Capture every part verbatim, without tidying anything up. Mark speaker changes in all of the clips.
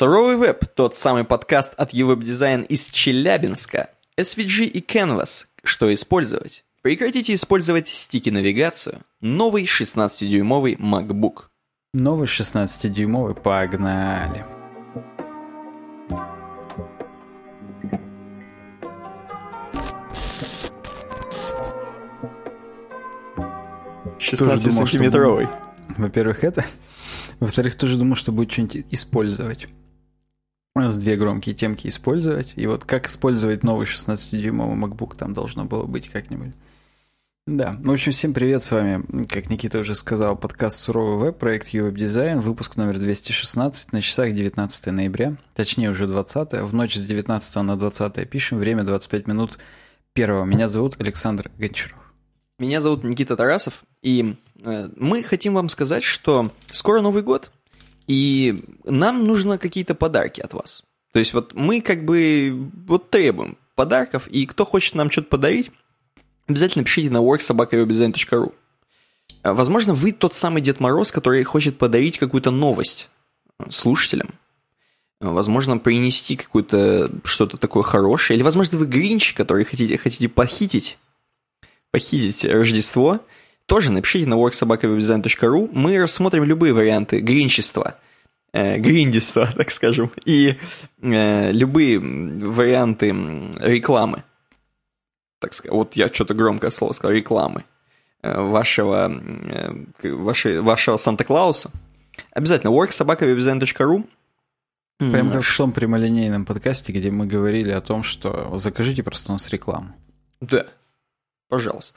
Speaker 1: Суровый веб – тот самый подкаст от YouWebDesign из Челябинска. эс ви джи и Canvas. Что использовать? Прекратите использовать стики-навигацию. Новый шестнадцатидюймовый MacBook.
Speaker 2: Новый шестнадцатидюймовый, погнали.
Speaker 1: шестнадцатисантиметровый.
Speaker 2: Во-первых, это. Во-вторых, тоже думал, что будет что-нибудь использовать. У нас две громкие темки использовать. И вот как использовать новый шестнадцатидюймовый MacBook там должно было быть как-нибудь. Да, в общем, всем привет, с вами, как Никита уже сказал, подкаст «Суровый веб», проект YouWebDesign, выпуск номер двести шестнадцать, на часах девятнадцатое ноября, точнее уже двадцатое, в ночь с девятнадцатого на двадцатое пишем, время двадцать пять минут первого. Меня зовут Александр Гончаров.
Speaker 1: Меня зовут Никита Тарасов, и э, мы хотим вам сказать, что скоро Новый год, и нам нужно какие-то подарки от вас. То есть вот мы как бы вот требуем подарков, и кто хочет нам что-то подарить, обязательно пишите на work собака веб дизайн точка ру. Возможно, вы тот самый Дед Мороз, который хочет подарить какую-то новость слушателям. Возможно, принести какое-то что-то такое хорошее. Или, возможно, вы Гринч, который хотите, хотите похитить, похитить Рождество. Тоже напишите на work собака веб дизайн точка ру. Мы рассмотрим любые варианты гринчества, э, гриндиства, так скажем, и э, любые варианты рекламы. Так сказать, вот я что-то громкое слово сказал, рекламы вашего, вашего, вашего Санта-Клауса. Обязательно work собака веб дизайн точка ру.
Speaker 2: Прям как в том прямолинейном подкасте, где мы говорили о том, что закажите просто у нас рекламу.
Speaker 1: Да, пожалуйста.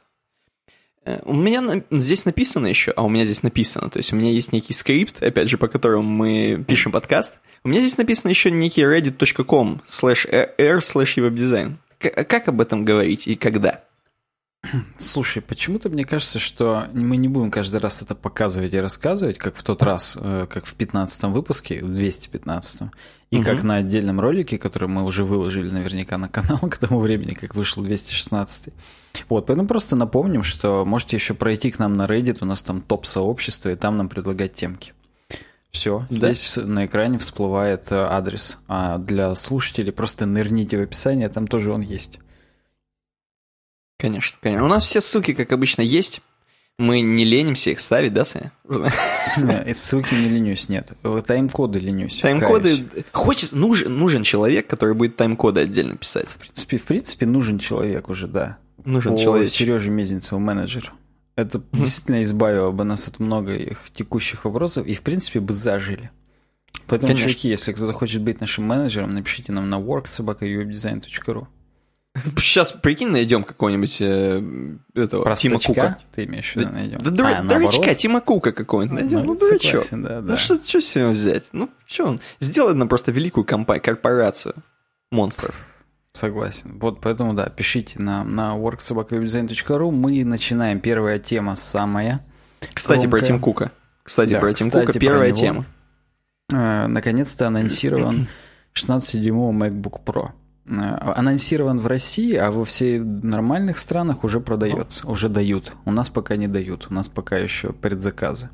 Speaker 1: У меня здесь написано еще, а у меня здесь написано, то есть у меня есть некий скрипт, опять же, по которому мы пишем подкаст. У меня здесь написано еще некий reddit точка ком слэш эр слэш webdesign. Как об этом говорить и когда?
Speaker 2: Слушай, почему-то мне кажется, что мы не будем каждый раз это показывать и рассказывать, как в тот раз, как в пятнадцатом выпуске, в двести пятнадцатом, и угу. как на отдельном ролике, который мы уже выложили наверняка на канал к тому времени, как вышел двести шестнадцатый. Вот, поэтому просто напомним, что можете еще пройти к нам на Reddit, у нас там топ-сообщество, и там нам предлагать темки. Все, да? Здесь на экране всплывает адрес, а для слушателей просто нырните в описание, там тоже он есть.
Speaker 1: Конечно, конечно. У нас все ссылки, как обычно, есть. Мы не ленимся их ставить, да, Саня?
Speaker 2: Нет, ссылки не ленюсь, нет. Тайм-коды ленюсь.
Speaker 1: Тайм-коды... Хочется, нужен, нужен человек, который будет тайм-коды отдельно писать.
Speaker 2: В принципе, в принципе, нужен человек уже, да.
Speaker 1: Нужен человек.
Speaker 2: Сережа Мезенцев, менеджер. Это mm-hmm. действительно избавило бы нас от многих текущих вопросов, и, в принципе, бы зажили. Поэтому, конечно, чуваки, если кто-то хочет быть нашим менеджером, напишите нам на work собака веб дизайн точка ру.
Speaker 1: Сейчас, прикинь, найдем какого-нибудь э, этого
Speaker 2: Простачка,
Speaker 1: Тима Кука.
Speaker 2: Ты имеешь в виду,
Speaker 1: да,
Speaker 2: найдем?
Speaker 1: Да, дура-
Speaker 2: а,
Speaker 1: дурачка, Тима Кука какого-нибудь найдем. Ну, ну дурачок.
Speaker 2: Согласен, да, да.
Speaker 1: Ну, что, что себе взять? Ну, что он? Сделает нам просто великую компанию, корпорацию монстров.
Speaker 2: Согласен. Вот поэтому, да, пишите нам на work собака веб дизайн точка ру. Мы начинаем. Первая тема самая.
Speaker 1: Кстати,
Speaker 2: громкая.
Speaker 1: про Тим Кука. Кстати,
Speaker 2: да,
Speaker 1: про Тим
Speaker 2: кстати,
Speaker 1: Кука. Первая
Speaker 2: про
Speaker 1: тема.
Speaker 2: А, наконец-то анонсирован шестнадцатидюймовый MacBook Pro. А, анонсирован в России, а во всех нормальных странах уже продается. Уже дают. У нас пока не дают. У нас пока еще предзаказы.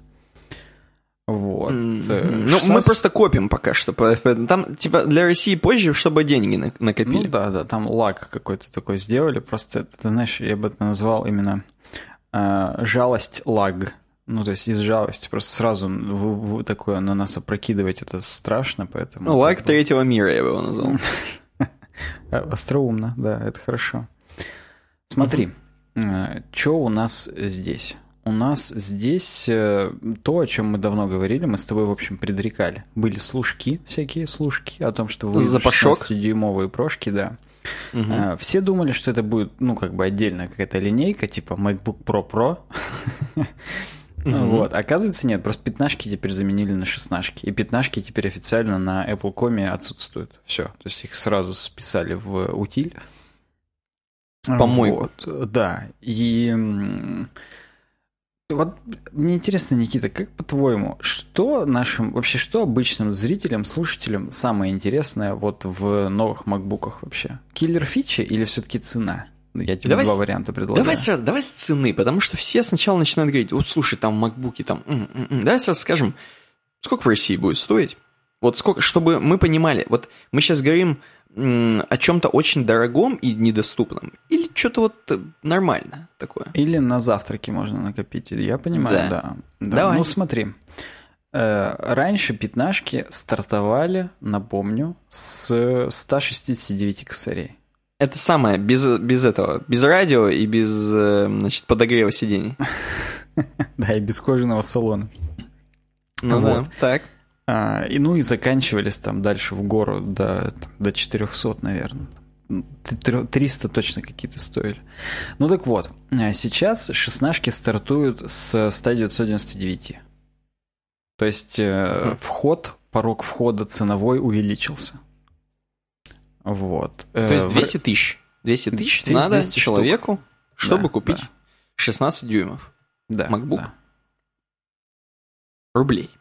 Speaker 2: Вот.
Speaker 1: Mm-hmm. Ну, мы просто копим пока что. Там, типа, для России позже, чтобы деньги накопили.
Speaker 2: Ну да, да, там лаг какой-то такой сделали. Просто, ты знаешь, я бы это назвал именно э, жалость лаг. Ну, то есть из жалости. Просто сразу в, в такое на нас опрокидывать это страшно, поэтому...
Speaker 1: Ну, лаг третьего мира, я бы его назвал.
Speaker 2: Остроумно, да, это хорошо. Смотри, что у нас здесь? У нас здесь то, о чем мы давно говорили, мы с тобой, в общем, предрекали. Были слушки, всякие слушки, о том, что выйдут шестнадцатидюймовые прошки, да. Угу. Все думали, что это будет, ну, как бы отдельная какая-то линейка, типа MacBook Pro Pro. Угу. Вот. Оказывается, нет, просто пятнашки теперь заменили на шестнашки. И пятнашки теперь официально на Apple точка ком отсутствуют. Все. То есть их сразу списали в утиль.
Speaker 1: По-моему.
Speaker 2: Вот. Да. И... Вот мне интересно, Никита, как по-твоему, что нашим, вообще, что обычным зрителям, слушателям самое интересное вот в новых макбуках вообще? Киллер-фичи или все-таки цена? Я тебе давай, два варианта предлагаю.
Speaker 1: Давай сразу, давай с цены, потому что все сначала начинают говорить, вот слушай, там макбуки, там, м-м-м. Давай сразу скажем, сколько в России будет стоить, Вот сколько, чтобы мы понимали, вот мы сейчас говорим м, о чем-то очень дорогом и недоступном, или что-то вот нормально такое.
Speaker 2: Или на завтраки можно накопить, я понимаю, да. да. да.
Speaker 1: Давай.
Speaker 2: Ну смотри, э, раньше пятнашки стартовали, напомню, с ста шестидесяти девяти косарей.
Speaker 1: Это самое, без, без этого, без радио и без, значит, подогрева сидений.
Speaker 2: Да, и без кожаного салона.
Speaker 1: Ну да, так.
Speaker 2: А, и, ну и заканчивались там дальше в гору до, до четырехсот, наверное. триста точно какие-то стоили. Ну так вот, сейчас шестнашки стартуют с ста девятисот девяноста девяти. То есть э, вход, порог входа ценовой увеличился. Вот.
Speaker 1: То есть двести тысяч. двести тысяч надо двести человеку, штук. Чтобы да, купить да. шестнадцать дюймов.
Speaker 2: Да,
Speaker 1: MacBook.
Speaker 2: Да.
Speaker 1: Рублей.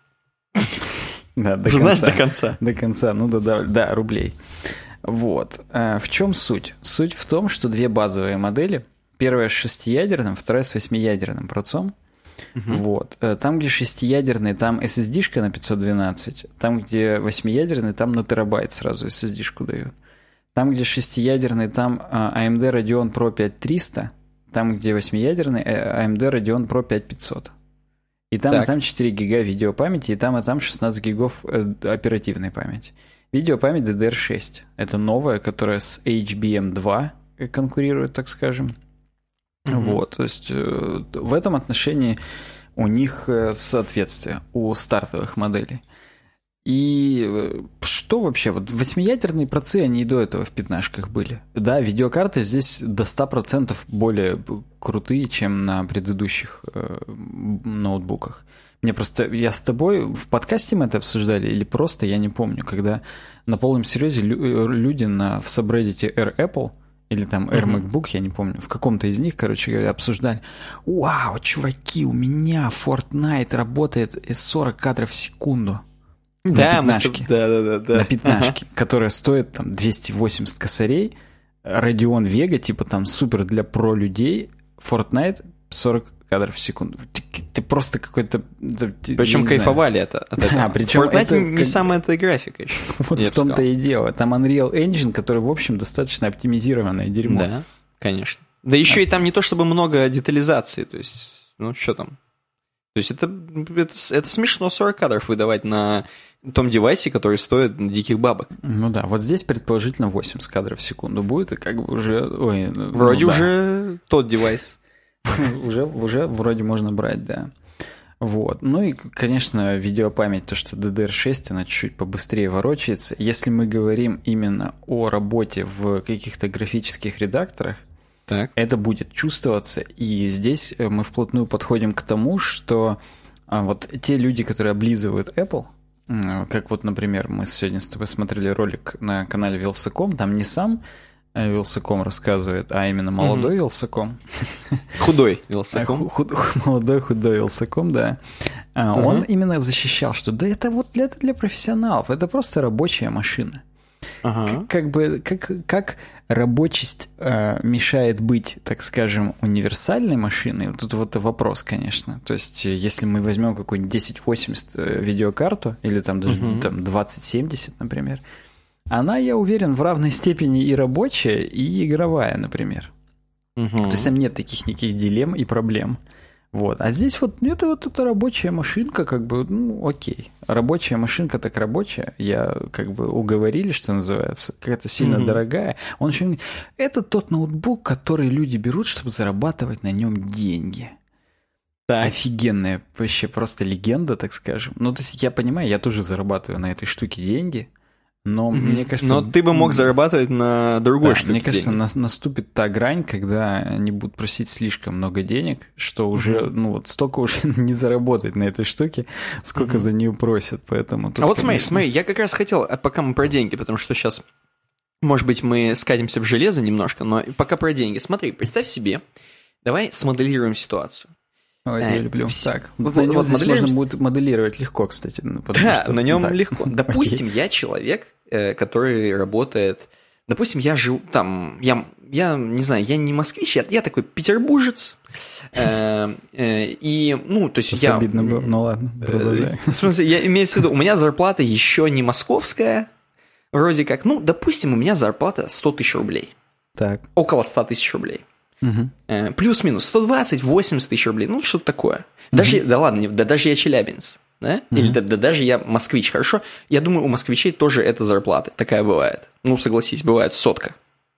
Speaker 2: Да, до
Speaker 1: Знаешь,
Speaker 2: конца.
Speaker 1: до конца.
Speaker 2: До конца, ну да, да, да, рублей. Вот. В чем суть? Суть в том, что две базовые модели. Первая с шестиядерным, вторая с восьмиядерным процессором. Uh-huh. Вот. Там, где шестиядерный, там эс эс ди-шка на пятьсот двенадцать. Там, где восьмиядерный, там на терабайт сразу эс эс ди-шку дают. Там, где шестиядерный, там эй эм ди Radeon Pro пять триста. Там, где восьмиядерный, эй эм ди Radeon Pro пять тысяч. И там, так. и там четыре гига видеопамяти, и там, и там шестнадцать гигов оперативной памяти. Видеопамять ди ди ар шесть. Это новая, которая с эйч би эм два конкурирует, так скажем. Mm-hmm. Вот, то есть в этом отношении у них соответствие у стартовых моделей. И что вообще? Вот восьмиядерные процессы, они и до этого в пятнашках были. Да, видеокарты здесь до ста процентов более крутые, чем на предыдущих э, ноутбуках. Мне просто... Я с тобой в подкасте мы это обсуждали или просто, я не помню, когда на полном серьезе лю- люди на, в сабреддите Air Apple или там Air uh-huh. MacBook, я не помню, в каком-то из них, короче говоря, обсуждали. Вау, чуваки, у меня Fortnite работает из сорок кадров в секунду.
Speaker 1: Да,
Speaker 2: на
Speaker 1: пятнашке, да, да, да, да.
Speaker 2: на пятнашке, ага. которая стоит там двести восемьдесят косарей, Radeon Vega, типа там супер для про людей, Fortnite сорок кадров в секунду. Ты, ты просто какой-то...
Speaker 1: Причем кайфовали знаю. это. От этого.
Speaker 2: А, причем
Speaker 1: Fortnite
Speaker 2: это
Speaker 1: не как... самая эта графика еще.
Speaker 2: Вот в том-то и дело. Там Unreal Engine, который, в общем, достаточно оптимизированное дерьмо.
Speaker 1: Да, конечно. Да еще а. и там не то чтобы много детализации, то есть, ну что там. То есть это, это, это смешно сорок кадров выдавать на том девайсе, который стоит диких бабок.
Speaker 2: Ну да, вот здесь предположительно восемьдесят кадров в секунду будет, и как бы уже... Ой,
Speaker 1: вроде ну, уже да. тот девайс.
Speaker 2: уже, уже вроде можно брать, да. Вот. Ну и, конечно, видеопамять, то, что ди ди ар шесть, она чуть-чуть побыстрее ворочается. Если мы говорим именно о работе в каких-то графических редакторах, так. это будет чувствоваться. И здесь мы вплотную подходим к тому, что а, вот те люди, которые облизывают Apple, как вот, например, мы сегодня с тобой смотрели ролик на канале Вилсаком, там не сам Вилсаком рассказывает, а именно молодой угу. Вилсаком.
Speaker 1: Худой Вилсаком.
Speaker 2: Худ, молодой худой Вилсаком, да. А, угу. Он именно защищал, что да это вот для, это для профессионалов, это просто рабочая машина. Ага. Как, как бы как, как рабочесть э, мешает быть, так скажем, универсальной машиной? Тут вот вопрос, конечно. То есть, если мы возьмем какую-нибудь десять восемьдесят видеокарту, или там даже угу. там, двадцать семьдесят, например, она, я уверен, в равной степени и рабочая, и игровая, например. Угу. То есть там нет таких никаких дилемм и проблем. Вот. А здесь вот это вот эта рабочая машинка, как бы, ну, окей. Рабочая машинка так рабочая. Я как бы уговорили, что называется. Какая-то сильно mm-hmm. дорогая. Он еще говорит, это тот ноутбук, который люди берут, чтобы зарабатывать на нем деньги. Так. Офигенная, вообще просто легенда, так скажем. Ну, то есть я понимаю, я тоже зарабатываю на этой штуке деньги. Но mm-hmm. мне кажется...
Speaker 1: Но ты бы мог зарабатывать на другой да, штуке.
Speaker 2: Мне кажется, на, наступит та грань, когда они будут просить слишком много денег, что уже, mm-hmm. ну вот столько уже не заработать на этой штуке, сколько mm-hmm. за нее просят, поэтому... Тут,
Speaker 1: а вот
Speaker 2: конечно...
Speaker 1: смотри, смотри, я как раз хотел, пока мы про деньги, потому что сейчас, может быть, мы скатимся в железо немножко, но пока про деньги. Смотри, представь себе, давай смоделируем ситуацию.
Speaker 2: Ой, я люблю. Так, вот, на нем вот здесь можно будет моделировать легко, кстати.
Speaker 1: Да, что... на нем так. легко. Допустим, okay. я человек, который работает, допустим, я живу там, я, я не знаю, я не москвич, я, я такой петербуржец, э, э, и, ну, то есть
Speaker 2: Сейчас
Speaker 1: я...
Speaker 2: обидно было, ну ладно, продолжай.
Speaker 1: В смысле, я имею в виду, у меня зарплата еще не московская, вроде как, ну, допустим, у меня зарплата сто тысяч рублей.
Speaker 2: Так.
Speaker 1: Около сто тысяч рублей.
Speaker 2: Угу.
Speaker 1: Э, плюс-минус сто двадцать восемьдесят тысяч рублей, ну, что-то такое. Даже, угу. Да ладно, да даже я челябинец. Да? Или mm-hmm. да, да даже я москвич, хорошо? Я думаю, у москвичей тоже это зарплата. Такая бывает. Ну, согласись, бывает сотка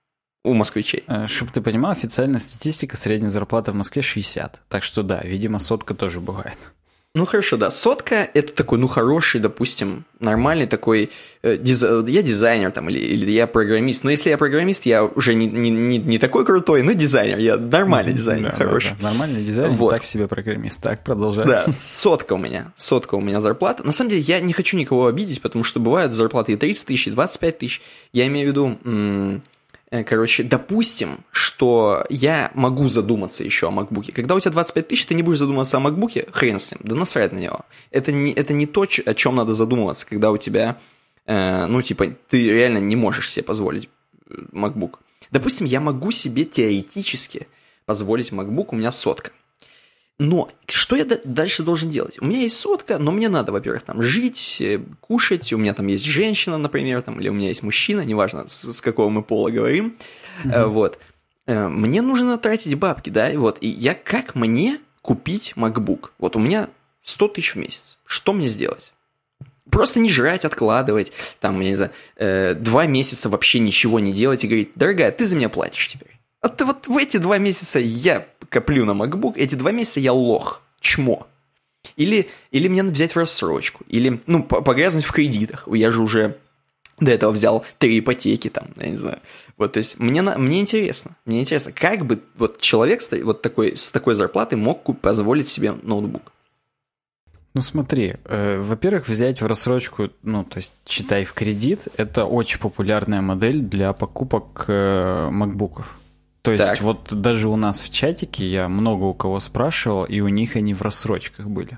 Speaker 1: у москвичей.
Speaker 2: Чтобы ты понимал, официальная статистика, средняя зарплата в Москве шестьдесят. Так что да, видимо, сотка тоже бывает.
Speaker 1: Ну, хорошо, да. Сотка – это такой, ну, хороший, допустим, нормальный такой... Э, диз... Я дизайнер там или, или я программист. Но если я программист, я уже не, не, не, не такой крутой, но дизайнер. Я нормальный дизайнер,
Speaker 2: да,
Speaker 1: хороший.
Speaker 2: Да, да. Нормальный дизайнер, вот. Так себе программист. Так, продолжай.
Speaker 1: Да, сотка у меня. Сотка у меня зарплата. На самом деле, я не хочу никого обидеть, потому что бывают зарплаты и тридцать тысяч, и двадцать пять тысяч. Я имею в виду... М- Короче, допустим, что я могу задуматься еще о макбуке. Когда у тебя двадцать пять тысяч, ты не будешь задумываться о макбуке, хрен с ним, да насрать на него. Это не, это не то, о чем надо задумываться, когда у тебя, э, ну, типа, ты реально не можешь себе позволить макбук. Допустим, я могу себе теоретически позволить макбук, у меня сотка. Но что я дальше должен делать? У меня есть сотка, но мне надо, во-первых, там жить, кушать, у меня там есть женщина, например, там, или у меня есть мужчина, неважно, с, с какого мы пола говорим, mm-hmm. вот. Мне нужно тратить бабки, да, и вот, и я, как мне купить MacBook? Вот у меня сто тысяч в месяц, что мне сделать? Просто не жрать, откладывать, там, я не знаю, э, два месяца вообще ничего не делать и говорить, дорогая, ты за меня платишь теперь. Вот, вот в эти два месяца я коплю на MacBook, эти два месяца я лох, чмо. Или, или мне надо взять в рассрочку, или, ну, погрязнуть в кредитах. Я же уже до этого взял три ипотеки, там, я не знаю. Вот, то есть, мне, мне интересно, мне интересно, как бы вот человек вот такой, с такой зарплатой мог позволить себе ноутбук.
Speaker 2: Ну смотри, э, во-первых, взять в рассрочку, ну, то есть, читай в кредит, это очень популярная модель для покупок э, макбуков. То есть так. Вот даже у нас в чатике я много у кого спрашивал, и у них они в рассрочках были.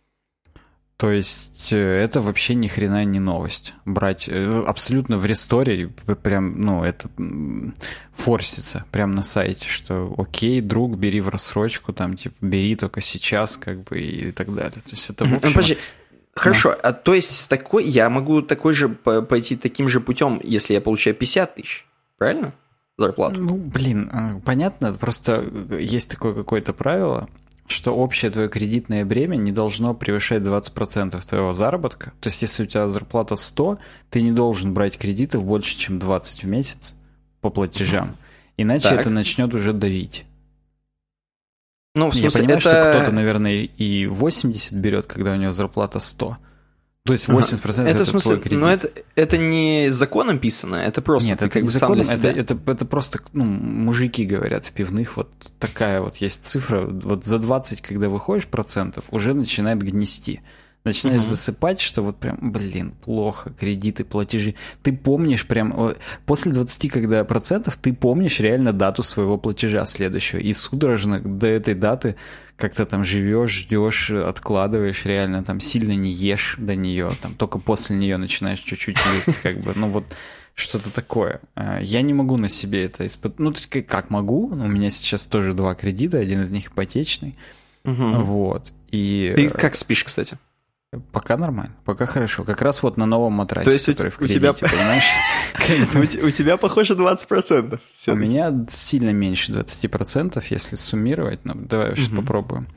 Speaker 2: То есть это вообще ни хрена не новость. Брать абсолютно в ресторе, прям, ну, это форсится прямо на сайте, что окей, друг, бери в рассрочку, там, типа, бери только сейчас, как бы, и так далее. То есть это в общем...
Speaker 1: Подожди. Хорошо, а то есть с такой, я могу такой же пойти таким же путем, если я получаю пятьдесят тысяч, правильно? Зарплату.
Speaker 2: Ну, блин, понятно, просто есть такое какое-то правило, что общее твое кредитное бремя не должно превышать двадцать процентов твоего заработка. То есть, если у тебя зарплата сто, ты не должен брать кредитов больше, чем двадцать в месяц по платежам. Иначе так. Это начнет уже давить. Ну, в смысле, я понимаю, это... что кто-то, наверное, и восемьдесят берет, когда у него зарплата сто. То есть восемьдесят процентов ага. это, это в смысле, твой кредит.
Speaker 1: Но это, это не законом писано, это просто...
Speaker 2: Нет, это не законом, это, это, это просто, ну, мужики говорят в пивных, вот такая вот есть цифра, вот за двадцать, когда выходишь процентов, уже начинает гнести. Начинаешь uh-huh. засыпать, что вот прям, блин, плохо, кредиты, платежи. Ты помнишь прям, после двадцати когда процентов, ты помнишь реально дату своего платежа следующего. И судорожно до этой даты как-то там живешь, ждешь, откладываешь, реально там сильно не ешь до нее, там только после нее начинаешь чуть-чуть есть, как бы, ну вот что-то такое. Я не могу на себе это испытать. Ну, как могу, у меня сейчас тоже два кредита, один из них ипотечный. Uh-huh. Вот. И...
Speaker 1: Ты как спишь, кстати?
Speaker 2: Пока нормально, пока хорошо. Как раз вот на новом матрасе, то есть который у, в кредите,
Speaker 1: у тебя...
Speaker 2: понимаешь?
Speaker 1: У тебя, похоже, двадцать процентов.
Speaker 2: У меня сильно меньше двадцать процентов, если суммировать. Ну, давай сейчас попробуем.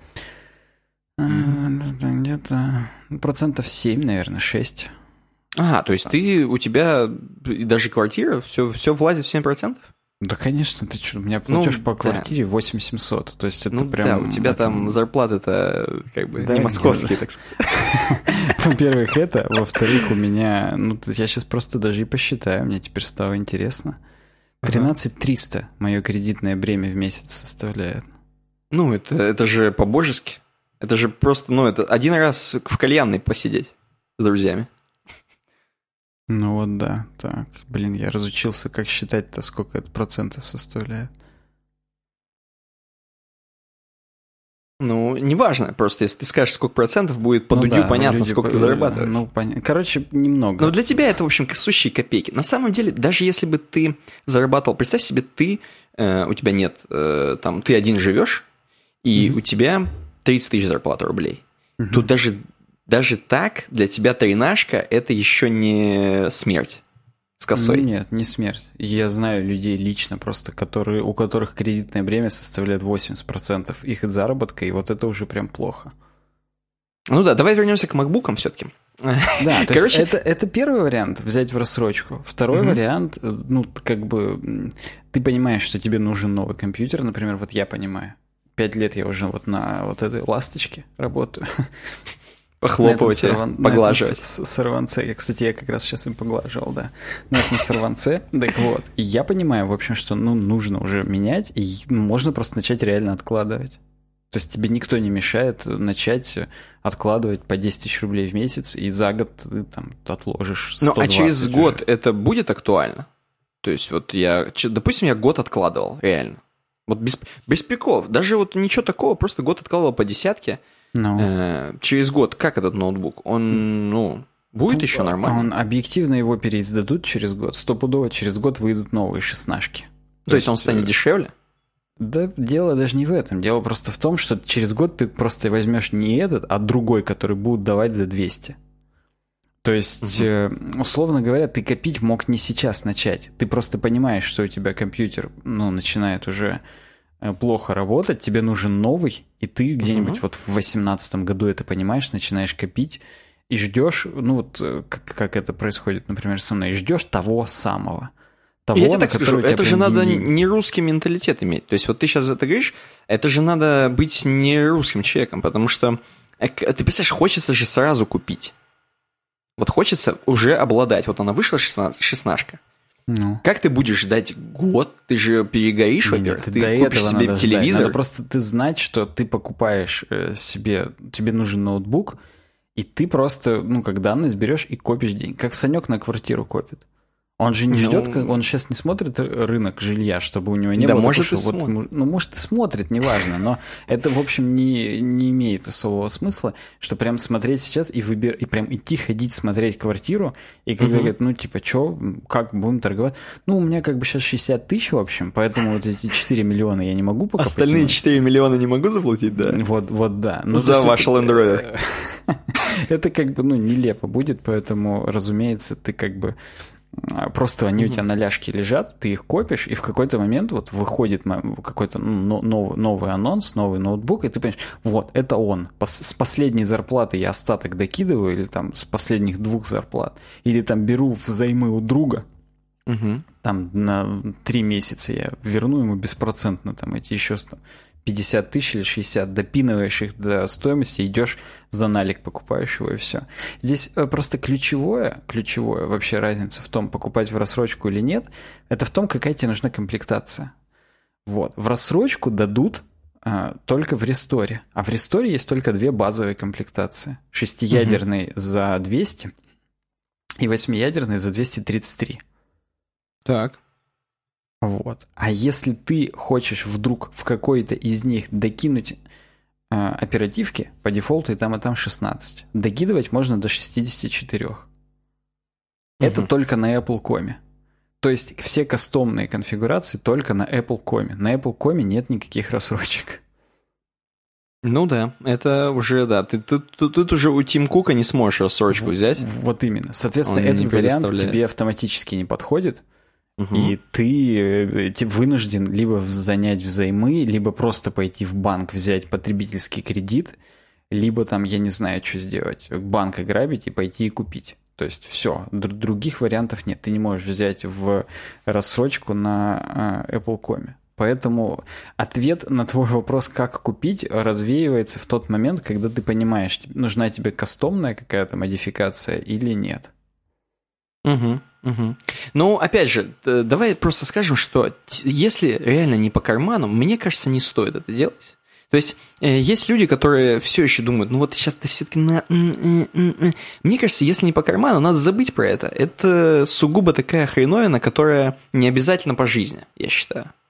Speaker 2: Где-то процентов семь, наверное, шесть.
Speaker 1: Ага, то есть ты, у тебя даже квартира, все, все влазит в семь процентов?
Speaker 2: Да, конечно, ты что, у меня платеж ну, по квартире да. восемь тысяч семьсот, то есть это
Speaker 1: ну,
Speaker 2: прям...
Speaker 1: да, у тебя это... там зарплаты-то как бы да, не московские, так сказать.
Speaker 2: Во-первых, это, во-вторых, у меня, ну, я сейчас просто даже и посчитаю, мне теперь стало интересно. тринадцать тысяч триста мое кредитное бремя в месяц составляет.
Speaker 1: Ну, это, это же по-божески. Это же просто, ну, это один раз в кальянной посидеть с друзьями.
Speaker 2: Ну вот да, так, блин, я разучился, как считать-то, сколько это процентов составляет.
Speaker 1: Ну, неважно, просто если ты скажешь, сколько процентов будет по ну дудю, да, понятно, люди, сколько ты зарабатываешь.
Speaker 2: Ну, понятно. Короче, немного.
Speaker 1: Но для тебя это, в общем, сущие копейки. На самом деле, даже если бы ты зарабатывал, представь себе, ты, э, у тебя нет, э, там, ты один живешь, и mm-hmm. у тебя тридцать тысяч зарплаты рублей. Mm-hmm. Тут даже, даже так для тебя тринашка – это еще не смерть. С косой.
Speaker 2: Нет, не смерть. Я знаю людей лично просто, которые, у которых кредитное бремя составляет восемьдесят процентов их заработка, и вот это уже прям плохо.
Speaker 1: Ну да, давай вернемся к макбукам все-таки.
Speaker 2: Да, то Короче... есть это, это первый вариант, взять в рассрочку. Второй угу. вариант, ну, как бы, ты понимаешь, что тебе нужен новый компьютер, например, вот я понимаю. Пять лет я уже вот на вот этой ласточке работаю.
Speaker 1: Похлопывать, сорван... поглаживать.
Speaker 2: Сорванце. Я, кстати, я как раз сейчас им поглаживал, да. На этом сорванце. Так вот. И я понимаю, в общем, что ну, нужно уже менять, и можно просто начать реально откладывать. То есть тебе никто не мешает начать откладывать по десять тысяч рублей в месяц, и за год ты там отложишь сто двадцать.
Speaker 1: Ну, а через год
Speaker 2: уже.
Speaker 1: Это будет актуально? То есть вот я, допустим, я год откладывал, реально. Вот без, без приколов. Даже вот ничего такого, просто год откладывал по десятке. No. Э, через год, как этот ноутбук? Он, ну, будет Тут, еще нормально?
Speaker 2: Он объективно его переиздадут через год. Стопудово через год выйдут новые шестнашки.
Speaker 1: То, То есть он станет дешевле?
Speaker 2: Да, дело даже не в этом. Дело просто в том, что через год ты просто возьмешь не этот, а другой, который будут давать за двести. То есть, угу. условно говоря, ты копить мог не сейчас начать. Ты просто понимаешь, что у тебя компьютер, ну, начинает уже плохо работать, тебе нужен новый, и ты где-нибудь uh-huh. вот в восемнадцатом году это понимаешь, начинаешь копить и ждешь, ну вот как, как это происходит, например, со мной, ждешь того самого. Того,
Speaker 1: я тебе так скажу, это же надо деньги. Не русский менталитет иметь. То есть вот ты сейчас это говоришь, это же надо быть не русским человеком, потому что, ты представляешь, хочется же сразу купить. Вот хочется уже обладать. Вот она вышла, шестнашка. Ну. Как ты будешь ждать год? Ты же перегоришь, во-первых. Ты
Speaker 2: до
Speaker 1: купишь себе
Speaker 2: надо
Speaker 1: телевизор.
Speaker 2: Надо просто ты знать, что ты покупаешь себе, тебе нужен ноутбук, и ты просто, ну, как данность берешь и копишь деньги. Как Санек на квартиру копит. Он же не ну... ждет, он сейчас не смотрит рынок жилья, чтобы у него не
Speaker 1: да
Speaker 2: было
Speaker 1: может
Speaker 2: такого, что вот, ну, может, и смотрит, неважно, но это, в общем, не, не имеет особого смысла, что прям смотреть сейчас и выбир, и прям идти ходить смотреть квартиру, и когда uh-huh. говорят, ну, типа, что, как будем торговать? Ну, у меня как бы сейчас шестьдесят тысяч, в общем, поэтому вот эти четыре миллиона я не могу покупать.
Speaker 1: Остальные четыре миллиона не могу заплатить, да?
Speaker 2: Вот, вот, да.
Speaker 1: Ну, за ваш Land Rover.
Speaker 2: Это как бы, ну, нелепо будет, поэтому, разумеется, ты как бы просто они mm-hmm. у тебя на ляжке лежат, ты их копишь, и в какой-то момент вот выходит какой-то ну, новый, новый анонс, новый ноутбук, и ты понимаешь, вот, это он. С последней зарплаты я остаток докидываю, или там с последних двух зарплат, или там беру взаймы у друга, mm-hmm. там на три месяца я верну ему беспроцентно там эти еще пятьдесят тысяч или шестьдесят, допинываешь их до стоимости, идешь за налик, покупаешь его, и все. Здесь просто ключевое, ключевое вообще разница в том, покупать в рассрочку или нет, это в том, какая тебе нужна комплектация. Вот. В рассрочку дадут а, только в ресторе, а в ресторе есть только две базовые комплектации. Шестиядерный угу. за двести и восьмиядерный за двести тридцать три.
Speaker 1: Так.
Speaker 2: Вот. А если ты хочешь вдруг в какой-то из них докинуть э, оперативки, по дефолту и там, и там шестнадцать. Докидывать можно до шестьдесят четыре. Угу. Это только на Apple.com. То есть все кастомные конфигурации только на Apple.com. На Apple.com нет никаких рассрочек.
Speaker 1: Ну да, это уже, да. Ты тут, тут, тут уже у Тим Кука не сможешь рассрочку
Speaker 2: вот,
Speaker 1: взять.
Speaker 2: Вот именно. Соответственно, Он этот вариант тебе автоматически не подходит. Угу. И ты, ты вынужден либо занять взаймы, либо просто пойти в банк, взять потребительский кредит, либо там, я не знаю, что сделать, банк ограбить и пойти и купить. То есть все, других вариантов нет. Ты не можешь взять в рассрочку на Apple.com. Поэтому ответ на твой вопрос, как купить, развеивается в тот момент, когда ты понимаешь, нужна тебе кастомная какая-то модификация или нет.
Speaker 1: Угу, угу. Ну, опять же, давай просто скажем, что если реально не по карману, мне кажется, не стоит это делать. То есть, есть люди, которые все еще думают, ну вот сейчас ты все-таки на... Мне кажется, если не по карману, надо забыть про это. Это сугубо такая хреновина, которая не обязательно по жизни, я считаю.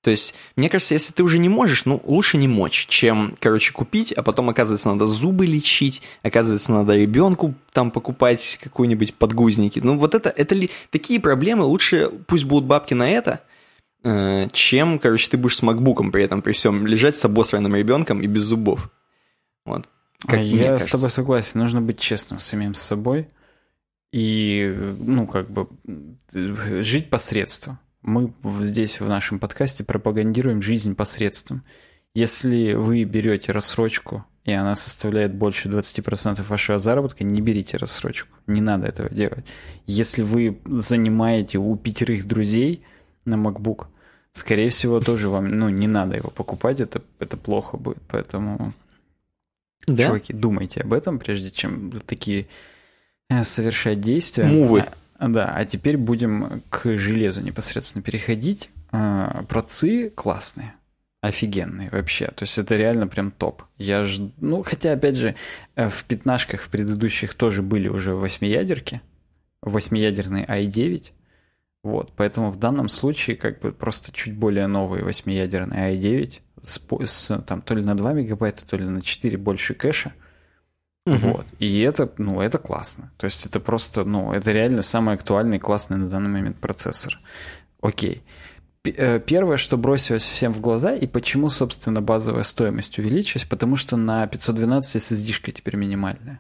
Speaker 1: То есть, мне кажется, если ты уже не можешь, ну, лучше не мочь, чем, короче, купить, а потом, оказывается, надо зубы лечить, оказывается, надо ребенку там покупать какие-нибудь подгузники. Ну, вот это, это ли... Такие проблемы, лучше пусть будут бабки на это, э, чем, короче, ты будешь с макбуком при этом, при всем, лежать с обосранным ребенком и без зубов. Вот.
Speaker 2: Как Я с тобой согласен, нужно быть честным самим с собой и, ну, как бы, жить посредством. Мы здесь в нашем подкасте пропагандируем жизнь посредством. Если вы берете рассрочку, и она составляет больше двадцать процентов вашего заработка, не берите рассрочку. Не надо этого делать. Если вы занимаете у пятерых друзей на MacBook, скорее всего, тоже вам, ну, не надо его покупать, это, это плохо будет. Поэтому, да? Чуваки, думайте об этом, прежде чем такие совершать действия.
Speaker 1: Мувы.
Speaker 2: Да, а теперь будем к железу непосредственно переходить. Процы классные, офигенные вообще. То есть это реально прям топ. Я ж... Ну, хотя, опять же, в пятнашках в предыдущих тоже были уже восьмиядерки, восьмиядерный ай девять. Вот, поэтому в данном случае как бы просто чуть более новый восьмиядерный ай девять с, с там то ли на два мегабайта, то ли на четыре больше кэша. Uh-huh. Вот. И это, ну, это классно. То есть это просто, ну, это реально самый актуальный и классный на данный момент процессор. Окей. Первое, что бросилось всем в глаза, и почему, собственно, базовая стоимость увеличилась, потому что на пятьсот двенадцать эс эс ди-шка теперь минимальная.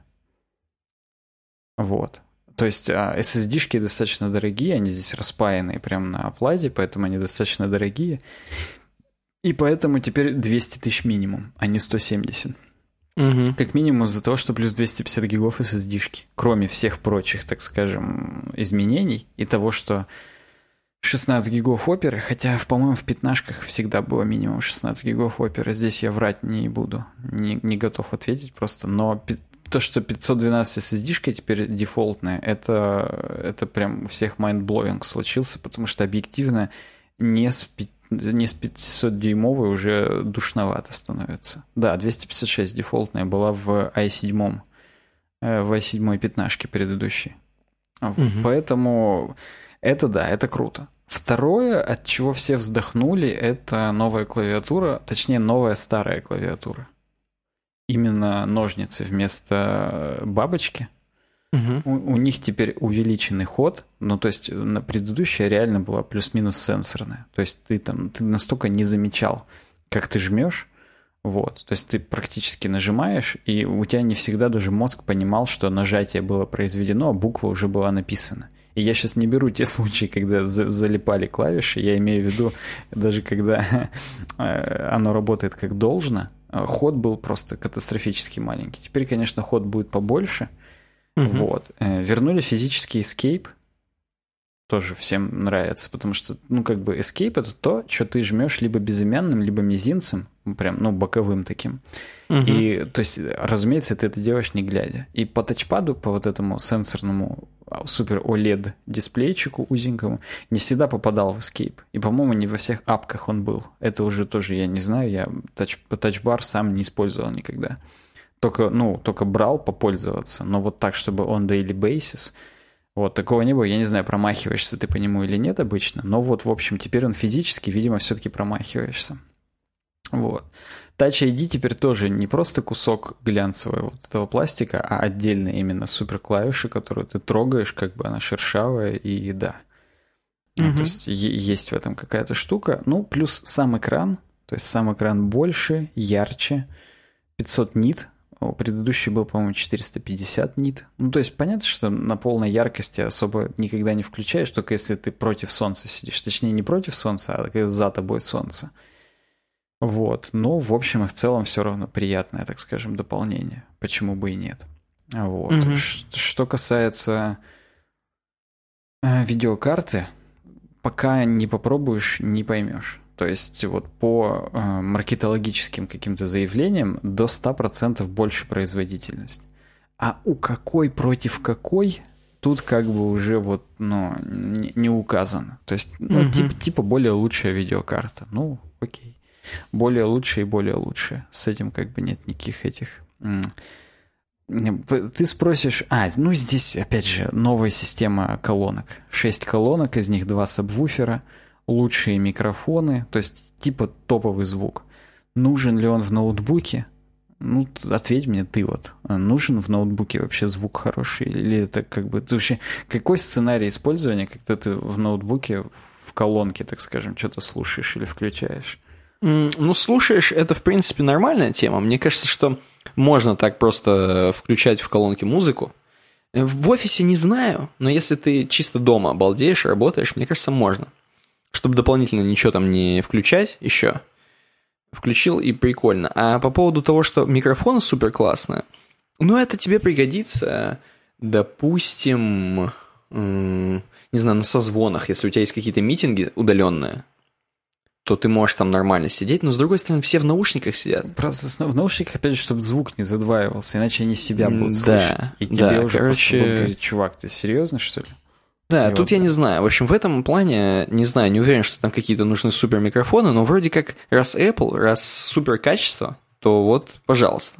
Speaker 2: Вот. То есть эс эс ди-шки достаточно дорогие, они здесь распаянные прямо на оплате, поэтому они достаточно дорогие. И поэтому теперь двести тысяч минимум, а не сто семьдесят. Угу. Как минимум из-за того, что плюс двести пятьдесят гигов эс эс ди-шки. Кроме всех прочих, так скажем, изменений и того, что шестнадцать гигов оперы, хотя, по-моему, в пятнашках всегда было минимум шестнадцать гигов оперы. Здесь я врать не буду, не, не готов ответить просто. Но то, что пятьсот двенадцать эс эс ди-шка теперь дефолтная, это, это прям у всех майндблоуинг случился, потому что объективно не с не с пятисотдюймовой уже душновато становится. Да, двести пятьдесят шесть дефолтная была в ай семь, в ай семь пятнашке предыдущей. Угу. Поэтому это да, это круто. Второе, от чего все вздохнули, это новая клавиатура, точнее новая старая клавиатура. Именно ножницы вместо бабочки. Угу. У, у них теперь увеличенный ход, ну то есть на предыдущая реально была плюс-минус сенсорная. То есть ты там ты настолько не замечал, как ты жмешь, вот. То есть ты практически нажимаешь, и у тебя не всегда даже мозг понимал, что нажатие было произведено, а буква уже была написана. И я сейчас не беру те случаи, когда за- залипали клавиши, я имею в виду даже когда оно работает как должно, ход был просто катастрофически маленький. Теперь, конечно, ход будет побольше. Uh-huh. Вот. Вернули физический escape. Тоже всем нравится, потому что, ну, как бы escape — это то, что ты жмешь либо безымянным, либо мизинцем, прям, ну, боковым таким. Uh-huh. И, то есть, разумеется, ты это делаешь не глядя. И по тачпаду, по вот этому сенсорному супер о лед дисплейчику узенькому, не всегда попадал в escape. И, по-моему, не во всех апках он был. Это уже тоже я не знаю, я тач, тачбар сам не использовал никогда. Только, ну, только брал попользоваться, но вот так, чтобы on daily basis, вот, такого не было. Я не знаю, промахиваешься ты по нему или нет обычно, но вот, в общем, теперь он физически, видимо, все-таки промахиваешься. Вот. Touch ай ди теперь тоже не просто кусок глянцевого вот этого пластика, а отдельно именно суперклавиши, которую ты трогаешь, как бы она шершавая, и да. Mm-hmm. Ну, то есть есть в этом какая-то штука. Ну, плюс сам экран, то есть сам экран больше, ярче, пятьсот нит. Предыдущий был, по-моему, четыреста пятьдесят нит. Ну, то есть понятно, что на полной яркости особо никогда не включаешь, только если ты против солнца сидишь. Точнее, не против солнца, а когда за тобой солнце. Вот. Но, в общем и в целом, все равно приятное, так скажем, дополнение. Почему бы и нет. Вот. Mm-hmm. Ш- что касается э, видеокарты, пока не попробуешь, не поймешь. То есть вот по э, маркетологическим каким-то заявлениям до сто процентов больше производительность. А у какой против какой, тут как бы уже вот, ну, не, не указано. То есть, ну, mm-hmm. типа, типа более лучшая видеокарта. Ну, окей. Более лучшая и более лучшая. С этим как бы нет никаких этих... Ты спросишь... А, ну здесь, опять же, новая система колонок. Шесть колонок, из них два сабвуфера. лучшие микрофоны, то есть типа топовый звук. Нужен ли он в ноутбуке? Ну, ответь мне ты вот. Нужен в ноутбуке вообще звук хороший? Или это как бы... Вообще, какой сценарий использования, когда ты в ноутбуке в колонке, так скажем, что-то слушаешь или включаешь?
Speaker 1: Ну, слушаешь, это, в принципе, нормальная тема. Мне кажется, что можно так просто включать в колонке музыку. В офисе не знаю, но если ты чисто дома обалдеешь, работаешь, мне кажется, можно. Чтобы дополнительно ничего там не включать еще. Включил и прикольно. А по поводу того, что микрофоны супер классные, ну, это тебе пригодится, допустим, не знаю, на созвонах, если у тебя есть какие-то митинги удаленные, то ты можешь там нормально сидеть, но, с другой стороны, все в наушниках сидят.
Speaker 2: Просто в наушниках, опять же, чтобы звук не задваивался, иначе они себя будут
Speaker 1: да,
Speaker 2: слышать. И тебе
Speaker 1: да,
Speaker 2: уже
Speaker 1: короче...
Speaker 2: просто будут говорить: чувак, ты серьезно, что ли?
Speaker 1: Да,
Speaker 2: и
Speaker 1: тут
Speaker 2: вот,
Speaker 1: я
Speaker 2: да.
Speaker 1: не знаю. В общем, в этом плане, не знаю, не уверен, что там какие-то нужны супер микрофоны, но вроде как раз Apple, раз супер качество, то вот, пожалуйста.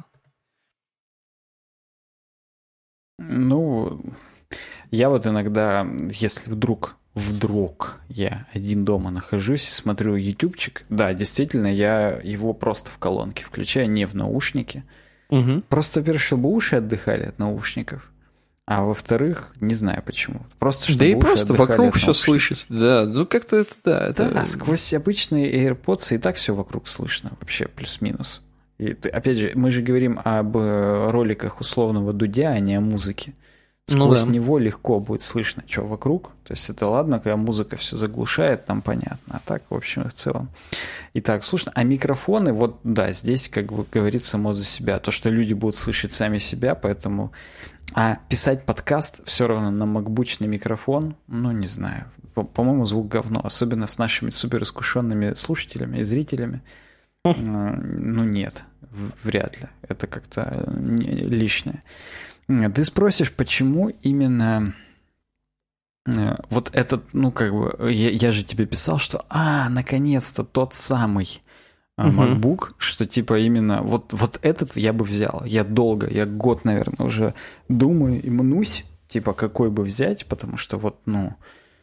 Speaker 2: Ну, я вот иногда, если вдруг, вдруг я один дома нахожусь и смотрю ютубчик, да, действительно, я его просто в колонке включаю, не в наушники.
Speaker 1: Угу.
Speaker 2: Просто, во-первых, чтобы уши отдыхали от наушников. А во-вторых, не знаю почему. Просто чтобы
Speaker 1: да и
Speaker 2: уши
Speaker 1: просто
Speaker 2: отдыхали
Speaker 1: вокруг
Speaker 2: от
Speaker 1: все
Speaker 2: наушников.
Speaker 1: слышать. Да, ну как-то это, да. Это...
Speaker 2: Да, сквозь обычные AirPods и так все вокруг слышно, вообще плюс-минус. И ты, опять же, мы же говорим об э, роликах условного Дудя, а не о музыке. Сквозь
Speaker 1: ну, да.
Speaker 2: него легко будет слышно, что вокруг. То есть это ладно, когда музыка все заглушает, там понятно. А так, в общем и в целом. И так слышно. А микрофоны, вот да, здесь как бы говорит само за себя. То, что люди будут слышать сами себя, поэтому... А писать подкаст все равно на макбучный микрофон, ну, не знаю. По-моему, звук говно. Особенно с нашими суперискушенными слушателями и зрителями. Ну, нет, вряд ли. Это как-то лишнее. Ты спросишь, почему именно... Вот этот, ну, как бы... Я, я же тебе писал, что, а, наконец-то тот самый... MacBook, uh-huh. что типа именно вот, вот этот я бы взял. Я долго, я год, наверное, уже думаю и мнусь, типа какой бы взять, потому что вот, ну,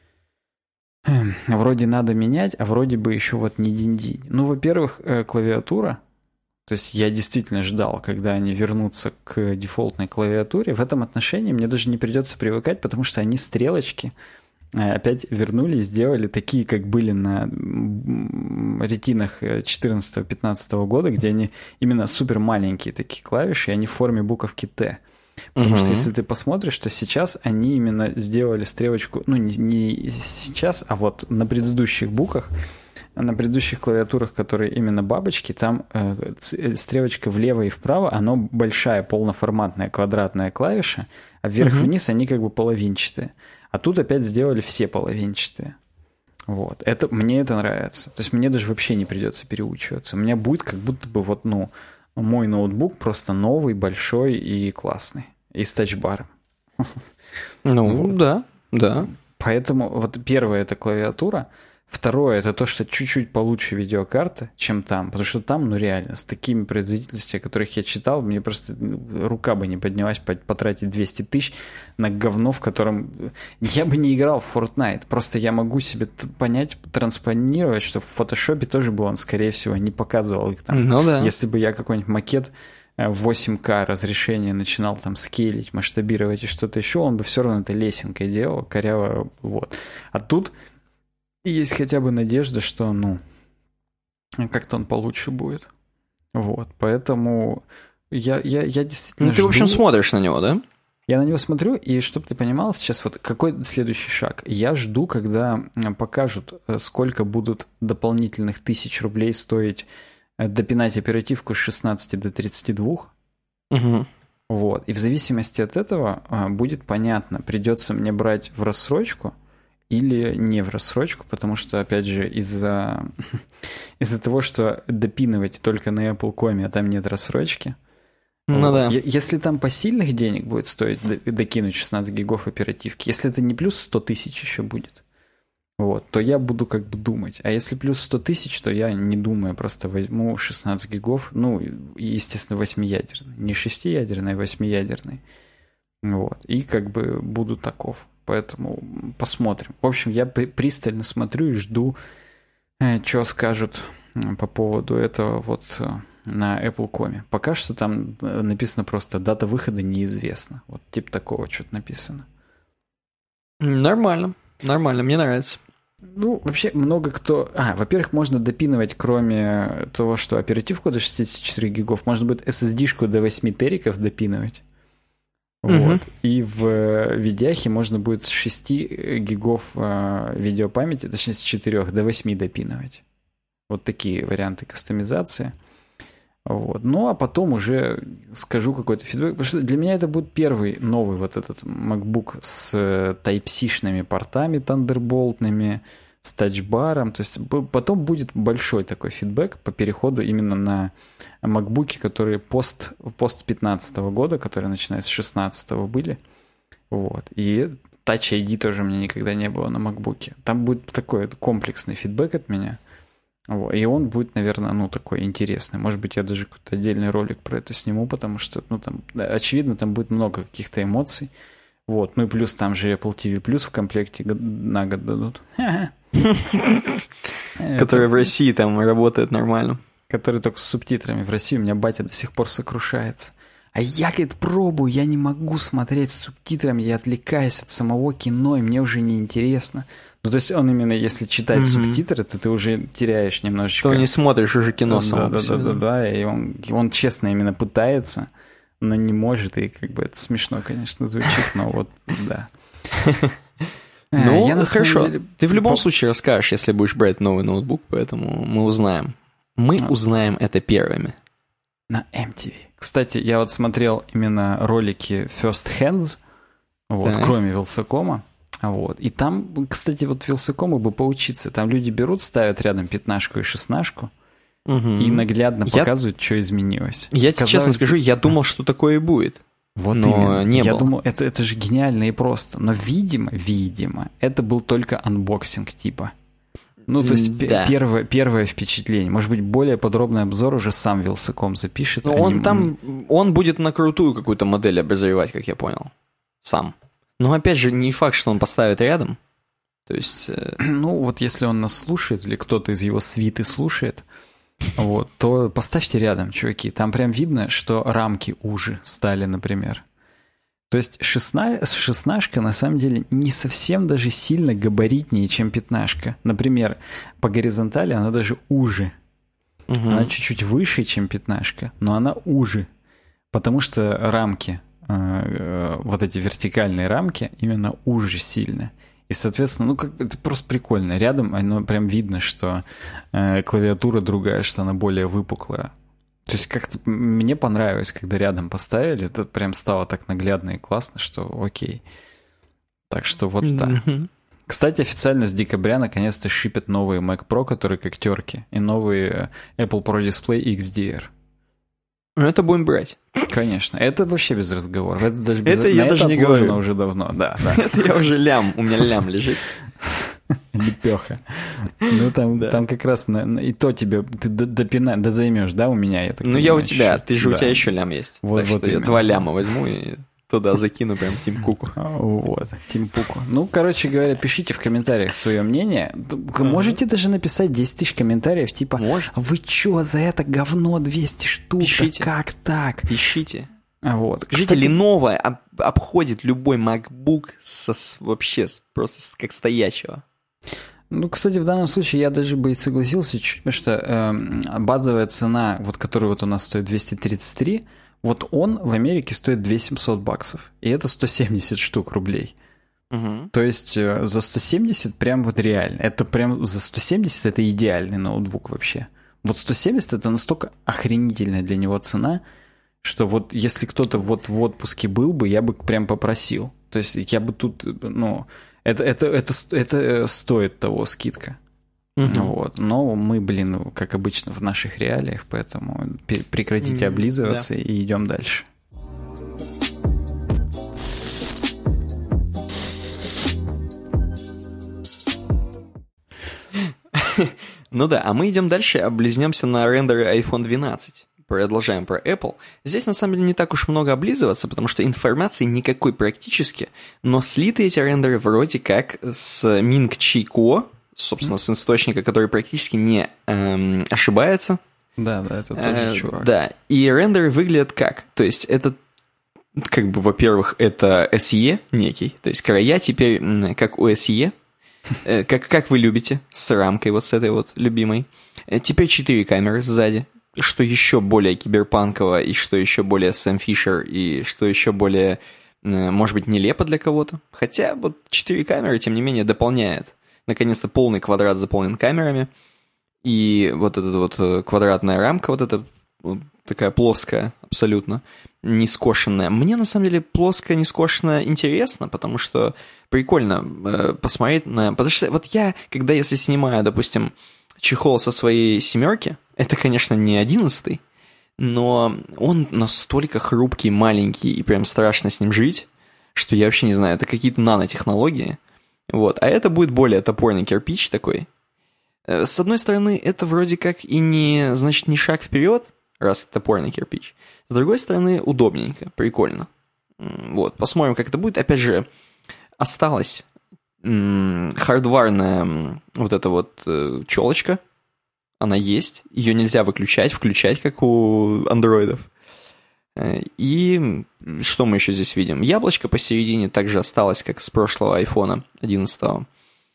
Speaker 2: вроде надо менять, а вроде бы еще вот не динь-динь. Ну, во-первых, клавиатура, то есть я действительно ждал, когда они вернутся к дефолтной клавиатуре. В этом отношении мне даже не придется привыкать, потому что они стрелочки опять вернули и сделали такие, как были на ретинах четырнадцатого-пятнадцатого года, где они именно супер маленькие такие клавиши, и они в форме буковки Т. Потому угу. что если ты посмотришь, то сейчас они именно сделали стрелочку, ну не, не сейчас, а вот на предыдущих буквах, на предыдущих клавиатурах, которые именно бабочки, там э, стрелочка влево и вправо, она большая полноформатная квадратная клавиша, а вверх-вниз угу. они как бы половинчатые. А тут опять сделали все половинчатые. Вот. Это, мне это нравится. То есть мне даже вообще не придется переучиваться. У меня будет как будто бы вот, ну, мой ноутбук просто новый, большой и классный. И с тачбаром.
Speaker 1: Ну, вот. да, да.
Speaker 2: Поэтому вот первое — это клавиатура. Второе — это то, что чуть-чуть получше видеокарта, чем там. Потому что там, ну реально, с такими производительностями, о которых я читал, мне просто рука бы не поднялась потратить двести тысяч на говно, в котором... Я бы не играл в Fortnite. Просто я могу себе понять, транспонировать, что в фотошопе тоже бы он, скорее всего, не показывал их там.
Speaker 1: Ну да.
Speaker 2: Если бы я какой-нибудь макет восемь ка разрешение начинал там скейлить, масштабировать и что-то еще, он бы все равно это лесенкой делал, коряво, вот. А тут... И есть хотя бы надежда, что, ну, как-то он получше будет. Вот, поэтому я, я, я действительно
Speaker 1: Ну, ты,
Speaker 2: жду...
Speaker 1: в общем, смотришь на него, да?
Speaker 2: Я на него смотрю, и чтобы ты понимал сейчас, вот какой следующий шаг. Я жду, когда покажут, сколько будут дополнительных тысяч рублей стоить допинать оперативку с шестнадцати до тридцати двух.
Speaker 1: Угу.
Speaker 2: Вот, и в зависимости от этого будет понятно, придется мне брать в рассрочку или не в рассрочку, потому что, опять же, из-за, из-за того, что допинывать только на Apple точка ком, а там нет рассрочки.
Speaker 1: Ну
Speaker 2: вот.
Speaker 1: да.
Speaker 2: Если там посильных денег будет стоить докинуть шестнадцать гигов оперативки, если это не плюс сто тысяч еще будет, вот, то я буду как бы думать. А если плюс сто тысяч, то я не думаю, просто возьму шестнадцать гигов, ну, естественно, восьмиядерный. Не шестиядерный, а восьмиядерный. Вот. И как бы буду таков. Поэтому посмотрим. В общем, я при- пристально смотрю и жду, э, что скажут по поводу этого вот э, на Apple.com. Пока что там написано просто «дата выхода неизвестна». Вот типа такого что-то написано.
Speaker 1: Нормально, нормально, мне нравится.
Speaker 2: Ну, вообще много кто... А, во-первых, можно допинывать, кроме того, что оперативку до шестьдесят четыре гигов, можно будет эс эс ди-шку до восемь териков допинывать.
Speaker 1: Угу.
Speaker 2: Вот. И в видяхе можно будет с шести гигов э, видеопамяти, точнее с четырёх до восьми допинывать. Вот такие варианты кастомизации. Вот. Ну, а потом уже скажу какой-то фидбэк. Потому что для меня это будет первый новый вот этот MacBook с Type-C-шными портами тандерболтными, с тачбаром. То есть потом будет большой такой фидбэк по переходу именно на MacBook'и, которые пост, пост пятнадцатого года, которые начиная с шестнадцатого были. Вот. И Touch ай ди тоже у меня никогда не было на MacBook'е. Там будет такой комплексный фидбэк от меня. Вот. И он будет, наверное, ну, такой интересный. Может быть, я даже какой-то отдельный ролик про это сниму, потому что, ну, там, очевидно, там будет много каких-то эмоций. Вот. Ну и плюс там же Apple ти ви Plus в комплекте на год дадут.
Speaker 1: Который в России там работает нормально.
Speaker 2: Который только с субтитрами. В России у меня батя до сих пор сокрушается. А я, говорит, пробую, я не могу смотреть с субтитрами, я отвлекаюсь от самого кино, и мне уже не интересно. Ну, то есть он именно, если читать mm-hmm. субтитры, то ты уже теряешь немножечко...
Speaker 1: То не смотришь уже кино
Speaker 2: да,
Speaker 1: само
Speaker 2: да, да, да, да, и он, он честно именно пытается, но не может, и как бы это смешно, конечно, звучит, но вот, да.
Speaker 1: Ну, хорошо. Ты в любом случае расскажешь, если будешь брать новый ноутбук, поэтому мы узнаем. Мы узнаем это первыми.
Speaker 2: На эм ти ви. Кстати, я вот смотрел именно ролики First Hands, вот, кроме Вилсакома. Вот. И там, кстати, вот Вилсакому бы поучиться. Там люди берут, ставят рядом пятнашку и шестнашку угу. и наглядно я... показывают, что изменилось.
Speaker 1: Я тебе честно скажу, я думал, что такое и будет.
Speaker 2: Вот но именно. Не я было. думал, это, это же гениально и просто. Но, видимо, видимо, это был только анбоксинг типа. Ну, то есть да. первое, первое впечатление. Может быть, более подробный обзор уже сам Вилсаком запишет.
Speaker 1: Но он там, он будет на крутую какую-то модель обозревать, как я понял. Сам. Но опять же, не факт, что он поставит рядом. То есть... Э...
Speaker 2: Ну, вот если он нас слушает, или кто-то из его свиты слушает, вот, то поставьте рядом, чуваки. Там прям видно, что рамки уже стали, например. То есть шестна... шестнашка на самом деле не совсем даже сильно габаритнее, чем пятнашка. Например, по горизонтали она даже уже. Угу. Она чуть-чуть выше, чем пятнашка, но она уже. Потому что рамки, э, вот эти вертикальные рамки, именно уже сильно. И, соответственно, ну, как это просто прикольно. Рядом оно прям видно, что э, клавиатура другая, что она более выпуклая. То есть как-то мне понравилось, когда рядом поставили, это прям стало так наглядно и классно, что окей. Так что вот так. Mm-hmm. Кстати, официально с декабря наконец-то шипят новые Mac Pro, которые как терки, и новые Apple Pro Display икс ди ар.
Speaker 1: Ну, это будем брать.
Speaker 2: Конечно. Это вообще без разговоров. Это даже без...
Speaker 1: Это я даже не говорю.
Speaker 2: Уже давно, да, да.
Speaker 1: Это я уже лям, у меня лям лежит.
Speaker 2: Лепеха. Ну, там, да. там как раз на, на, и то тебе ты допина, да займешь, да, у меня, я так
Speaker 1: Ну,
Speaker 2: понимаю,
Speaker 1: я у тебя,
Speaker 2: еще.
Speaker 1: ты же
Speaker 2: да.
Speaker 1: у тебя еще лям есть.
Speaker 2: Вот,
Speaker 1: так
Speaker 2: вот
Speaker 1: что
Speaker 2: именно.
Speaker 1: я два ляма возьму и туда закину прям Тим Куку.
Speaker 2: Вот, Тим Куку. Ну, короче говоря, пишите в комментариях свое мнение. Можете uh-huh. даже написать десять тысяч комментариев, типа, Можете. Вы чё, за это говно двести штук?
Speaker 1: Пишите.
Speaker 2: Как так?
Speaker 1: Пишите.
Speaker 2: Вот.
Speaker 1: Кстати, Lenovo об, обходит любой MacBook со, вообще просто как стоячего.
Speaker 2: Ну, кстати, в данном случае я даже бы и согласился чуть, потому что э, базовая цена, вот которая вот у нас стоит двести тридцать три, вот он в Америке стоит две тысячи семьсот баксов, и это сто семьдесят штук рублей. Угу. То есть э, за сто семьдесят прям вот реально, это прям за сто семьдесят это идеальный ноутбук вообще. Вот сто семьдесят это настолько охренительная для него цена, что вот если кто-то вот в отпуске был бы, я бы прям попросил. То есть я бы тут, ну... Это, это, это, это стоит того, скидка. Uh-huh. Вот. Но мы, блин, как обычно, в наших реалиях, поэтому прекратите облизываться mm, да. и идем дальше.
Speaker 1: Ну да, а мы идем дальше, облизнемся на рендеры айфон двенадцать. продолжаем про Apple. Здесь, на самом деле, не так уж много облизываться, потому что информации никакой практически, но слиты эти рендеры вроде как с Ming-Chi Kuo, собственно, с источника, который практически не эм, ошибается.
Speaker 2: Да, да, это тоже э, чувак.
Speaker 1: Да, и рендеры выглядят как? То есть это, как бы, во-первых, это эс и некий, то есть края теперь как у эс и, э, как, как вы любите, с рамкой вот с этой вот любимой. Теперь четыре камеры сзади, что еще более киберпанково, и что еще более Сэм Фишер, и что еще более, может быть, нелепо для кого-то. Хотя вот четыре камеры, тем не менее, дополняет. Наконец-то полный квадрат заполнен камерами. И вот эта вот квадратная рамка, вот эта вот такая плоская абсолютно, не скошенная. Мне, на самом деле, плоская, не скошенная интересно, потому что прикольно э, посмотреть на... Потому что вот я, когда если снимаю, допустим, чехол со своей семерки, это, конечно, не одиннадцатый, но он настолько хрупкий, маленький, и прям страшно с ним жить, что я вообще не знаю, это какие-то нанотехнологии. Вот. А это будет более топорный кирпич такой. С одной стороны, это вроде как и не, значит, не шаг вперед, раз это топорный кирпич. С другой стороны, удобненько, прикольно. Вот, посмотрим, как это будет. Опять же, осталась м- хардварная вот эта вот э, челочка. Она есть, ее нельзя выключать, включать, как у андроидов. И что мы еще здесь видим? Яблочко посередине также осталось, как с прошлого айфона одиннадцатого.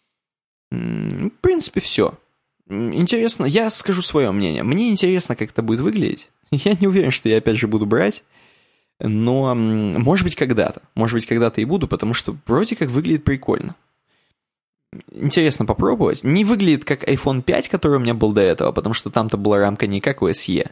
Speaker 1: В принципе, все. Интересно, я скажу свое мнение. Мне интересно, как это будет выглядеть. Я не уверен, что я опять же буду брать. Но, может быть, когда-то. Может быть, когда-то и буду, потому что вроде как выглядит прикольно. Интересно попробовать. Не выглядит как айфон пять, который у меня был до этого, потому что там-то была рамка не как у эс и.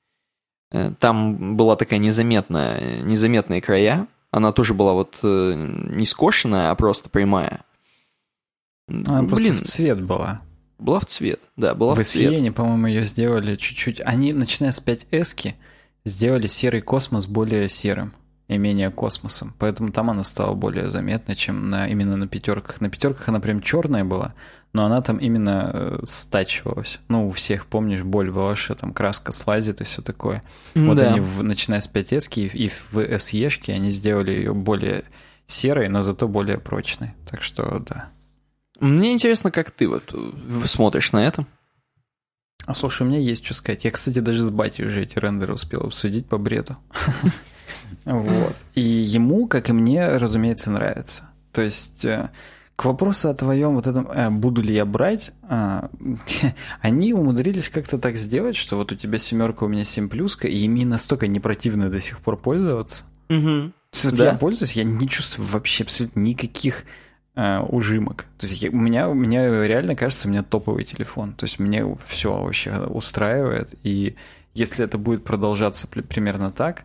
Speaker 1: Там была такая незаметная, незаметные края. Она тоже была вот не скошенная, а просто прямая.
Speaker 2: Она Блин, просто в цвет была.
Speaker 1: Была в цвет, да, была в, в цвет.
Speaker 2: В эс и, по-моему, ее сделали чуть-чуть. Они, начиная с пять эс-ки, сделали серый космос более серым и менее космосом. Поэтому там она стала более заметной, чем на, именно на пятерках. На пятерках она прям черная была, но она там именно э, стачивалась. Ну, у всех, помнишь, боль ваша, там краска слазит и все такое. Вот да. Они, в, начиная с пять эс-ки и, и в эс и-шке, они сделали ее более серой, но зато более прочной. Так что, да.
Speaker 1: Мне интересно, как ты вот смотришь на это.
Speaker 2: А слушай, у меня есть что сказать. Я, кстати, даже с батей уже эти рендеры успел обсудить по бреду. Вот. И ему, как и мне, разумеется, нравится. То есть, к вопросу о твоем вот этом, буду ли я брать, они умудрились как-то так сделать, что вот у тебя семерка, у меня семь плюска, и ими настолько не противно до сих пор пользоваться.
Speaker 1: Угу.
Speaker 2: Вот да. Я пользуюсь, я не чувствую вообще абсолютно никаких ужимок. То есть у меня, у меня реально кажется, у меня топовый телефон. То есть мне все вообще устраивает. И если это будет продолжаться примерно так,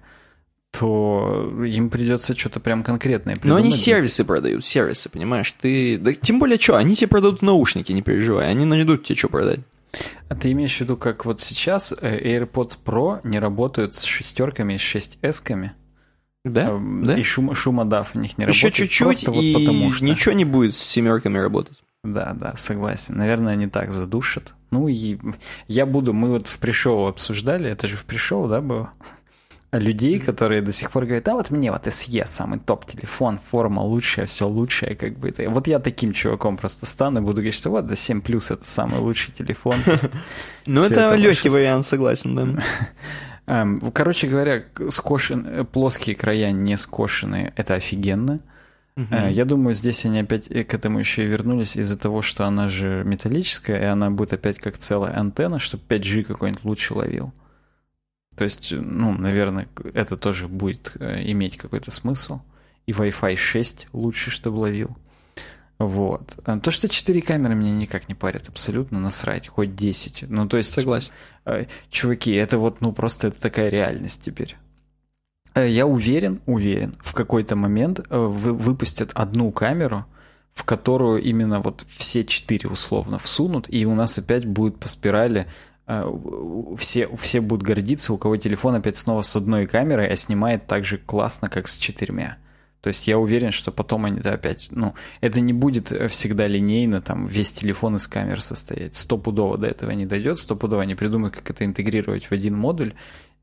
Speaker 2: то им придется что-то прям конкретное придумать.
Speaker 1: Но они сервисы продают, сервисы, понимаешь? Ты... Да, тем более, что, они тебе продадут наушники, не переживай. Они найдут тебе что продать.
Speaker 2: А ты имеешь в виду, как вот сейчас AirPods Pro не работают с шестерками и с шесть эс-ками?
Speaker 1: Да, да.
Speaker 2: И шум, шумодав у них не
Speaker 1: Еще
Speaker 2: работает.
Speaker 1: Еще чуть-чуть, вот и потому что... ничего не будет с семерками работать.
Speaker 2: Да, да, согласен. Наверное, они так задушат. Ну и я буду... Мы вот в пришоу обсуждали, это же в пришоу, да, было? Людей, которые до сих пор говорят, а вот мне вот эс и самый топ-телефон, форма лучшая, все лучшее, как бы. Это... Вот я таким чуваком просто стану и буду говорить, что вот, да, семь плюс это самый лучший телефон.
Speaker 1: Ну это легкий вариант, согласен, да.
Speaker 2: Короче говоря, скошен... плоские края не скошенные, это офигенно. Uh-huh. Я думаю, здесь они опять к этому еще и вернулись из-за того, что она же металлическая, и она будет опять как целая антенна, чтобы пять джи какой-нибудь лучше ловил. То есть, ну, наверное, это тоже будет иметь какой-то смысл. И Wi-Fi шесть лучше, чтобы ловил. Вот. То, что четыре камеры меня никак не парят, абсолютно насрать, хоть десять. Ну, то есть...
Speaker 1: Согласен.
Speaker 2: Чуваки, это вот, ну, просто это такая реальность теперь. Я уверен, уверен, в какой-то момент вы выпустят одну камеру, в которую именно вот все четыре условно всунут, и у нас опять будет по спирали, все, все будут гордиться, у кого телефон опять снова с одной камерой, а снимает так же классно, как с четырьмя. То есть я уверен, что потом они -то опять... Ну, это не будет всегда линейно, там, весь телефон из камер состоять. Стопудово до этого не дойдет, стопудово они придумают, как это интегрировать в один модуль,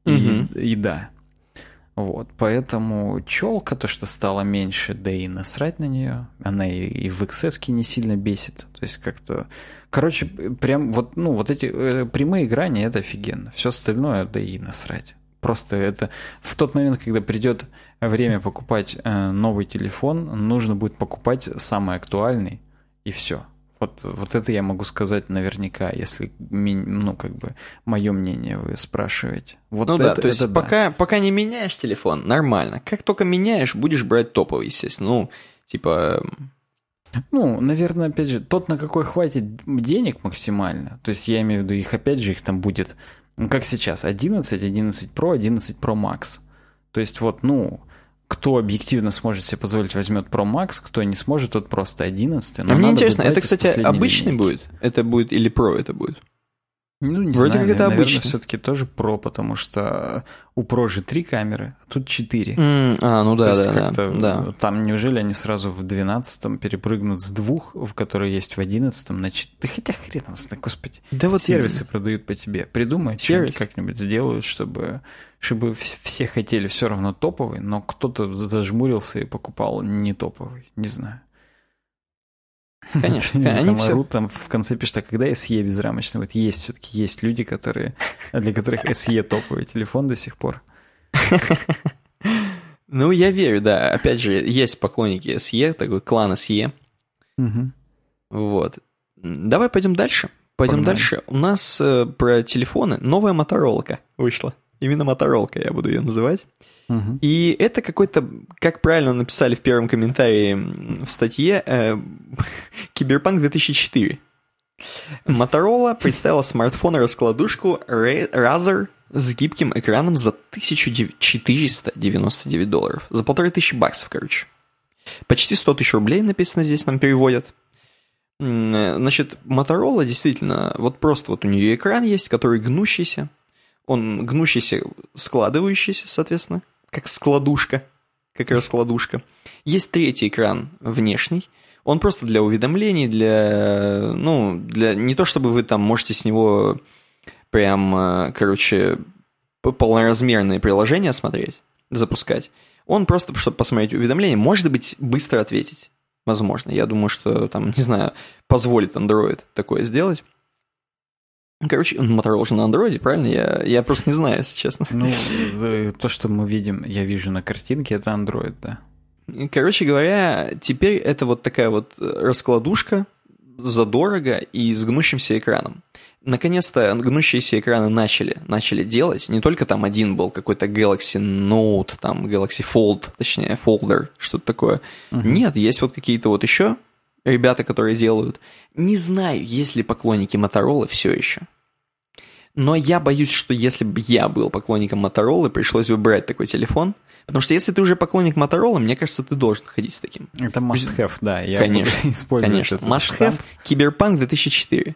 Speaker 2: и, и да. Вот, поэтому челка, то, что стало меньше, да и насрать на нее, она и, и в икс эс не сильно бесит, то есть как-то, короче, прям вот, ну, вот эти э, прямые грани, это офигенно, все остальное, да и насрать. Просто это в тот момент, когда придет время покупать э, новый телефон, нужно будет покупать самый актуальный, и все. Вот, вот это я могу сказать наверняка, если, ну, как бы, мое мнение вы спрашиваете. Вот
Speaker 1: ну
Speaker 2: это,
Speaker 1: да, то есть
Speaker 2: это
Speaker 1: пока,
Speaker 2: да.
Speaker 1: пока не меняешь телефон, нормально. Как только меняешь, будешь брать топовый, естественно. Ну, типа...
Speaker 2: Ну, наверное, опять же, тот, на какой хватит денег максимально. То есть я имею в виду, их опять же, их там будет, ну, как сейчас, одиннадцать, одиннадцать Pro, одиннадцать Pro Max. То есть вот, ну... Кто объективно сможет себе позволить, возьмет Pro Max, кто не сможет, тот просто одиннадцать.
Speaker 1: А мне интересно, это, кстати, обычный линейки. Будет? Это будет или Pro это будет?
Speaker 2: Ну, не
Speaker 1: Вроде
Speaker 2: знаю,
Speaker 1: как это
Speaker 2: наверное,
Speaker 1: обычный.
Speaker 2: все-таки тоже Pro, потому что у Pro же три камеры, а тут четыре.
Speaker 1: Mm, а, ну да, да, да, да.
Speaker 2: Там неужели они сразу в двенадцатом перепрыгнут с двух, в которые есть в одиннадцатом, на четыре? Да хотя хрен там, господи.
Speaker 1: Да вот
Speaker 2: сервисы
Speaker 1: именно.
Speaker 2: Продают по тебе. Придумай, сервис как-нибудь сделают, чтобы, чтобы все хотели все равно топовый, но кто-то зажмурился и покупал не топовый. Не знаю.
Speaker 1: Конечно,
Speaker 2: они там орут, там в конце пишут, а когда эс и безрамочный? Вот есть все-таки есть люди, которые, для которых эс и топовый телефон до сих пор.
Speaker 1: Ну, я верю, да. Опять же, есть поклонники эс и, такой клан эс и.
Speaker 2: Угу.
Speaker 1: Вот. Давай пойдем дальше. Пойдем Погнали. дальше. У нас э, про телефоны новая Моторолка вышла. Именно Моторолка я буду ее называть.
Speaker 2: Угу.
Speaker 1: И это какой-то, как правильно написали в первом комментарии в статье, э, Киберпанк две тысячи четыре. Motorola представила смартфон-раскладушку Razr с гибким экраном за тысяча четыреста девяносто девять долларов. За полторы тысячи баксов, короче. Почти сто тысяч рублей написано здесь, нам переводят. Значит, Motorola действительно, вот просто вот у нее экран есть, который гнущийся. Он гнущийся, складывающийся, соответственно, как складушка, как раскладушка. Есть третий экран внешний. Он просто для уведомлений, для, ну, для, не то чтобы вы там можете с него прям, короче, полноразмерные приложения смотреть, запускать. Он просто, чтобы посмотреть уведомления, может быть, быстро ответить. Возможно. Я думаю, что там, не знаю, позволит Android такое сделать. Короче, Motorola же на андроиде, правильно? Я, я просто не знаю, если честно.
Speaker 2: Ну, то, что мы видим, я вижу на картинке, это Android, да.
Speaker 1: Короче говоря, теперь это вот такая вот раскладушка задорого и с гнущимся экраном. Наконец-то гнущиеся экраны начали, начали делать. Не только там один был какой-то Galaxy Note, там Galaxy Fold, точнее, Folder, что-то такое. Uh-huh. Нет, есть вот какие-то вот еще ребята, которые делают. Не знаю, есть ли поклонники Motorola все еще. Но я боюсь, что если бы я был поклонником Motorola, пришлось бы брать такой телефон. Потому что если ты уже поклонник Motorola, мне кажется, ты должен ходить с таким.
Speaker 2: Это must-have, да. Я
Speaker 1: конечно,
Speaker 2: буду использовать
Speaker 1: конечно.
Speaker 2: этот
Speaker 1: Must-have Киберпанк две тысячи четыре.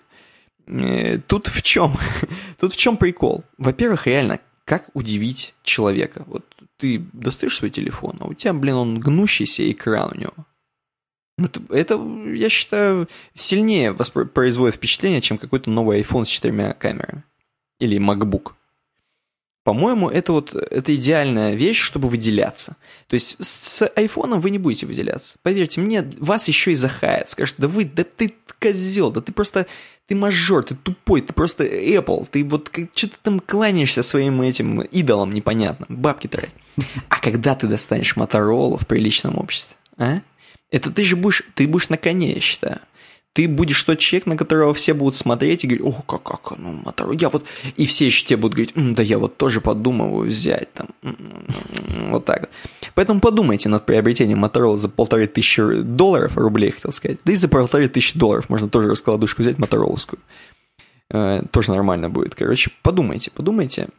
Speaker 1: Тут в чем? Тут в чем прикол? Во-первых, реально, как удивить человека? Вот ты достаешь свой телефон, а у тебя, блин, он гнущийся экран у него. Это, это я считаю, сильнее воспро- производит впечатление, чем какой-то новый iPhone с четырьмя камерами. Или MacBook. По-моему, это вот это идеальная вещь, чтобы выделяться. То есть с айфоном вы не будете выделяться. Поверьте мне, вас еще и захаят. Скажут, да вы, да ты козел, да ты просто, ты мажор, ты тупой, ты просто Apple. Ты вот что-то там кланяешься своим этим идолам непонятным, бабки тратишь. А когда ты достанешь Motorola в приличном обществе, а? Это ты же будешь, ты будешь на коне, я считаю. Ты будешь тот человек, на которого все будут смотреть и говорить, ох, как, как, ну, Motorola, я вот... И все еще тебе будут говорить, м, да я вот тоже подумываю взять, там, вот так вот. Поэтому подумайте над приобретением Motorola за полторы тысячи долларов, рублей, хотел сказать. Да и за полторы тысячи долларов можно тоже раскладушку взять, мотороловскую. Э, тоже нормально будет. Короче, подумайте, подумайте.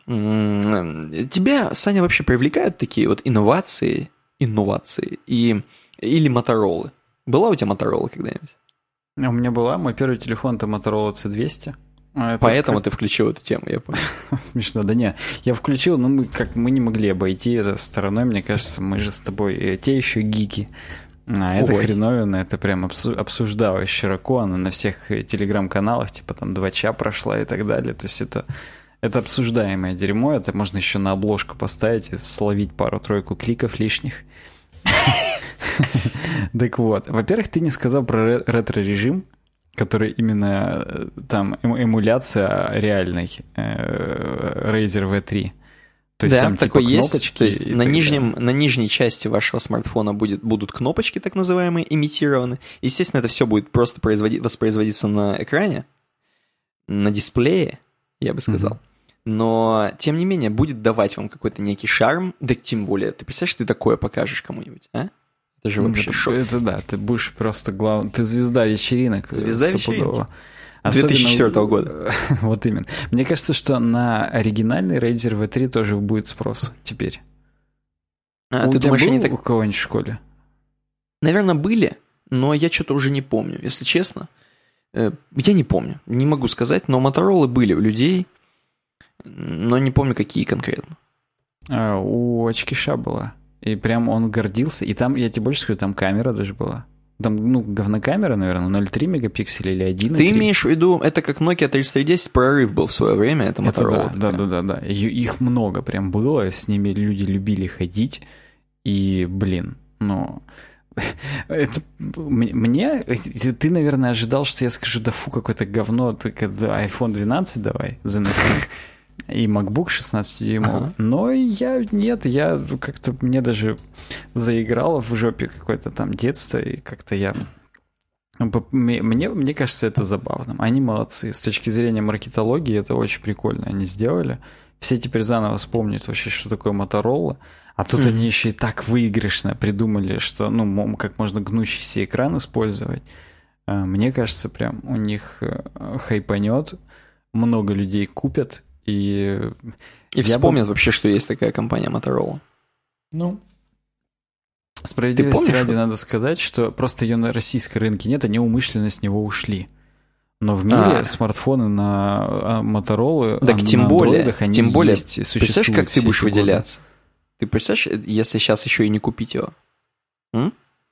Speaker 1: Тебя, Саня, вообще привлекают такие вот инновации, инновации и... или Motorola? Была у тебя Motorola когда-нибудь?
Speaker 2: У меня была, мой первый телефон это Motorola си двести.
Speaker 1: Это Поэтому как... ты включил эту тему, я понял.
Speaker 2: Смешно, да не. Я включил, но мы как мы не могли обойти это стороной, мне кажется, мы же с тобой те еще гики. А это хреновина, это прям обсуждалось широко, она на всех телеграм-каналах, типа там два часа прошла и так далее. То есть это, Это обсуждаемое дерьмо, это можно еще на обложку поставить и словить пару-тройку кликов лишних. Так вот, во-первых, ты не сказал про ретро-режим, который именно там эмуляция реальной Razer ви три. То есть
Speaker 1: да,
Speaker 2: там
Speaker 1: такой
Speaker 2: типа
Speaker 1: есть.
Speaker 2: кнопочки.
Speaker 1: То есть на, нижнем, на нижней части вашего смартфона будет, будут кнопочки, так называемые, имитированы. Естественно, это все будет просто производи- воспроизводиться на экране, на дисплее, я бы сказал. Mm-hmm. Но, тем не менее, будет давать вам какой-то некий шарм. Да тем более, ты представляешь, ты такое покажешь кому-нибудь, а? Это же вообще
Speaker 2: это,
Speaker 1: шок.
Speaker 2: Это да, ты будешь просто главный... Ты звезда вечеринок.
Speaker 1: Звезда вечеринок.
Speaker 2: Особенно,
Speaker 1: две тысячи четвёртого года.
Speaker 2: Вот именно. Мне кажется, что на оригинальный Razer ви три тоже будет спрос теперь.
Speaker 1: А,
Speaker 2: у
Speaker 1: ты
Speaker 2: тебя
Speaker 1: думаешь,
Speaker 2: был
Speaker 1: они так...
Speaker 2: у кого-нибудь в школе?
Speaker 1: Наверное, были, но я что-то уже не помню, если честно. Я не помню, не могу сказать, но Моторолы были у людей, но не помню, какие конкретно.
Speaker 2: А, у Очкиша была. И прям он гордился. И там, я тебе больше скажу, там камера даже была. Там, ну, говнокамера, наверное, ноль целых три мегапикселя или один целых три.
Speaker 1: Ты имеешь в виду, это как Nokia тридцать три десять, прорыв был в свое время, это Motorola.
Speaker 2: Да, да, да, да. Их много прям было, с ними люди любили ходить. И, блин, ну... Это, мне... Ты, наверное, ожидал, что я скажу, да фу, какое-то говно, ты когда айфон двенадцать давай заноси. И MacBook шестнадцатидюймовый. Ага. Но я нет, я как-то мне даже заиграло в жопе какое-то там детство, и как-то я... Мне, мне кажется, это забавным. Они молодцы. С точки зрения маркетологии это очень прикольно они сделали. Все теперь заново вспомнят вообще, что такое Motorola. А тут mm. они еще и так выигрышно придумали, что, ну, как можно гнущийся экран использовать. Мне кажется, прям у них хайпанет, много людей купят, и...
Speaker 1: И вспомнят бы... вообще, что есть такая компания Motorola.
Speaker 2: Ну, справедливости ради надо сказать, что просто ее на российском рынке нет, они умышленно с него ушли. Но в мире а. смартфоны на Motorola,
Speaker 1: так
Speaker 2: а
Speaker 1: тем
Speaker 2: на
Speaker 1: более,
Speaker 2: андроидах, они
Speaker 1: тем более,
Speaker 2: есть,
Speaker 1: представляешь, как ты будешь выделяться? Годы. Ты представляешь, если сейчас еще и не купить его? М?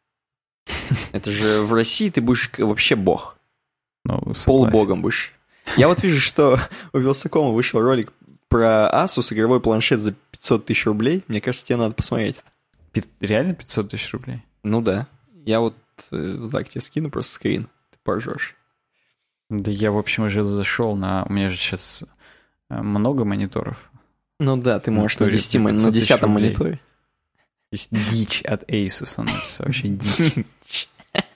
Speaker 1: Это же в России ты будешь вообще бог.
Speaker 2: Ну,
Speaker 1: полубогом будешь. Я вот вижу, что у Вилсакома вышел ролик про Asus, игровой планшет за пятьсот тысяч рублей. Мне кажется, тебе надо посмотреть это.
Speaker 2: Реально пятьсот тысяч рублей?
Speaker 1: Ну да. Я вот так тебе скину просто скрин. Ты поржешь.
Speaker 2: Да я, в общем, уже зашел на... У меня же сейчас много мониторов.
Speaker 1: Ну да, ты можешь на, десяти, на десятом мониторе.
Speaker 2: Дичь от Asus, она вообще дичь.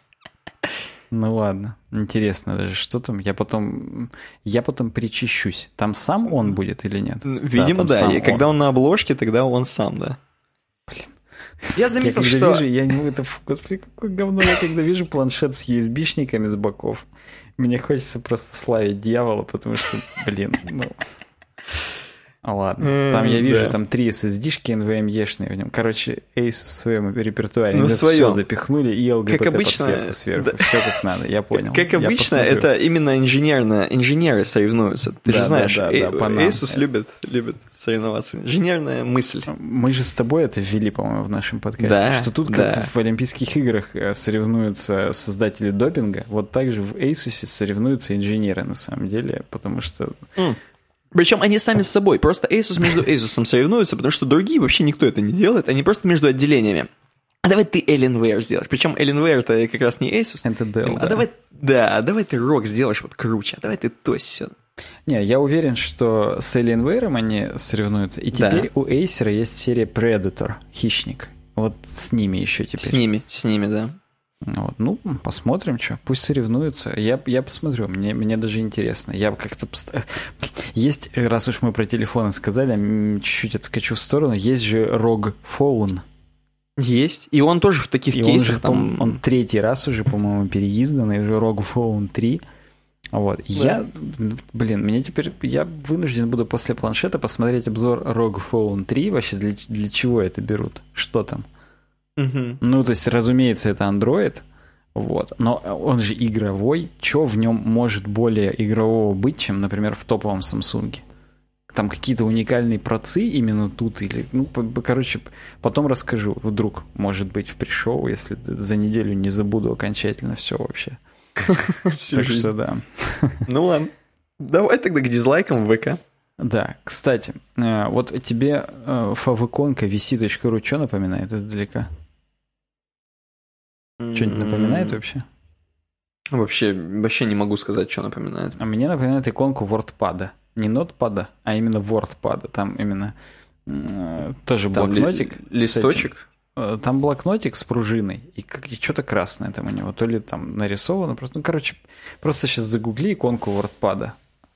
Speaker 2: Ну ладно, интересно даже, что там. Я потом, я потом причащусь. Там сам он будет или нет?
Speaker 1: Видимо, да. да. И когда он на обложке, тогда он сам, да.
Speaker 2: Блин.
Speaker 1: Я заметил,
Speaker 2: я,
Speaker 1: что...
Speaker 2: Вижу, я не... Это, господи, какое говно. Я когда вижу планшет с ю эс би-шниками с боков, мне хочется просто славить дьявола, потому что, блин, ну... А ладно, mm, там я вижу, да. там три эс эс ди-шки эн ви эм и-шные в нем. Короче, Asus в своем репертуаре.
Speaker 1: Ну,
Speaker 2: все запихнули и эл гэ бэ тэ
Speaker 1: обычно,
Speaker 2: подсветку сверху. Да. Все как надо, я понял.
Speaker 1: Как обычно, это именно инженерно, инженеры соревнуются. Ты
Speaker 2: да,
Speaker 1: же знаешь,
Speaker 2: да, да, да,
Speaker 1: Asus любит, любит соревноваться. Инженерная мысль.
Speaker 2: Мы же с тобой это ввели, по-моему, в нашем подкасте.
Speaker 1: Да,
Speaker 2: что тут,
Speaker 1: да.
Speaker 2: как в Олимпийских играх соревнуются создатели допинга, вот так же в Asus соревнуются инженеры, на самом деле, потому что...
Speaker 1: Mm. Причем они сами с собой. Просто Asus между Asus соревнуются, потому что другие вообще никто это не делает. Они просто между отделениями. А давай ты Alienware сделаешь. Причем Alienware это как раз не Asus.
Speaker 2: Это Dell,
Speaker 1: а
Speaker 2: да.
Speaker 1: давай, да, а давай ты рок сделаешь вот круче. А давай ты то все.
Speaker 2: Не, я уверен, что с Alienware они соревнуются. И теперь да. у Acer есть серия Predator, Хищник. Вот с ними еще теперь.
Speaker 1: С ними, с ними, да.
Speaker 2: Вот, ну, посмотрим, что. Пусть соревнуются. Я, я посмотрю, мне, мне даже интересно. Я как-то... Есть, раз уж мы про телефоны сказали, чуть-чуть отскочу в сторону, есть же рог Phone.
Speaker 1: Есть. И он тоже в таких
Speaker 2: и
Speaker 1: кейсах.
Speaker 2: Он, же,
Speaker 1: там...
Speaker 2: он третий раз уже, по-моему, переизданный, уже рог Phone три. Вот. Да. Я, блин, мне теперь... Я вынужден буду после планшета посмотреть обзор рог Phone три. Вообще, для, для чего это берут? Что там?
Speaker 1: Uh-huh.
Speaker 2: Ну, то есть, разумеется, это Android, вот, но он же игровой. Что в нем может более игрового быть, чем, например, в топовом Samsung? Там какие-то уникальные процы именно тут или... Ну, короче, потом расскажу. Вдруг, может быть, в пришоу, если за неделю не забуду окончательно все вообще.
Speaker 1: Так что да. Ну ладно. Давай тогда к дизлайкам в ВК.
Speaker 2: Да, кстати, вот тебе favicon.vc.ru что напоминает издалека? Что-нибудь напоминает вообще?
Speaker 1: Вообще, вообще не могу сказать, что напоминает.
Speaker 2: А мне напоминает иконку WordPad. Не нотпада, а именно WordPad. Там именно э, тоже там блокнотик.
Speaker 1: Ли- листочек?
Speaker 2: Там блокнотик с пружиной, и, и что-то красное там у него. То ли там нарисовано просто. Ну, короче, просто сейчас загугли иконку WordPad.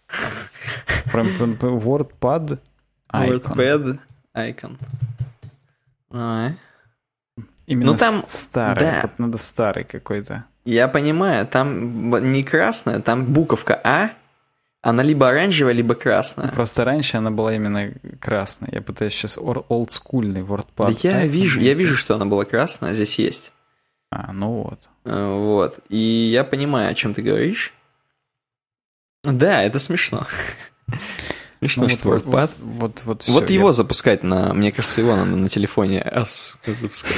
Speaker 2: WordPad
Speaker 1: WordPad icon. Давай.
Speaker 2: Именно
Speaker 1: ну, там,
Speaker 2: старый,
Speaker 1: да.
Speaker 2: вот надо старый какой-то.
Speaker 1: Я понимаю, там не красная, там буковка А, она либо оранжевая, либо красная.
Speaker 2: Просто раньше она была именно красная. Я пытаюсь сейчас олдскульный WordPad.
Speaker 1: Да я вижу, я вижу, что она была красная, здесь есть.
Speaker 2: А, ну вот.
Speaker 1: Вот, и я понимаю, о чем ты говоришь. Да, это смешно. Смешно, что WordPad.
Speaker 2: Вот, вот,
Speaker 1: вот его запускать на, мне кажется, его надо на телефоне запускать.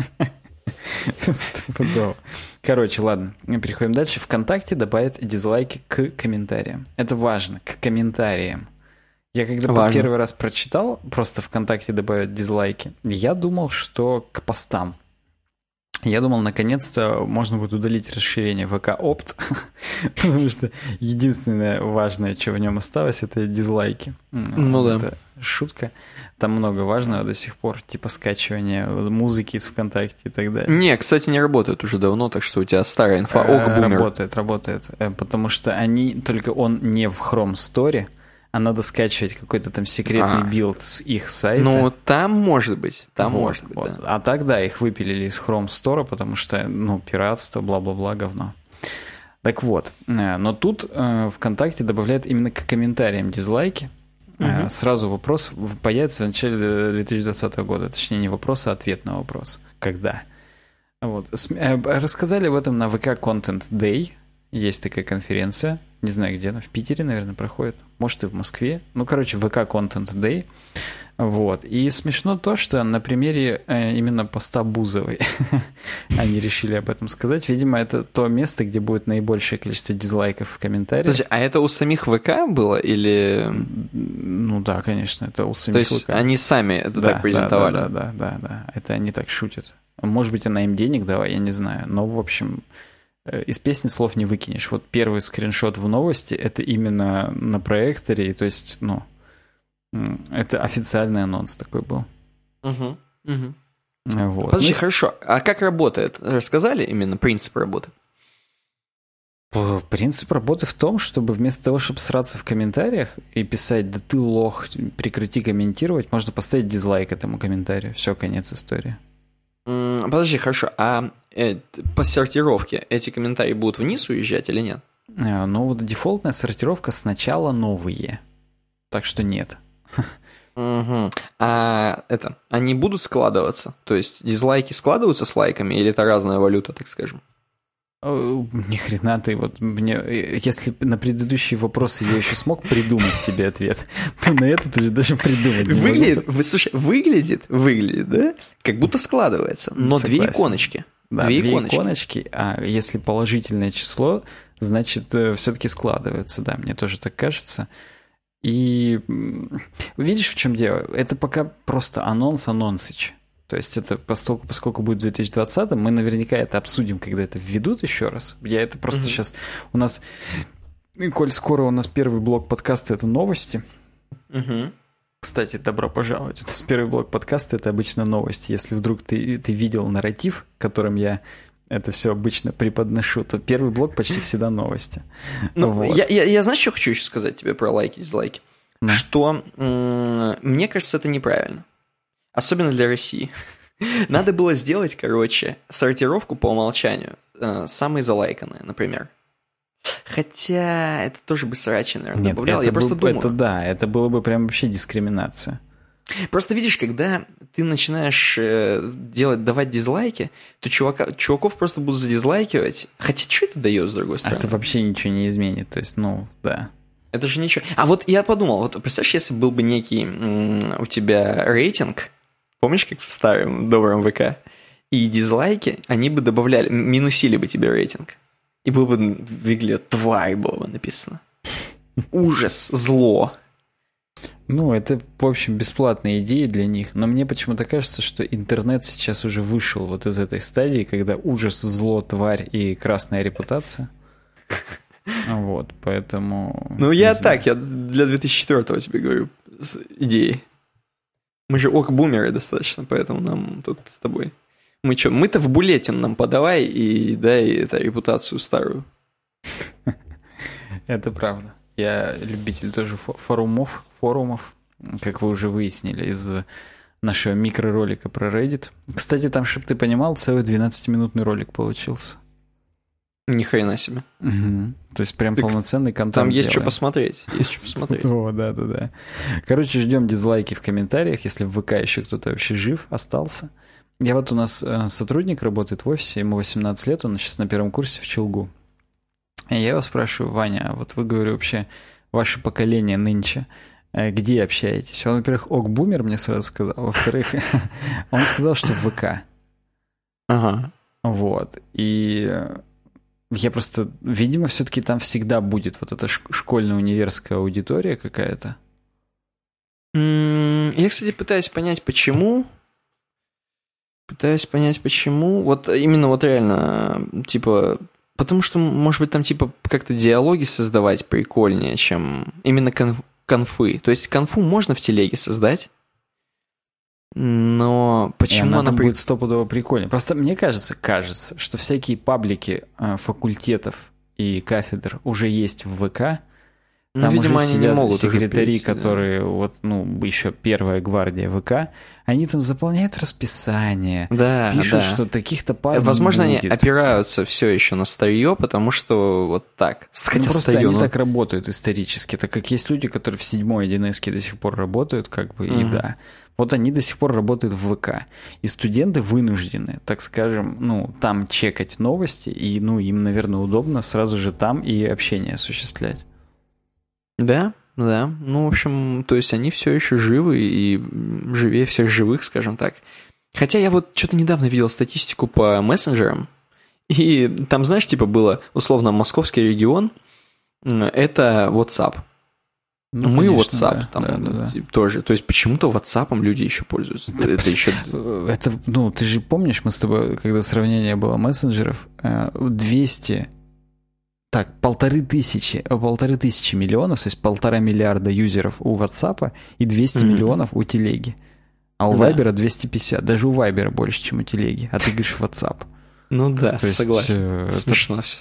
Speaker 2: Короче, ладно, переходим дальше. ВКонтакте добавит дизлайки к комментариям. Это важно, к комментариям. Я когда важно. первый раз прочитал, просто ВКонтакте добавят дизлайки, я думал, что к постам. Я думал, наконец-то можно будет удалить расширение ви кей-опт, потому что единственное важное, что в нем осталось, это дизлайки.
Speaker 1: Ну
Speaker 2: это
Speaker 1: да.
Speaker 2: Шутка. Там много важного до сих пор, типа скачивания музыки из ВКонтакте и так далее.
Speaker 1: Не, кстати, не работает уже давно, так что у тебя старая инфа. Ок, бумер.
Speaker 2: Работает, работает. Потому что они, только он не в Chrome Store, а надо скачивать какой-то там секретный а. билд с их сайта.
Speaker 1: Ну, там может быть, там
Speaker 2: вот,
Speaker 1: может быть,
Speaker 2: вот.
Speaker 1: Да.
Speaker 2: А тогда их выпилили из Chrome Store, потому что, ну, пиратство, бла-бла-бла, говно. Так вот, но тут э, ВКонтакте добавляют именно к комментариям дизлайки. Uh-huh. Сразу вопрос появится в начале две тысячи двадцатого года. Точнее, не вопрос, а ответ на вопрос. Когда? Вот. Рассказали об этом на ви кей Content Day. Есть такая конференция. Не знаю, где она. В Питере, наверное, проходит. Может, и в Москве. Ну, короче, ви кей Content Day. Вот. И смешно то, что на примере именно поста Бузовой они решили об этом сказать. Видимо, это то место, где будет наибольшее количество дизлайков в комментариях.
Speaker 1: Подожди, а это у самих ви кей было или...
Speaker 2: Ну да, конечно, это у самих
Speaker 1: То есть
Speaker 2: ви кей.
Speaker 1: они сами это
Speaker 2: да,
Speaker 1: так презентовали?
Speaker 2: Да, да, да, да, да. Это они так шутят. Может быть, она им денег дала, я не знаю. Но, в общем, из песни слов не выкинешь. Вот первый скриншот в новости, это именно на проекторе, то есть, ну... Это официальный анонс такой был.
Speaker 1: Угу, угу.
Speaker 2: Вот.
Speaker 1: Подожди,
Speaker 2: ну,
Speaker 1: хорошо. А как работает? Рассказали именно принцип работы?
Speaker 2: Принцип работы в том, чтобы вместо того, чтобы сраться в комментариях и писать «да ты лох, прекрати комментировать», можно поставить дизлайк этому комментарию. Все, конец истории.
Speaker 1: Подожди, хорошо. А э, по сортировке эти комментарии будут вниз уезжать или нет?
Speaker 2: Ну, вот дефолтная сортировка сначала новые. Так что нет.
Speaker 1: Угу. А это, они будут складываться? То есть дизлайки складываются с лайками, или это разная валюта, так скажем?
Speaker 2: Ни хрена ты, вот мне, если на предыдущие вопросы я еще смог придумать тебе ответ, то на этот уже даже придумать не
Speaker 1: выглядит, вы, слушай, выглядит, выглядит, да? Как будто складывается, но Согласен. две иконочки.
Speaker 2: Да, две, две иконочки. иконочки, а если положительное число, значит, все-таки складывается, да, мне тоже так кажется. И видишь, в чем дело? Это пока просто анонс анонсыч. То есть это поскольку, поскольку будет в две тысячи двадцатом, мы наверняка это обсудим, когда это введут еще раз. Я это просто mm-hmm. сейчас... У нас... Коль скоро у нас первый блок подкаста — это новости.
Speaker 1: Mm-hmm.
Speaker 2: Кстати, добро пожаловать. Это первый блок подкаста — это обычно новости. Если вдруг ты, ты видел нарратив, которым я это все обычно преподношу, то первый блок почти всегда новости.
Speaker 1: Ну, вот. я, я, я знаешь, что хочу еще сказать тебе про лайки и дизлайки? Mm. Что м- мне кажется, это неправильно. Особенно для России. Надо было сделать, короче, сортировку по умолчанию. Э, самые залайканные, например. Хотя это тоже бы срачи, наверное,
Speaker 2: Нет,
Speaker 1: добавлял. Я
Speaker 2: был,
Speaker 1: просто думаю.
Speaker 2: Это да, это было бы прям вообще дискриминация.
Speaker 1: Просто видишь, когда ты начинаешь э, делать, давать дизлайки, то чувака, чуваков просто будут задизлайкивать. Хотя что это дает, с другой стороны?
Speaker 2: Это вообще ничего не изменит. То есть, ну, да.
Speaker 1: Это же ничего. А вот я подумал, вот представляешь, если был бы некий м- у тебя рейтинг, помнишь, как в старом добром ВК, и дизлайки, они бы добавляли, минусили бы тебе рейтинг. И было бы в игле «тварь» было написано. Ужас, зло.
Speaker 2: Ну, это, в общем, бесплатные идеи для них, но мне почему-то кажется, что интернет сейчас уже вышел вот из этой стадии, когда ужас, зло, тварь и красная репутация. Вот, поэтому...
Speaker 1: Ну, я так, я для две тысячи четвёртого тебе говорю с идеей. Мы же ок-бумеры достаточно, поэтому нам тут с тобой... Мы что, мы-то в буллетин нам подавай и дай это репутацию старую.
Speaker 2: Это правда. Я любитель тоже форумов, форумов, как вы уже выяснили из нашего микроролика про Reddit. Кстати, там, чтобы ты понимал, целый двенадцатиминутный ролик получился.
Speaker 1: Ни хрена себе.
Speaker 2: Угу. То есть прям так полноценный контент.
Speaker 1: Там есть
Speaker 2: делаем.
Speaker 1: что посмотреть. Есть что посмотреть.
Speaker 2: О, да, да, да. Короче, ждем дизлайки в комментариях, если в ВК еще кто-то вообще жив, остался. Я вот у нас э, сотрудник работает в офисе, ему восемнадцать лет, он сейчас на первом курсе в Челгу. И я его спрашиваю: Ваня, а вот вы, говорю, вообще ваше поколение нынче, э, где общаетесь? Он, во-первых, ок-бумер мне сразу сказал, во-вторых, он сказал, что в ВК.
Speaker 1: Ага.
Speaker 2: Вот. И я просто, видимо, все-таки там всегда будет вот эта школьно-универская аудитория какая-то.
Speaker 1: Я, кстати, пытаюсь понять, почему... Пытаюсь понять, почему. Вот именно вот реально, типа... Потому что, может быть, там типа как-то диалоги создавать прикольнее, чем именно конф- конфы. То есть конфу можно в телеге создать, но почему
Speaker 2: и она,
Speaker 1: она
Speaker 2: там
Speaker 1: при...
Speaker 2: будет стопудово прикольнее. Просто мне кажется, кажется, что всякие паблики э, факультетов и кафедр уже есть в ВК. Там ну, видимо, уже сидят не могут секретари, перейти, которые, да. вот, ну, еще первая гвардия ВК, они там заполняют расписание,
Speaker 1: да,
Speaker 2: пишут,
Speaker 1: да.
Speaker 2: что таких-то пар
Speaker 1: возможно,
Speaker 2: не будет.
Speaker 1: Они опираются все еще на старье, потому что вот так.
Speaker 2: Хотя ну, просто старье, они но... так работают исторически, так как есть люди, которые в седьмой один эске до сих пор работают, как бы, mm-hmm. и да. Вот они до сих пор работают в ВК. И студенты вынуждены, так скажем, ну, там чекать новости, и, ну, им, наверное, удобно сразу же там и общение осуществлять.
Speaker 1: Да, да. Ну, в общем, то есть они все еще живы и живее всех живых, скажем так. Хотя я вот что-то недавно видел статистику по мессенджерам, и там, знаешь, типа было условно московский регион, это WhatsApp. Ну, мы конечно, WhatsApp да, там да, да, да. тоже. То есть почему-то WhatsApp люди еще пользуются.
Speaker 2: Да,
Speaker 1: это еще...
Speaker 2: это, ну, ты же помнишь, мы с тобой, когда сравнение было мессенджеров, двести... Так, полторы тысячи, полторы тысячи миллионов, то есть полтора миллиарда юзеров у WhatsApp и двести mm-hmm. миллионов у телеги. А у да. Viber двести пятьдесят. Даже у Viber больше, чем у телеги. А ты говоришь WhatsApp.
Speaker 1: Ну да,
Speaker 2: то
Speaker 1: согласен.
Speaker 2: Есть,
Speaker 1: смешно все.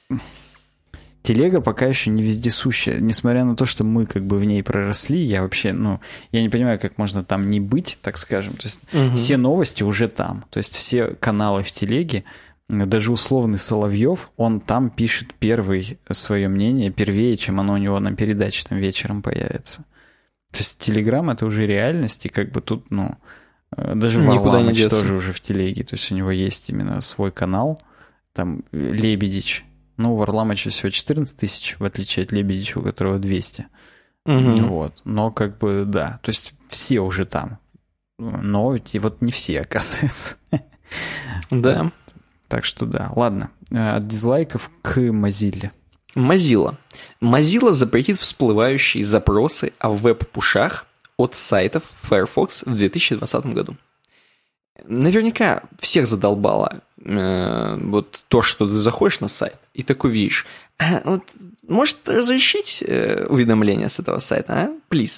Speaker 2: Телега пока еще не вездесущая. Несмотря на то, что мы как бы в ней проросли, я вообще, ну, я не понимаю, как можно там не быть, так скажем. То есть mm-hmm. все новости уже там. То есть все каналы в телеге, даже условный Соловьев, он там пишет первый свое мнение, первее, чем оно у него на передаче там вечером появится. То есть Телеграм — это уже реальность, и как бы тут, ну, даже Варламыч тоже уже в телеге, то есть у него есть именно свой канал, там Лебедич. Ну, у Варламыча всего четырнадцать тысяч, в отличие от Лебедича, у которого двести. Угу. Вот. Но как бы, да, то есть все уже там. Но вот не все, оказывается.
Speaker 1: Да.
Speaker 2: Так что да, ладно. От дизлайков к Mozilla.
Speaker 1: Mozilla. Mozilla запретит всплывающие запросы о веб-пушах от сайтов Firefox в две тысячи двадцатом году. Наверняка всех задолбало э, вот то, что ты заходишь на сайт и такой видишь. А, вот, может разрешить э, уведомления с этого сайта, а? Please.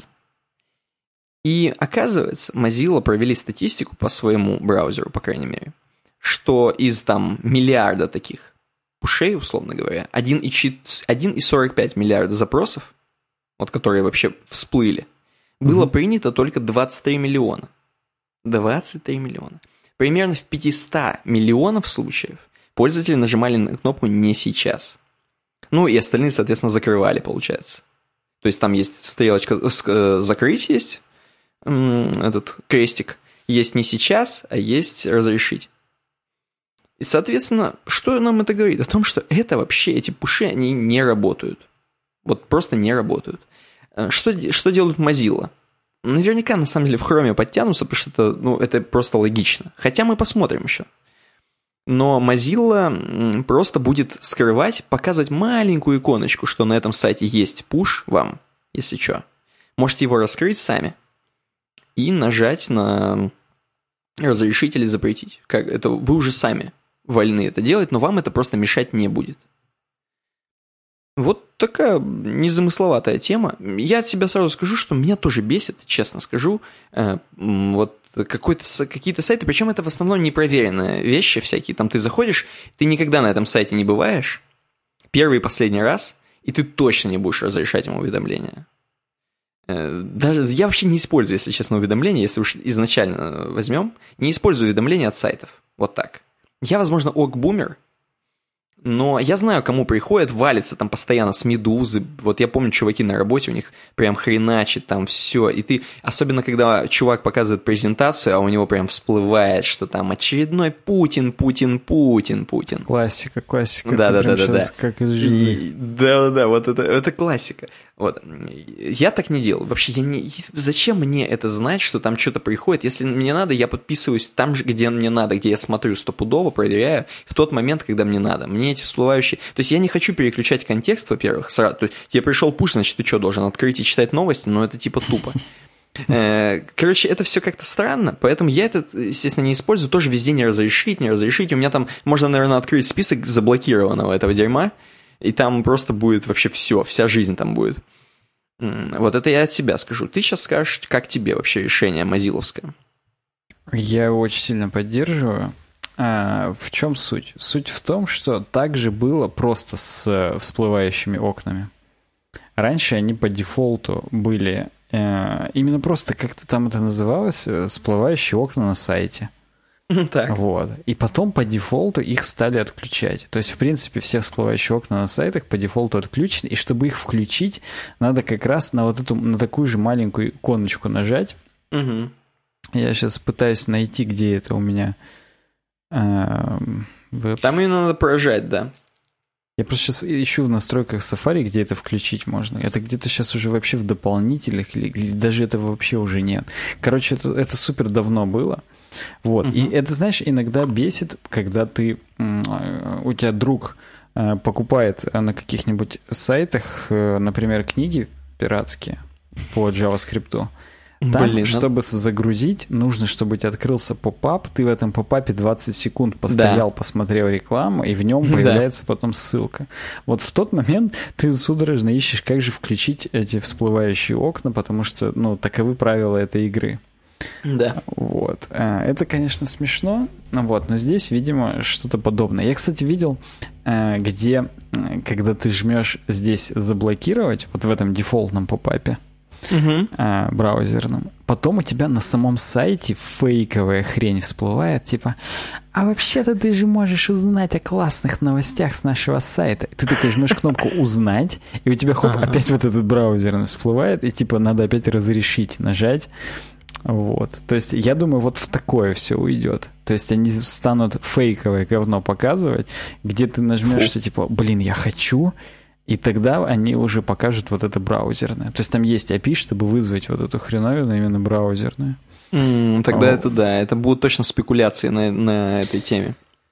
Speaker 1: И оказывается, Mozilla провели статистику по своему браузеру, по крайней мере, что из там миллиарда таких пушей, условно говоря, один целых сорок пять миллиарда запросов, вот которые вообще всплыли, было mm-hmm. принято только двадцать три миллиона. двадцать три миллиона. Примерно в пятьсот миллионов случаев пользователи нажимали на кнопку «Не сейчас». Ну и остальные, соответственно, закрывали, получается. То есть там есть стрелочка «Закрыть» есть, этот крестик. Есть «Не сейчас», а есть «Разрешить». И, соответственно, что нам это говорит? О том, что это вообще, эти пуши, они не работают. Вот просто не работают. Что, что делают Mozilla? Наверняка, на самом деле, в Chrome подтянутся, потому что это, ну, это просто логично. Хотя мы посмотрим еще. Но Mozilla просто будет скрывать, показывать маленькую иконочку, что на этом сайте есть пуш вам, если что. можете его раскрыть сами и нажать на разрешить или запретить. Как это, вы уже сами вольны это делать, но вам это просто мешать не будет. Вот такая незамысловатая тема. Я от себя сразу скажу, что меня тоже бесит, честно скажу, э, вот какой-то, какие-то сайты, причем это в основном непроверенные вещи всякие. Там ты заходишь, ты никогда на этом сайте не бываешь, первый и последний раз, и ты точно не будешь разрешать ему уведомления. Э, даже я вообще не использую, если честно, уведомления, если уж изначально возьмем, не использую уведомления от сайтов. Вот так. Я, возможно, ок-бумер, но я знаю, кому приходят, валится там постоянно с медузы. Вот я помню, чуваки на работе, у них прям хреначит там все. И ты, особенно когда чувак показывает презентацию, а у него прям всплывает, что там очередной Путин, Путин, Путин, Путин.
Speaker 2: Классика, классика.
Speaker 1: Да, да, да, да, да.
Speaker 2: Как из жизни.
Speaker 1: Да, да, да, вот это, это классика. Вот. Я так не делаю. Вообще, я не... зачем мне это знать, что там что-то приходит? Если мне надо, я подписываюсь там же, где мне надо, где я смотрю стопудово, проверяю, в тот момент, когда мне надо. Мне эти всплывающие... То есть я не хочу переключать контекст, во-первых, сразу. То есть тебе пришел пуш, значит, ты что, должен открыть и читать новости? Но это типа тупо. Короче, это все как-то странно, поэтому я это, естественно, не использую. Тоже везде не разрешить, не разрешить. У меня там можно, наверное, открыть список заблокированного этого дерьма, и там просто будет вообще все, вся жизнь там будет. Вот это я от себя скажу. Ты сейчас скажешь, как тебе вообще решение мозиловское?
Speaker 2: Я его очень сильно поддерживаю. А, в чем суть? Суть в том, что так же было просто с всплывающими окнами. Раньше они по дефолту были э, именно просто, как-то там это называлось, всплывающие окна на сайте.
Speaker 1: Так.
Speaker 2: Вот. И потом по дефолту их стали отключать. То есть, в принципе, все всплывающие окна на сайтах по дефолту отключены, и чтобы их включить, надо как раз на вот эту, на такую же маленькую иконочку нажать.
Speaker 1: Угу.
Speaker 2: Я сейчас пытаюсь найти, где это у меня. Э, веб...
Speaker 1: Там ее надо прожать, да.
Speaker 2: Я просто сейчас ищу в настройках Safari, где это включить можно. Это где-то сейчас уже вообще в дополнителях, или, или даже этого вообще уже нет. Короче, это, это супер давно было. Вот. Uh-huh. И это, знаешь, иногда бесит, когда ты, у тебя друг покупает на каких-нибудь сайтах, например, книги пиратские по JavaScript. Там,
Speaker 1: Блин,
Speaker 2: чтобы ну... загрузить, нужно, чтобы у тебя открылся поп-ап, ты в этом поп-апе двадцать секунд постоял, да. посмотрел рекламу, и в нем появляется да. потом ссылка. Вот в тот момент ты судорожно ищешь, как же включить эти всплывающие окна, потому что, ну, таковы правила этой игры.
Speaker 1: Да.
Speaker 2: Вот. Это, конечно, смешно, вот, но здесь, видимо, что-то подобное. Я, кстати, видел, где, когда ты жмешь здесь заблокировать, вот в этом дефолтном поп-апе, Uh-huh. а, браузерном. Потом у тебя на самом сайте фейковая хрень всплывает, типа, а вообще-то ты же можешь узнать о классных новостях с нашего сайта. Ты такой жмешь кнопку «Узнать», и у тебя хоп, uh-huh. опять вот этот браузер всплывает, и типа надо опять разрешить нажать. Вот. То есть я думаю, вот в такое все уйдет. То есть они станут фейковое говно показывать, где ты нажмешь, что типа, блин, я хочу... И тогда они уже покажут вот это браузерное. То есть там есть эй пи ай, чтобы вызвать вот эту хреновину именно браузерную.
Speaker 1: Mm, тогда а, это да, это будут точно спекуляции на, на этой теме.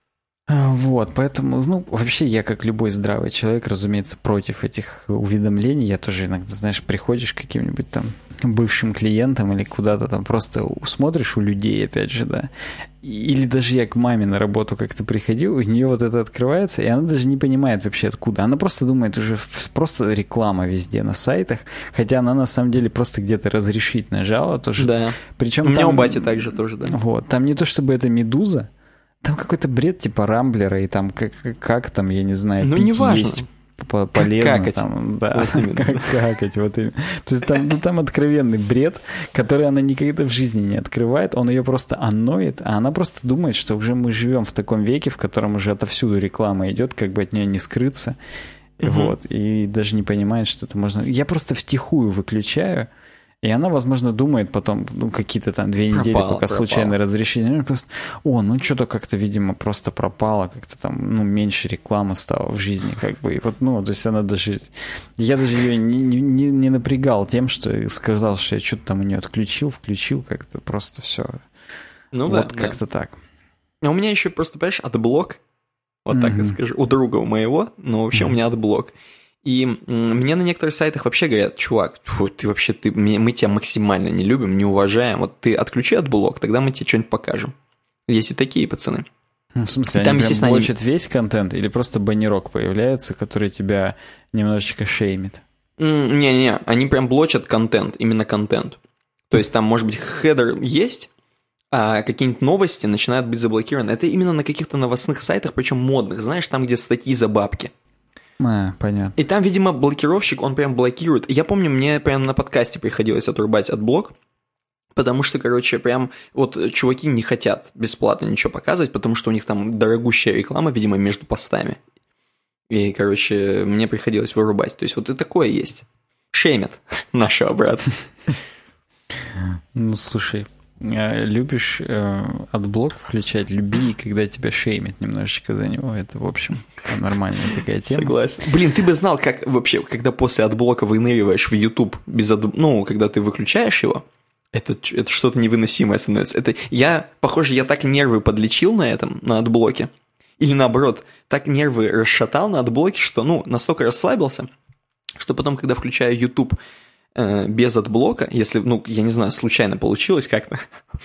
Speaker 2: Вот, поэтому, ну, вообще я, как любой здравый человек, разумеется, против этих уведомлений. Я тоже иногда, знаешь, приходишь к каким-нибудь там бывшим клиентам или куда-то там просто смотришь у людей, опять же, да. Или даже я к маме на работу как-то приходил, у нее вот это открывается, и она даже не понимает вообще откуда. Она просто думает, уже просто реклама везде на сайтах, хотя она на самом деле просто где-то разрешить нажала тоже.
Speaker 1: Да,
Speaker 2: причем
Speaker 1: у меня
Speaker 2: там,
Speaker 1: у бати также тоже, да.
Speaker 2: Вот, там не то чтобы это медуза, там какой-то бред типа Рамблера, и там как, как там, я не знаю,
Speaker 1: ну,
Speaker 2: пить
Speaker 1: не важно.
Speaker 2: есть полезно.
Speaker 1: Как какать.
Speaker 2: Там, да, вот как какать, вот именно. То есть там, ну, там откровенный бред, который она никогда в жизни не открывает, он ее просто анноит, а она просто думает, что уже мы живем в таком веке, в котором уже отовсюду реклама идет, как бы от нее не скрыться. Угу. Вот, и даже не понимает, что это можно... Я просто втихую выключаю, и она, возможно, думает потом, ну, какие-то там две недели, пропало, пока пропало. случайно разрешение. Просто, о, ну, что-то как-то, видимо, просто пропало, как-то там, ну, меньше рекламы стало в жизни, как бы. И вот, ну, то есть она даже... Я даже ее не, не, не напрягал тем, что сказал, что я что-то там у нее отключил, включил, как-то просто все.
Speaker 1: Ну,
Speaker 2: вот
Speaker 1: да.
Speaker 2: как-то
Speaker 1: да.
Speaker 2: так.
Speaker 1: А у меня еще просто, понимаешь, отблок, вот mm-hmm. так я скажу, у друга у моего, но вообще mm-hmm. у меня отблок. И мне на некоторых сайтах вообще говорят: чувак, фу, ты вообще, ты, мы тебя максимально не любим, не уважаем, вот ты отключи отблок, тогда мы тебе что-нибудь покажем. Есть и такие пацаны.
Speaker 2: Ну, в смысле, там, они прям блочат они... весь контент или просто баннерок появляется, который тебя немножечко шеймит?
Speaker 1: Не-не-не, они прям блочат контент, именно контент. То есть там, может быть, хедер есть, а какие-нибудь новости начинают быть заблокированы. Это именно на каких-то новостных сайтах, причем модных, знаешь, там, где статьи за бабки.
Speaker 2: А, понятно.
Speaker 1: И там, видимо, блокировщик, он прям блокирует. Я помню, мне прям на подкасте приходилось отрубать отблок, потому что, короче, прям вот чуваки не хотят бесплатно ничего показывать, потому что у них там дорогущая реклама, видимо, между постами. И, короче, мне приходилось вырубать. То есть вот и такое есть. Шеймят нашего брата.
Speaker 2: Ну, слушай, любишь э, отблок включать, люби, когда тебя шеймят немножечко за него. Это, в общем, нормальная такая тема.
Speaker 1: Согласен. Блин, ты бы знал, как вообще, когда после отблока выныриваешь в YouTube, без отб... ну, когда ты выключаешь его, это, это что-то невыносимое становится. Это, я, похоже, я так нервы подлечил на этом, на отблоке, или наоборот, так нервы расшатал на отблоке, что, ну, настолько расслабился, что потом, когда включаю YouTube э, без отблока, если, ну, я не знаю, случайно получилось как-то,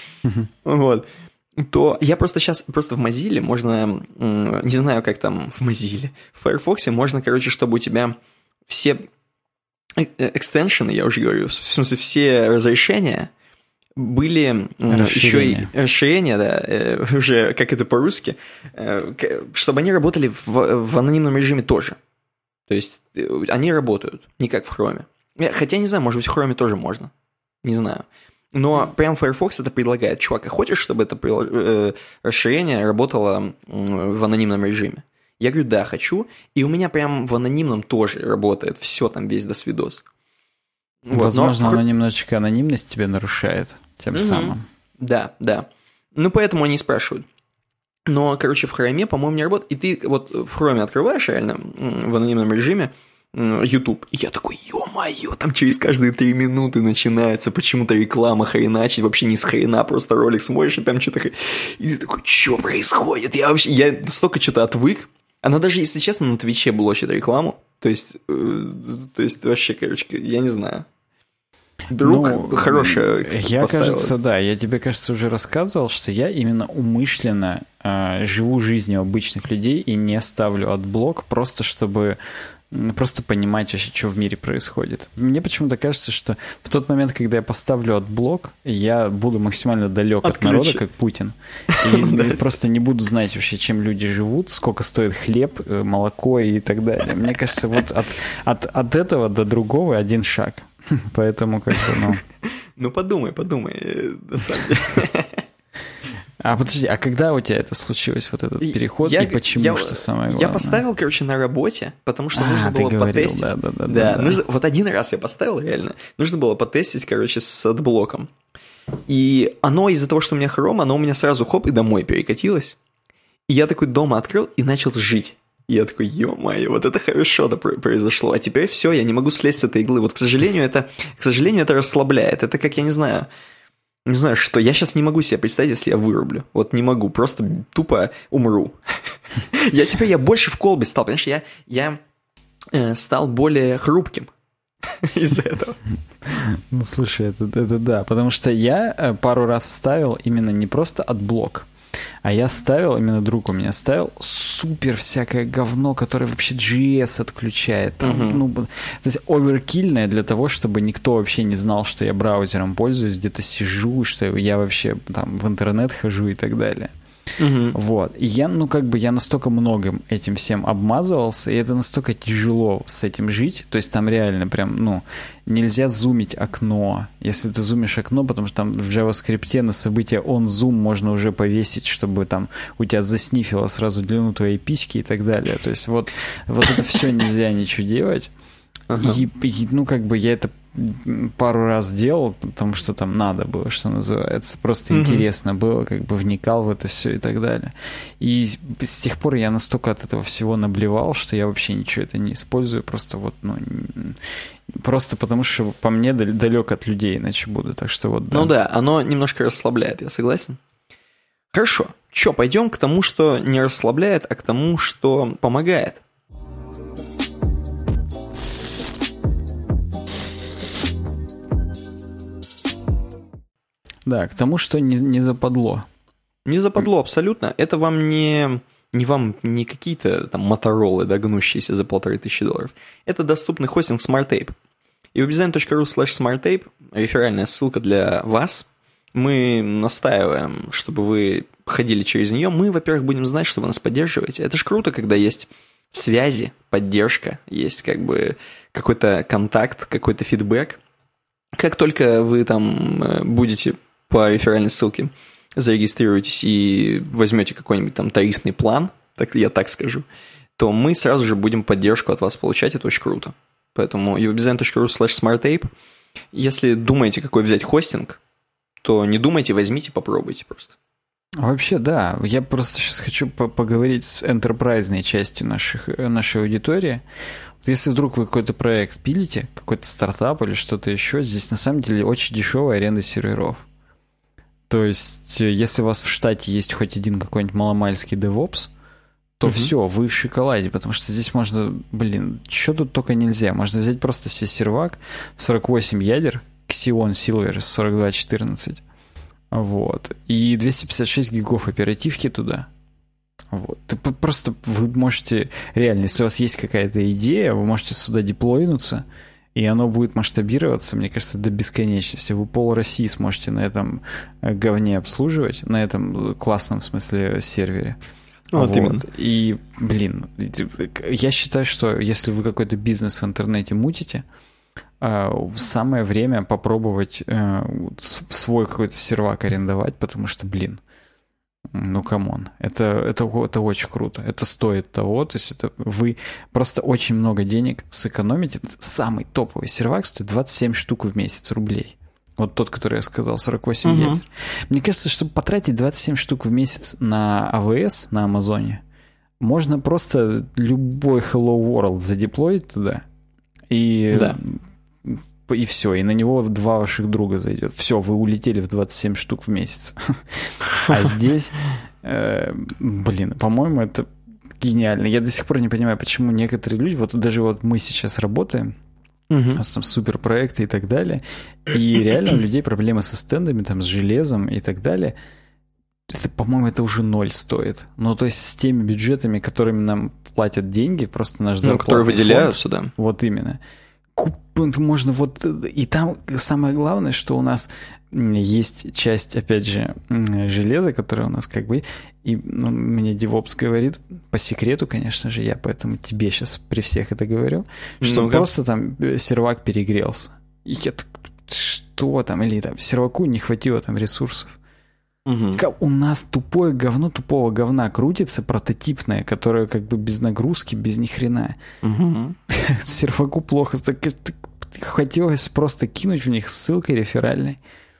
Speaker 1: вот, то я просто сейчас, просто в Mozilla можно, э, не знаю, как там в Mozilla, в Firefox можно, короче, чтобы у тебя все экстеншены, я уже говорю, в смысле, все разрешения были еще и расширения, да, уже, как это по-русски, чтобы они работали в, в анонимном режиме тоже. То есть они работают, не как в Chrome. Хотя, не знаю, может быть, в Chrome тоже можно. Не знаю. Но прям Firefox это предлагает. Чувак, а хочешь, чтобы это расширение работало в анонимном режиме? Я говорю, да, хочу. И у меня прям в анонимном тоже работает. Все там, весь досвидос.
Speaker 2: Вот, возможно, но... оно немножечко анонимность тебе нарушает тем угу. самым.
Speaker 1: Да, да. Ну, поэтому они спрашивают. Но, короче, в Chrome, по-моему, не работает. И ты вот в Chrome открываешь реально в анонимном режиме YouTube. И я такой, ё-моё, там через каждые три минуты начинается почему-то реклама хреначить. Вообще не с хрена, просто ролик смотришь, и там что-то... И ты такой, что происходит? Я вообще... Я столько что-то отвык. Она даже, если честно, на Твиче блочит рекламу. То есть, э, то есть вообще, короче, я не знаю. Друг ну, хорошая
Speaker 2: я, кажется, да, я тебе, кажется, уже рассказывал, что я именно умышленно э, живу жизнью обычных людей и не ставлю отблок, просто чтобы... Просто понимать вообще, что в мире происходит. Мне почему-то кажется, что в тот момент, когда я поставлю отблок, я буду максимально далек от народа, как Путин. И просто не буду знать вообще, чем люди живут, сколько стоит хлеб, молоко и так далее. Мне кажется, вот от, от, от этого до другого один шаг. Поэтому как-то, ну...
Speaker 1: Ну, подумай, подумай, на самом деле.
Speaker 2: А подожди, а когда у тебя это случилось, вот этот переход, я, и почему, я, что самое главное?
Speaker 1: Я поставил, короче, на работе, потому что а, нужно было говорил, потестить. Да, да, да, да, да. Нужно, вот один раз я поставил, реально. Нужно было потестить, короче, с отблоком. И оно из-за того, что у меня Chrome, оно у меня сразу хоп и домой перекатилось. И я такой дома открыл и начал жить. И я такой, ё-моё, вот это хорошо-то произошло. А теперь все, я не могу слезть с этой иглы. Вот, к сожалению, это, к сожалению, это расслабляет. Это как, я не знаю... Не знаю, что. Я сейчас не могу себе представить, если я вырублю. Вот не могу. Просто тупо умру. Я теперь я больше в колбе стал. Понимаешь, я, я э, стал более хрупким из-за этого.
Speaker 2: Ну, слушай, это, это да. Потому что я пару раз ставил именно не просто отблок, а я ставил, именно друг у меня ставил супер всякое говно, которое вообще джей эс отключает. Там, uh-huh. ну, то есть оверкильное для того, чтобы никто вообще не знал, что я браузером пользуюсь, где-то сижу, что я вообще там в интернет хожу и так далее. Uh-huh. Вот. И я, ну, как бы, я настолько многим этим всем обмазывался, и это настолько тяжело с этим жить. То есть там реально прям, ну, нельзя зумить окно. Если ты зумишь окно, потому что там в JavaScript на событие onZoom можно уже повесить, чтобы там у тебя заснифило сразу длину твоей письки и так далее. То есть вот, вот это все нельзя ничего делать. Uh-huh. И, и, ну, как бы я это пару раз делал, потому что там надо было, что называется. Просто mm-hmm. интересно было, как бы вникал в это все и так далее. И с тех пор я настолько от этого всего наблевал, что я вообще ничего это не использую. Просто вот, ну, просто потому что по мне далек от людей иначе буду. Так что вот, да.
Speaker 1: Ну да, оно немножко расслабляет, я согласен. Хорошо. Че, пойдем к тому, что не расслабляет, а к тому, что помогает.
Speaker 2: Да, к тому, что не, не западло.
Speaker 1: Не западло абсолютно. Это вам не, не вам не какие-то там Motorola, да, гнущиеся за полторы тысячи долларов. Это доступный хостинг SmartTape. И webdesign.ru slash smarttape, реферальная ссылка для вас. Мы настаиваем, чтобы вы ходили через нее. Мы, во-первых, будем знать, что вы нас поддерживаете. Это ж круто, когда есть связи, поддержка, есть как бы какой-то контакт, какой-то фидбэк. Как только вы там будете по реферальной ссылке зарегистрируетесь и возьмете какой-нибудь там тарифный план, так я так скажу, то мы сразу же будем поддержку от вас получать. Это очень круто. Поэтому webdesign.ru slash smarttape. Если думаете, какой взять хостинг, то не думайте, возьмите, попробуйте просто.
Speaker 2: Вообще, да. Я просто сейчас хочу по- поговорить с энтерпрайзной частью наших, нашей аудитории. Вот если вдруг вы какой-то проект пилите, какой-то стартап или что-то еще, здесь на самом деле очень дешевая аренда серверов. То есть, если у вас в штате есть хоть один какой-нибудь маломальский DevOps, то угу. все, вы в шоколаде, потому что здесь можно, блин, что тут только нельзя. Можно взять просто себе сервак, сорок восемь ядер, Xeon Silver сорок два четырнадцать, вот, и двести пятьдесят шесть гигов оперативки туда. Вот. Просто вы можете, реально, если у вас есть какая-то идея, вы можете сюда деплойнуться, и оно будет масштабироваться, мне кажется, до бесконечности. Вы пол России сможете на этом говне обслуживать, на этом классном, в смысле, сервере.
Speaker 1: Вот,
Speaker 2: вот.
Speaker 1: Именно.
Speaker 2: И, блин, я считаю, что если вы какой-то бизнес в интернете мутите, самое время попробовать свой какой-то сервак арендовать, потому что, блин, ну, камон, это, это, это очень круто, это стоит того, то есть это вы просто очень много денег сэкономите. Самый топовый сервак стоит двадцать семь штук в месяц рублей. Вот тот, который я сказал, сорок восемь uh-huh. ядер. Мне кажется, чтобы потратить двадцать семь штук в месяц на эй ви эс, на Амазоне, можно просто любой Hello World задеплоить туда, и,
Speaker 1: да.
Speaker 2: и все, и на него два ваших друга зайдет. Все, вы улетели в двадцать семь штук в месяц. А здесь, блин, по-моему, это гениально. Я до сих пор не понимаю, почему некоторые люди, вот даже вот мы сейчас работаем, Uh-huh. у нас там суперпроекты и так далее. И реально у людей проблемы со стендами, там, с железом и так далее. Это, по-моему, это уже ноль стоит. Ну, то есть с теми бюджетами, которыми нам платят деньги, просто наш зарплатный
Speaker 1: ну, которые выделяются,
Speaker 2: фонд,
Speaker 1: да.
Speaker 2: Вот именно. Можно вот... И там самое главное, что у нас есть часть, опять же, железа, которое у нас как бы... И ну, мне DevOps говорит, по секрету, конечно же, я поэтому тебе сейчас при всех это говорю, что ну-ка. Просто там сервак перегрелся. И я так, что там? Или там серваку не хватило там ресурсов. Угу. У нас тупое говно тупого говна крутится, прототипное, которое как бы без нагрузки, без ни хрена. Угу. Серваку плохо. Хотелось просто кинуть в них ссылкой реферальной.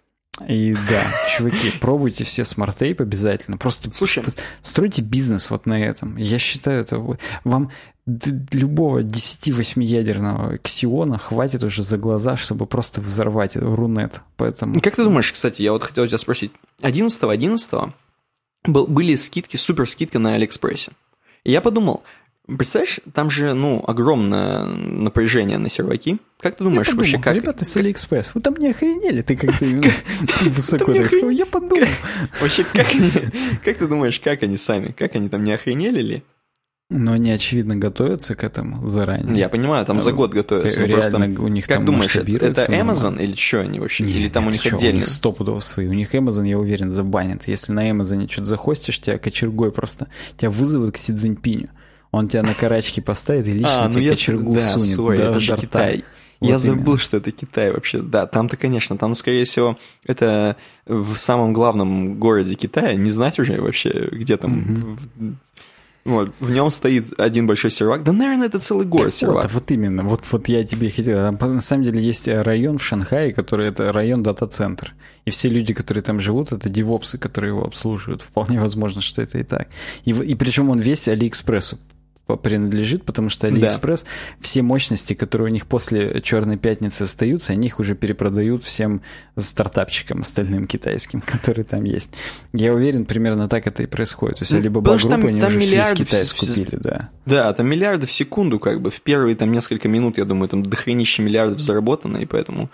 Speaker 2: И да, чуваки, пробуйте все SmartTape обязательно. Просто
Speaker 1: Слушай.
Speaker 2: стройте бизнес вот на этом. Я считаю, это вам любого десять-восьмиядерного Xeon хватит уже за глаза, чтобы просто взорвать Рунет. Поэтому...
Speaker 1: Как ты думаешь, кстати, я вот хотел тебя спросить. одиннадцатого одиннадцатого были скидки, супер скидка на Алиэкспрессе. И я подумал, представляешь, там же, ну, огромное напряжение на серваки. Как ты думаешь,
Speaker 2: подумал,
Speaker 1: вообще как...
Speaker 2: Ребята с Алиэкспресс, вы там не охренели? Ты как-то именно высоко так сказал. Я подумал.
Speaker 1: Вообще, как ты думаешь, как они сами? Как они там не охренели ли?
Speaker 2: Но они, очевидно, готовятся к этому заранее.
Speaker 1: Я понимаю, там за год готовятся.
Speaker 2: Реально у них
Speaker 1: как
Speaker 2: там
Speaker 1: думаешь, это Amazon
Speaker 2: нормально.
Speaker 1: Или что они вообще?
Speaker 2: Нет,
Speaker 1: или там у них
Speaker 2: что,
Speaker 1: отдельно?
Speaker 2: У них стопудово свои. У них Amazon, я уверен, забанит. Если на Amazon что-то захостишь, тебя кочергой просто... Тебя вызовут к Си Цзиньпиню. Он тебя на карачки поставит и лично а, тебе ну кочергу
Speaker 1: да,
Speaker 2: всунет.
Speaker 1: Sorry,
Speaker 2: да,
Speaker 1: это же Китай. Вот я именно. забыл, что это Китай вообще. Да, там-то, конечно, там, скорее всего, это в самом главном городе Китая. Не знать уже вообще, где там... Mm-hmm. Вот, в нем стоит один большой сервак. Да, наверное, это целый город сервак.
Speaker 2: Вот, вот именно. Вот, вот я тебе хотел... На самом деле есть район в Шанхае, который это район дата-центр. И все люди, которые там живут, это девопсы, которые его обслуживают. Вполне возможно, что это и так. И, и причем он весь Алиэкспрессу принадлежит, потому что Алиэкспресс, да. все мощности, которые у них после Черной пятницы остаются, они их уже перепродают всем стартапчикам остальным китайским, которые там есть. Я уверен, примерно так это и происходит. То есть Alibaba Group они уже весь Китай скупили, да.
Speaker 1: Да, там миллиарды в секунду, как бы, в первые там несколько минут, я думаю, там дохренище миллиардов заработано, и поэтому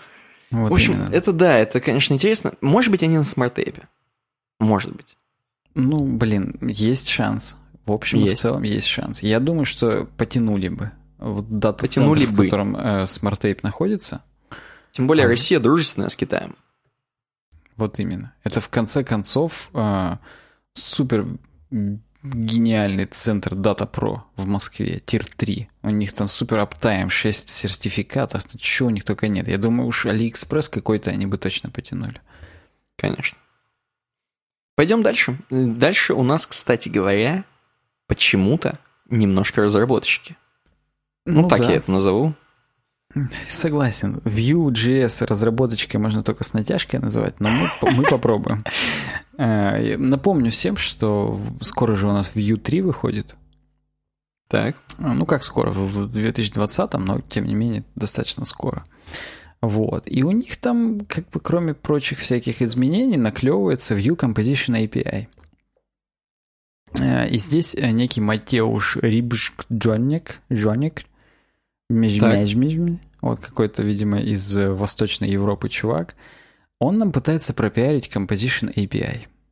Speaker 2: Вот
Speaker 1: в общем,
Speaker 2: именно.
Speaker 1: это да, это, конечно, интересно. Может быть, они на смарт-тейпе. Может быть.
Speaker 2: Ну, блин, есть шанс. В общем и в целом есть шанс. Я думаю, что потянули бы. Вот дата-центр, в котором э, смарт-тейп находится.
Speaker 1: Тем более а... Россия дружественная с Китаем.
Speaker 2: Вот именно. Это в конце концов э, супер гениальный центр Data Pro в Москве, тир три. У них там супер аптайм, шесть сертификатов, чего у них только нет. Я думаю, уж AliExpress какой-то они бы точно потянули.
Speaker 1: Конечно. Пойдем дальше. Дальше у нас, кстати говоря, почему-то немножко разработчики. Ну, ну так да. Я это назову.
Speaker 2: Согласен. Vue.js разработочкой можно только с натяжкой называть, но мы, мы попробуем. Напомню всем, что скоро же у нас Vue три выходит.
Speaker 1: Так.
Speaker 2: Ну, как скоро? В две тысячи двадцатом, но, тем не менее, достаточно скоро. Вот. И у них там, как бы, кроме прочих всяких изменений, наклевывается Vue Composition эй пи ай. И здесь некий Матеуш Рибжк-Джоник, Джоник, Меж-меж-меж, вот какой-то, видимо, из Восточной Европы чувак, он нам пытается пропиарить Composition эй пи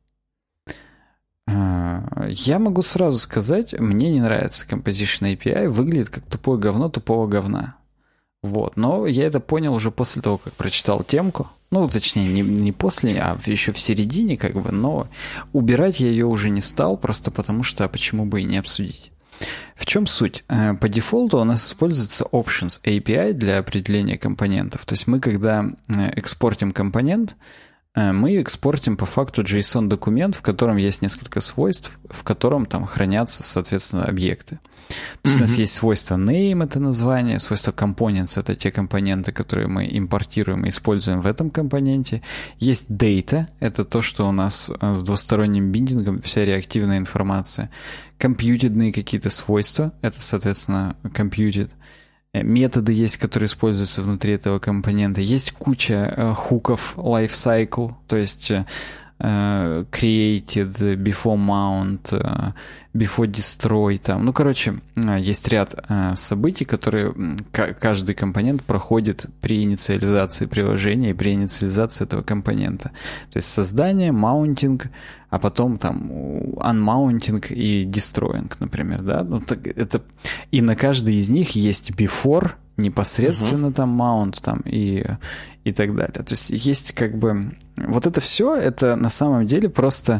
Speaker 2: ай. Я могу сразу сказать, мне не нравится Composition эй пи ай, выглядит как тупое говно тупого говна. Вот, но я это понял уже после того, как прочитал темку. Ну, точнее, не, не после, а еще в середине, как бы, но убирать я ее уже не стал, просто потому что, а почему бы и не обсудить. В чем суть? По дефолту у нас используется Options эй пи ай для определения компонентов. То есть мы, когда экспортим компонент, мы экспортим по факту JSON-документ, в котором есть несколько свойств, в котором там хранятся, соответственно, объекты. То есть mm-hmm. у нас есть свойство name, это название, свойство components, это те компоненты, которые мы импортируем и используем в этом компоненте. Есть data, это то, что у нас с двусторонним биндингом, вся реактивная информация. Computedные какие-то свойства, это, соответственно, computed. Методы есть, которые используются внутри этого компонента. Есть куча э, хуков lifecycle, то есть э, created, before mount, э, before destroy. Там. Ну, короче, э, есть ряд э, событий, которые к- каждый компонент проходит при инициализации приложения и при инициализации этого компонента. То есть создание, маунтинг, а потом там unmounting и destroying, например, да, ну так это и на каждый из них есть before, непосредственно uh-huh. там mount там и и так далее. То есть есть как бы вот это все, это на самом деле просто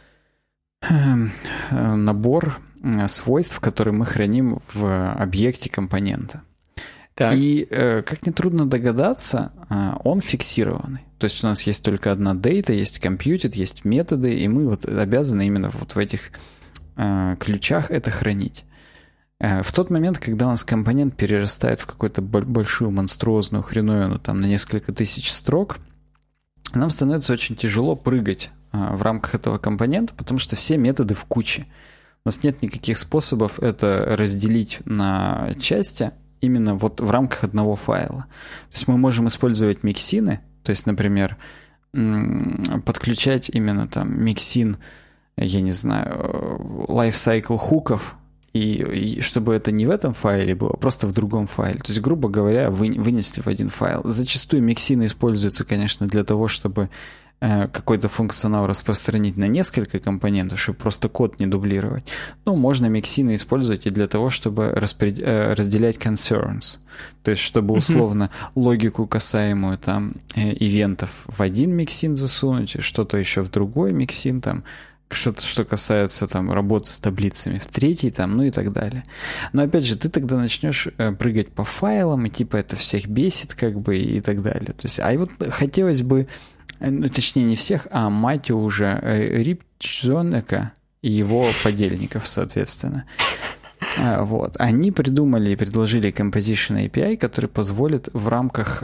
Speaker 2: набор свойств, которые мы храним в объекте компонента. Так. И, как нетрудно догадаться, он фиксированный. То есть у нас есть только одна data, есть computed, есть методы, и мы вот обязаны именно вот в этих ключах это хранить. В тот момент, когда у нас компонент перерастает в какую-то большую монструозную хреновину там, на несколько тысяч строк, нам становится очень тяжело прыгать в рамках этого компонента, потому что все методы в куче. У нас нет никаких способов это разделить на части, именно вот в рамках одного файла. То есть мы можем использовать миксины, то есть, например, подключать именно там миксин, я не знаю, lifecycle хуков, и, и чтобы это не в этом файле было, а просто в другом файле. То есть, грубо говоря, вы, вынесли в один файл. Зачастую миксины используются, конечно, для того, чтобы какой-то функционал распространить на несколько компонентов, чтобы просто код не дублировать. Ну, можно миксины использовать и для того, чтобы распред... разделять concerns. То есть, чтобы условно uh-huh. логику касаемую там ивентов в один миксин засунуть, что-то еще в другой миксин, там, что-то, что касается там работы с таблицами в третий, там, ну и так далее. Но опять же, ты тогда начнешь прыгать по файлам, и типа это всех бесит, как бы, и так далее. То есть, а вот хотелось бы ну, точнее, не всех, а мать уже Рибджонека и его подельников, соответственно. Вот. Они придумали и предложили Composition эй пи ай, который позволит в рамках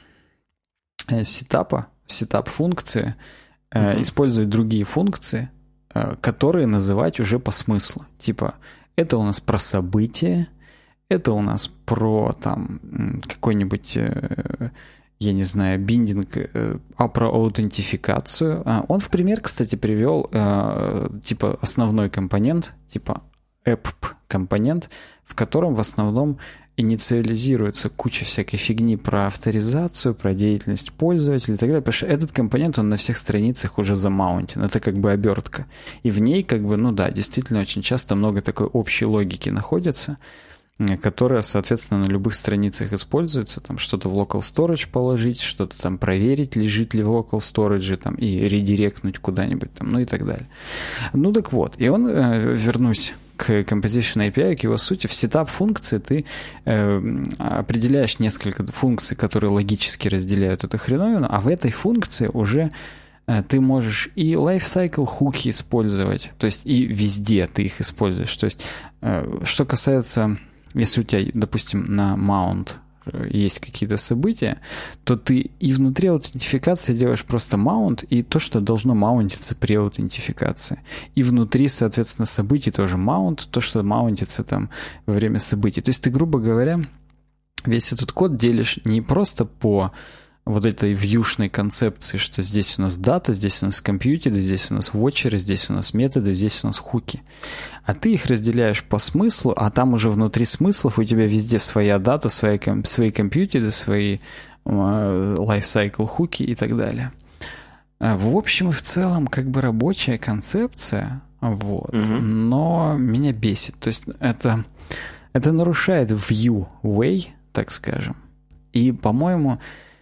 Speaker 2: сетапа, сетап-функции mm-hmm. использовать другие функции, которые называть уже по смыслу. Типа, это у нас про события, это у нас про там какой-нибудь... я не знаю, биндинг, а про аутентификацию. Он в пример, кстати, привел типа основной компонент, типа app компонент, в котором в основном инициализируется куча всякой фигни про авторизацию, про деятельность пользователя и так далее, потому что этот компонент, он на всех страницах уже замаунтен, это как бы обертка. И в ней как бы, ну да, действительно очень часто много такой общей логики находится, которая, соответственно, на любых страницах используется, там что-то в local storage положить, что-то там проверить, лежит ли в local storage, там, и редиректнуть куда-нибудь, там, ну и так далее. Ну так вот, и он, э, вернусь к Composition эй пи ай, к его сути, в сетап-функции ты э, определяешь несколько функций, которые логически разделяют эту хреновину, а в этой функции уже э, ты можешь и lifecycle хуки использовать, то есть и везде ты их используешь. То есть, э, что касается... Если у тебя, допустим, на mount есть какие-то события, то ты и внутри аутентификации делаешь просто mount и то, что должно маунтиться при аутентификации. И внутри, соответственно, событий тоже mount, то, что маунтится там во время событий. То есть ты, грубо говоря, весь этот код делишь не просто по вот этой вьюшной концепции, что здесь у нас дата, здесь у нас компьютеры, здесь у нас вотчеры, здесь у нас методы, здесь у нас хуки. А ты их разделяешь по смыслу, а там уже внутри смыслов у тебя везде своя дата, свои, свои компьютеры, свои uh, lifecycle хуки и так далее. В общем и в целом, как бы рабочая концепция, вот, mm-hmm. но меня бесит. То есть это, это нарушает view way, так скажем. И, по-моему,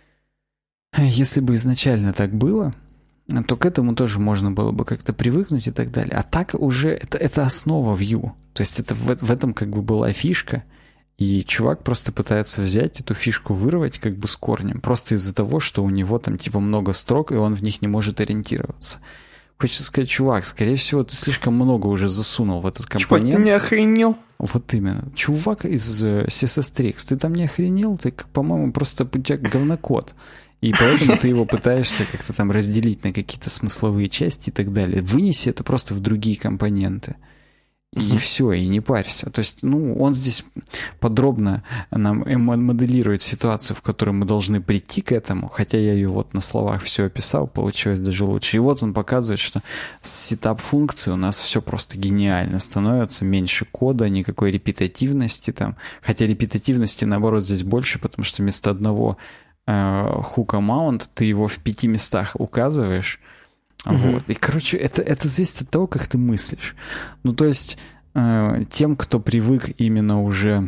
Speaker 2: если бы изначально так было, то к этому тоже можно было бы как-то привыкнуть и так далее. А так уже это, это основа Vue. То есть это в, в этом как бы была фишка, и чувак просто пытается взять эту фишку, вырвать как бы с корнем, просто из-за того, что у него там типа много строк, и он в них не может ориентироваться. Хочется сказать, чувак, скорее всего, ты слишком много уже засунул в этот компонент.
Speaker 1: Чувак, ты не охренел?
Speaker 2: Вот именно. Чувак из си эс эс три икс, ты там не охренел? Ты, по-моему, просто у тебя говнокод. И поэтому ты его пытаешься как-то там разделить на какие-то смысловые части и так далее. Вынеси это просто в другие компоненты. И uh-huh. все, и не парься. То есть, ну, он здесь подробно нам моделирует ситуацию, в которой мы должны прийти к этому, хотя я ее вот на словах все описал, получилось даже лучше. И вот он показывает, что с сетап-функцией у нас все просто гениально становится, меньше кода, никакой репетативности там. Хотя репетативности, наоборот, здесь больше, потому что вместо одного хука маунт, ты его в пяти местах указываешь. Uh-huh. Вот. И, короче, это, это зависит от того, как ты мыслишь. Ну, то есть, э, тем, кто привык именно уже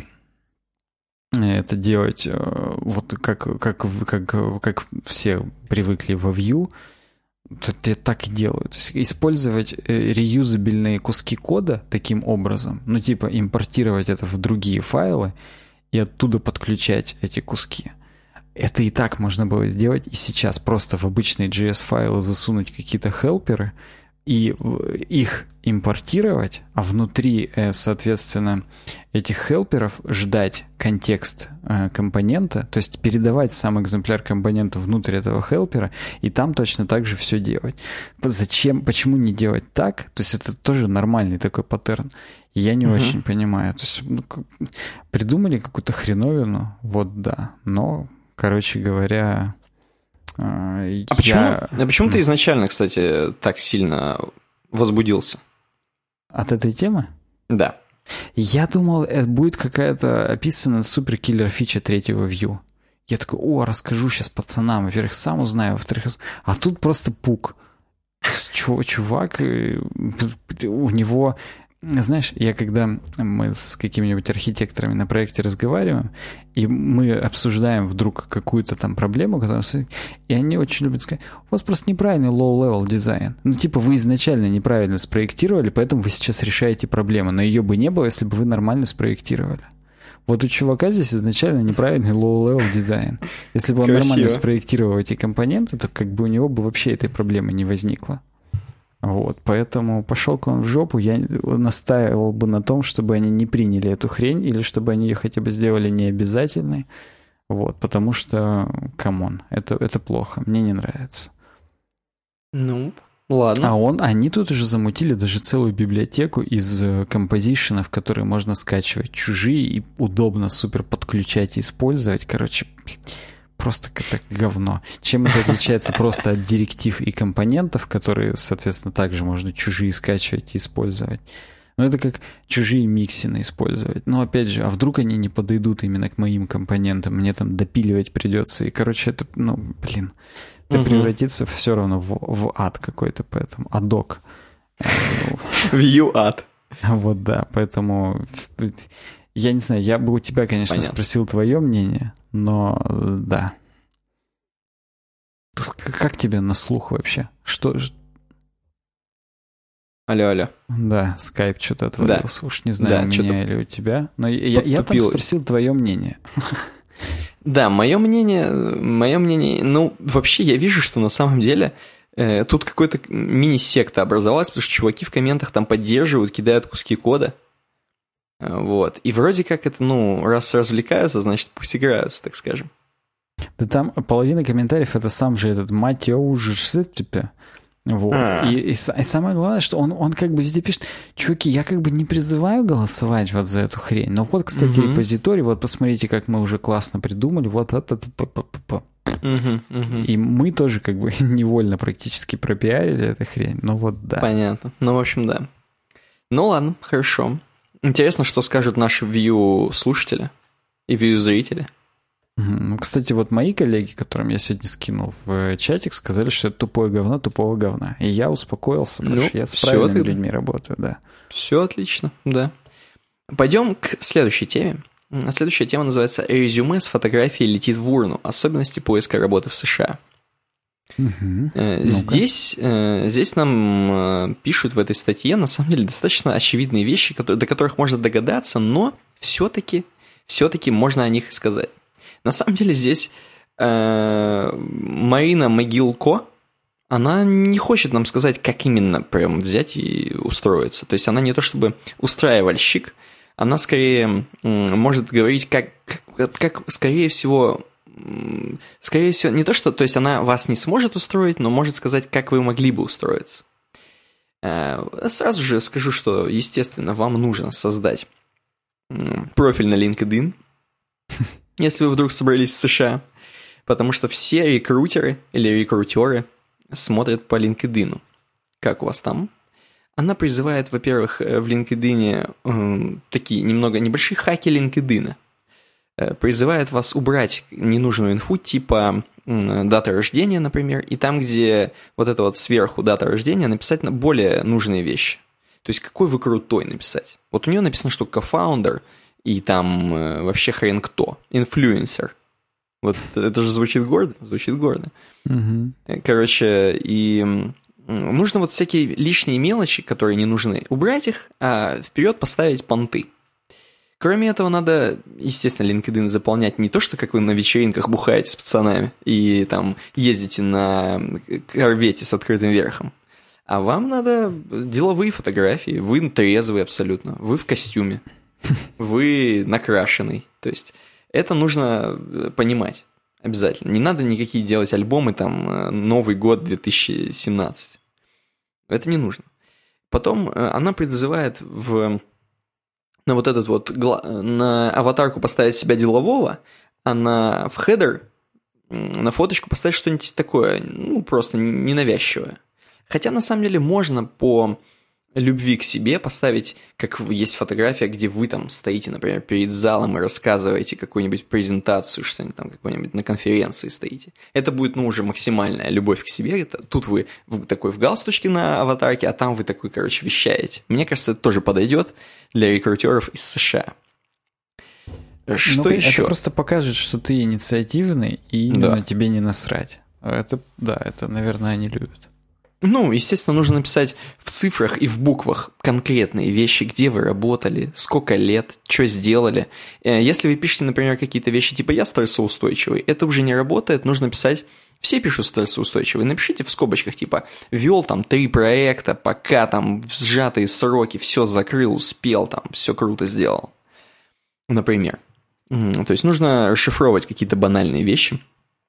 Speaker 2: это делать, э, вот как, как, как, как все привыкли во Vue, то те так и делают. То есть, использовать э, реюзабельные куски кода таким образом, ну, типа, импортировать это в другие файлы и оттуда подключать эти куски. Это и так можно было сделать и сейчас. Просто в обычные джей эс-файлы засунуть какие-то хелперы и их импортировать, а внутри, соответственно, этих хелперов ждать контекст компонента, то есть передавать сам экземпляр компонента внутрь этого хелпера, и там точно так же все делать. Зачем, почему не делать так? То есть это тоже нормальный такой паттерн. Я не угу. очень понимаю. То есть ну, придумали какую-то хреновину, вот да, но... Короче говоря,
Speaker 1: а
Speaker 2: я...
Speaker 1: Почему, а почему ты изначально, кстати, так сильно возбудился?
Speaker 2: От этой темы?
Speaker 1: Да.
Speaker 2: Я думал, это будет какая-то описана суперкиллер-фича третьего Vue. Я такой, о, расскажу сейчас пацанам. Во-первых, сам узнаю, во-вторых... А тут просто пук. Чувак, у него... Знаешь, я когда мы с какими-нибудь архитекторами на проекте разговариваем, и мы обсуждаем вдруг какую-то там проблему, которая... и они очень любят сказать, у вас просто неправильный low-level дизайн. Ну, типа, вы изначально неправильно спроектировали, поэтому вы сейчас решаете проблему, но ее бы не было, если бы вы нормально спроектировали. Вот у чувака здесь изначально неправильный low-level дизайн. Если бы он Красиво. нормально спроектировал эти компоненты, то как бы у него бы вообще этой проблемы не возникло. Вот, поэтому пошел-ка он в жопу, я настаивал бы на том, чтобы они не приняли эту хрень, или чтобы они ее хотя бы сделали необязательной, вот, потому что, камон, это, это плохо, мне не нравится.
Speaker 1: Ну, ладно.
Speaker 2: А он, они тут уже замутили даже целую библиотеку из композишенов, которые можно скачивать чужие и удобно супер подключать и использовать, короче... Просто как говно. Чем это отличается просто от директив и компонентов, которые, соответственно, также можно чужие скачивать и использовать. Ну, это как чужие миксины использовать. Но, опять же, а вдруг они не подойдут именно к моим компонентам, мне там допиливать придется. И, короче, это, ну, блин, это угу. превратится все равно в, в ад какой-то, поэтому адок.
Speaker 1: Vue ад.
Speaker 2: Вот, да, поэтому... Я не знаю, я бы у тебя, конечно, Понятно. спросил твое мнение, но да. Как тебе на слух вообще? Что...
Speaker 1: Алло, алло.
Speaker 2: Да, скайп что-то отвалился. Да. Уж не знаю, да, у меня что-то... или у тебя. Но я, я там спросил твое мнение.
Speaker 1: Да, мое мнение, мое мнение, ну, вообще я вижу, что на самом деле э, тут какой-то мини-секта образовалась, потому что чуваки в комментах там поддерживают, кидают куски кода. Вот. И вроде как это, ну, раз развлекаются, значит, пусть играются, так скажем.
Speaker 2: Да там половина комментариев это сам же этот Матеуш, типа. Вот. А. И, и, и самое главное, что он, он как бы везде пишет: чуваки, я как бы не призываю голосовать вот за эту хрень. Но вот, кстати, угу. репозиторий, вот посмотрите, как мы уже классно придумали. Вот это. Угу, угу. И мы тоже как бы невольно практически пропиарили эту хрень. Ну вот да.
Speaker 1: Понятно. Ну, в общем, да. Ну ладно, хорошо. Интересно, что скажут наши Vue-слушатели и Vue-зрители.
Speaker 2: Ну, кстати, вот мои коллеги, которым я сегодня скинул в чатик, сказали, что это тупое говно тупого говна. И я успокоился, потому ну, что я с правильными ты... людьми работаю, да.
Speaker 1: Все отлично, да. Пойдем к следующей теме. Следующая тема называется «Резюме с фотографией летит в урну. Особенности поиска работы в США». Угу. Здесь, здесь нам пишут в этой статье, на самом деле, достаточно очевидные вещи, которые, до которых можно догадаться, но все-таки, все-таки можно о них и сказать. На самом деле здесь э, Марина Могилко, она не хочет нам сказать, как именно прям взять и устроиться. То есть она не то чтобы устраивальщик, она скорее может говорить, как, как, как скорее всего... Скорее всего, не то, что... То есть она вас не сможет устроить, но может сказать, как вы могли бы устроиться. Сразу же скажу, что, естественно, вам нужно создать профиль на LinkedIn, если вы вдруг собрались в США, потому что все рекрутеры или рекрутеры смотрят по LinkedIn. Как у вас там? Она призывает, во-первых, в LinkedIn э, такие немного небольшие хаки LinkedIn. Призывает вас убрать ненужную инфу типа дата рождения, например, и там, где вот это вот сверху дата рождения, написать на более нужные вещи. То есть, какой вы крутой написать. Вот у нее написано, что кофаундер, и там э, вообще хрен кто. Инфлюенсер. Вот это же звучит гордо, звучит гордо. Mm-hmm. Короче, и нужно вот всякие лишние мелочи, которые не нужны, убрать их, а вперед поставить понты. Кроме этого, надо, естественно, LinkedIn заполнять не то, что как вы на вечеринках бухаете с пацанами и там ездите на корвете с открытым верхом, а вам надо деловые фотографии, вы трезвый абсолютно, вы в костюме, вы накрашенный. То есть это нужно понимать обязательно. Не надо никакие делать альбомы, там, Новый год две тысячи семнадцать. Это не нужно. Потом она призывает в... на вот этот вот, на аватарку поставить себя делового, а на, в хедер, на фоточку поставить что-нибудь такое, ну, просто ненавязчивое. Хотя, на самом деле, можно по любви к себе поставить, как есть фотография, где вы там стоите, например, перед залом и рассказываете какую-нибудь презентацию, что-нибудь там, какой-нибудь на конференции стоите. Это будет, ну, уже максимальная любовь к себе. Это, тут вы такой в галстучке на аватарке, а там вы такой, короче, вещаете. Мне кажется, это тоже подойдет для рекрутеров из США. Что ну, еще?
Speaker 2: Это просто покажет, что ты инициативный, и именно да. тебе не насрать. Это, да, это, наверное, они любят.
Speaker 1: Ну, естественно, нужно написать в цифрах и в буквах конкретные вещи, где вы работали, сколько лет, что сделали. Если вы пишете, например, какие-то вещи типа «я стрессоустойчивый», это уже не работает, нужно писать «все пишут стрессоустойчивый». Напишите в скобочках типа «вел там три проекта, пока там в сжатые сроки все закрыл, успел, там все круто сделал». Например. То есть нужно расшифровывать какие-то банальные вещи.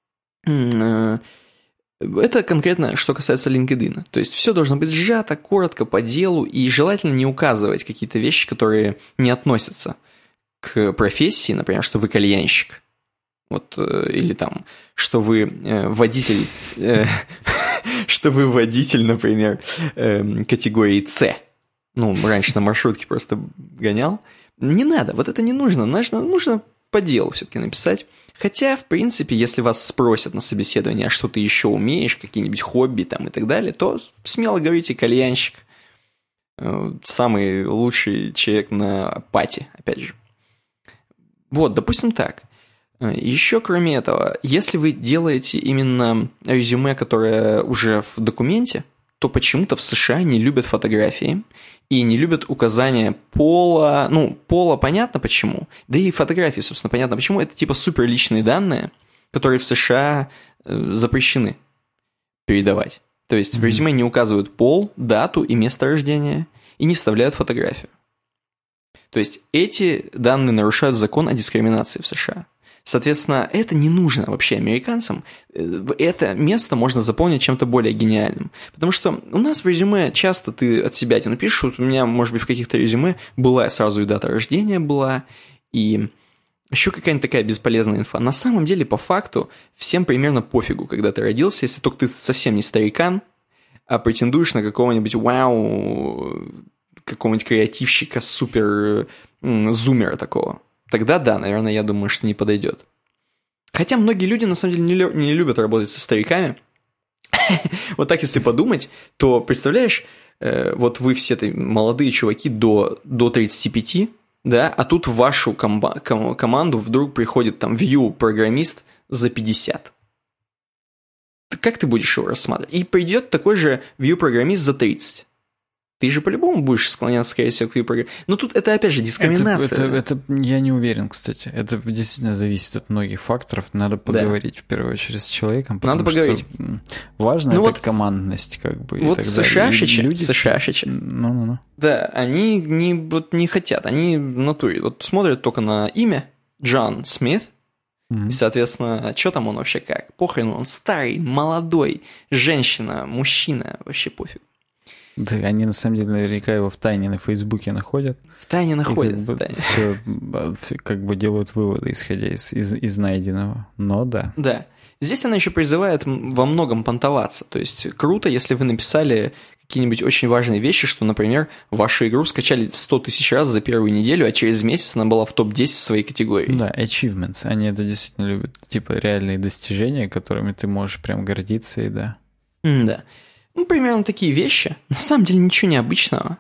Speaker 1: Это конкретно, что касается LinkedIn. То есть все должно быть сжато, коротко, по делу, и желательно не указывать какие-то вещи, которые не относятся к профессии, например, что вы кальянщик, вот, или там, что вы водитель, что вы водитель, например, категории С. Ну, раньше на маршрутке просто гонял. Не надо, вот это не нужно. Нужно, нужно по делу все-таки написать. Хотя, в принципе, если вас спросят на собеседовании, а что ты еще умеешь, какие-нибудь хобби там и так далее, то смело говорите кальянщик. Самый лучший человек на пати, опять же. Вот, допустим так. Еще кроме этого, если вы делаете именно резюме, которое уже в документе, то почему-то в США не любят фотографии и не любят указания пола. Ну, пола понятно почему. Да и фотографии, собственно, понятно почему. Это типа суперличные данные, которые в США запрещены передавать. То есть mm-hmm. в резюме не указывают пол, дату и место рождения и не вставляют фотографию. То есть эти данные нарушают закон о дискриминации в США. Соответственно, это не нужно вообще американцам. Это место можно заполнить чем-то более гениальным. Потому что у нас в резюме часто ты от себя напишешь, вот у меня, может быть, в каких-то резюме была сразу и дата рождения была, и еще какая-нибудь такая бесполезная инфа. На самом деле, по факту, всем примерно пофигу, когда ты родился, если только ты совсем не старикан, а претендуешь на какого-нибудь вау, какого-нибудь креативщика, супер зумера такого. Тогда да, наверное, я думаю, что не подойдет. Хотя многие люди, на самом деле, не, лю- не любят работать со стариками. Вот так, если подумать, то, представляешь, э, вот вы все молодые чуваки до, до тридцати пяти, да, а тут в вашу комба- ком- команду вдруг приходит там Vue-программист за пятьдесят. Как ты будешь его рассматривать? И придет такой же Vue-программист за тридцать. Ты же по-любому будешь склоняться, скорее всего, к Vue-программе. Но тут это, опять же, дискриминация.
Speaker 2: Это, это, это я не уверен, кстати. Это действительно зависит от многих факторов. Надо поговорить, да. в первую очередь, с человеком.
Speaker 1: Надо поговорить.
Speaker 2: Важно
Speaker 1: ну
Speaker 2: это
Speaker 1: вот,
Speaker 2: командность, как бы.
Speaker 1: Вот США-шичи,
Speaker 2: люди...
Speaker 1: США-шичи,
Speaker 2: ну-ну-ну.
Speaker 1: да, они не, вот, не хотят. Они в натуре вот смотрят только на имя Джон Смит. Mm-hmm. И, соответственно, что там он вообще как? Похрен, он старый, молодой, женщина, мужчина, вообще пофиг.
Speaker 2: Да, они на самом деле наверняка его в тайне на Фейсбуке находят.
Speaker 1: В тайне находят.
Speaker 2: И как бы,
Speaker 1: в тайне.
Speaker 2: Все, как бы делают выводы, исходя из, из, из найденного. Но да.
Speaker 1: Да. Здесь она еще призывает во многом понтоваться. То есть круто, если вы написали какие-нибудь очень важные вещи, что, например, вашу игру скачали сто тысяч раз за первую неделю, а через месяц она была в топ десять в своей категории.
Speaker 2: Да, achievements. Они это действительно любят. Типа реальные достижения, которыми ты можешь прям гордиться, и да.
Speaker 1: Mm, да. Ну, примерно такие вещи. На самом деле ничего необычного.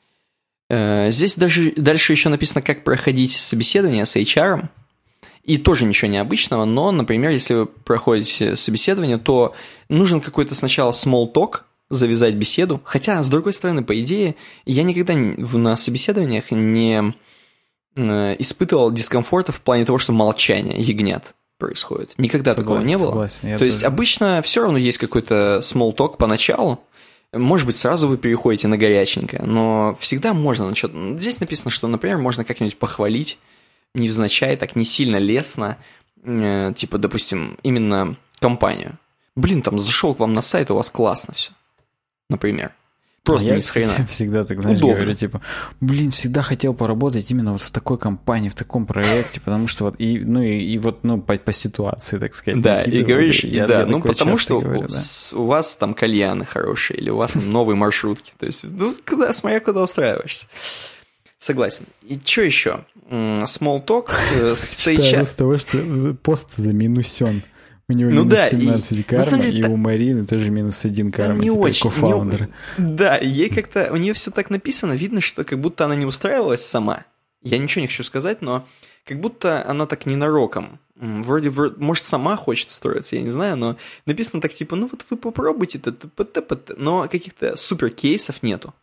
Speaker 1: Здесь даже дальше еще написано, как проходить собеседование с эйч ар. И тоже ничего необычного, но, например, если вы проходите собеседование, то нужен какой-то сначала small talk, завязать беседу. Хотя, с другой стороны, по идее, я никогда на собеседованиях не испытывал дискомфорта в плане того, что молчание ягнят происходит. Никогда согласен, такого не было.
Speaker 2: Согласен,
Speaker 1: То
Speaker 2: тоже.
Speaker 1: есть обычно все равно есть какой-то small talk поначалу. Может быть, сразу вы переходите на горяченькое, но всегда можно начать. Здесь написано, что, например, можно как-нибудь похвалить невзначай, так не сильно лестно, э, типа, допустим, именно компанию. Блин, там зашел к вам на сайт, у вас классно все. Например. Просто
Speaker 2: я,
Speaker 1: ни с хрена.
Speaker 2: Я всегда так, знаешь,
Speaker 1: удобно.
Speaker 2: Говорю, типа, блин, всегда хотел поработать именно вот в такой компании, в таком проекте, потому что вот, и, ну, и, и вот, ну, по, по ситуации, так сказать.
Speaker 1: Да, и говоришь, и да, ну, потому что
Speaker 2: говорю,
Speaker 1: у,
Speaker 2: да.
Speaker 1: у вас там кальяны хорошие, или у вас там новые маршрутки, то есть, ну, куда, смотря куда устраиваешься. Согласен. И что еще? Small talk с эйч ар.
Speaker 2: С того, что пост заминусен. У него
Speaker 1: ну
Speaker 2: минус
Speaker 1: да,
Speaker 2: семнадцать
Speaker 1: и,
Speaker 2: карма,
Speaker 1: деле,
Speaker 2: и
Speaker 1: та...
Speaker 2: у Марины тоже минус один карма,
Speaker 1: не
Speaker 2: теперь
Speaker 1: очень,
Speaker 2: кофаундер.
Speaker 1: Не... Да, ей как-то, у нее все так написано, видно, что как будто она не устраивалась сама. Я ничего не хочу сказать, но как будто она так ненароком. Вроде, вроде может, сама хочет устроиться, я не знаю, но написано так типа, ну вот вы попробуйте, но каких-то супер кейсов нету.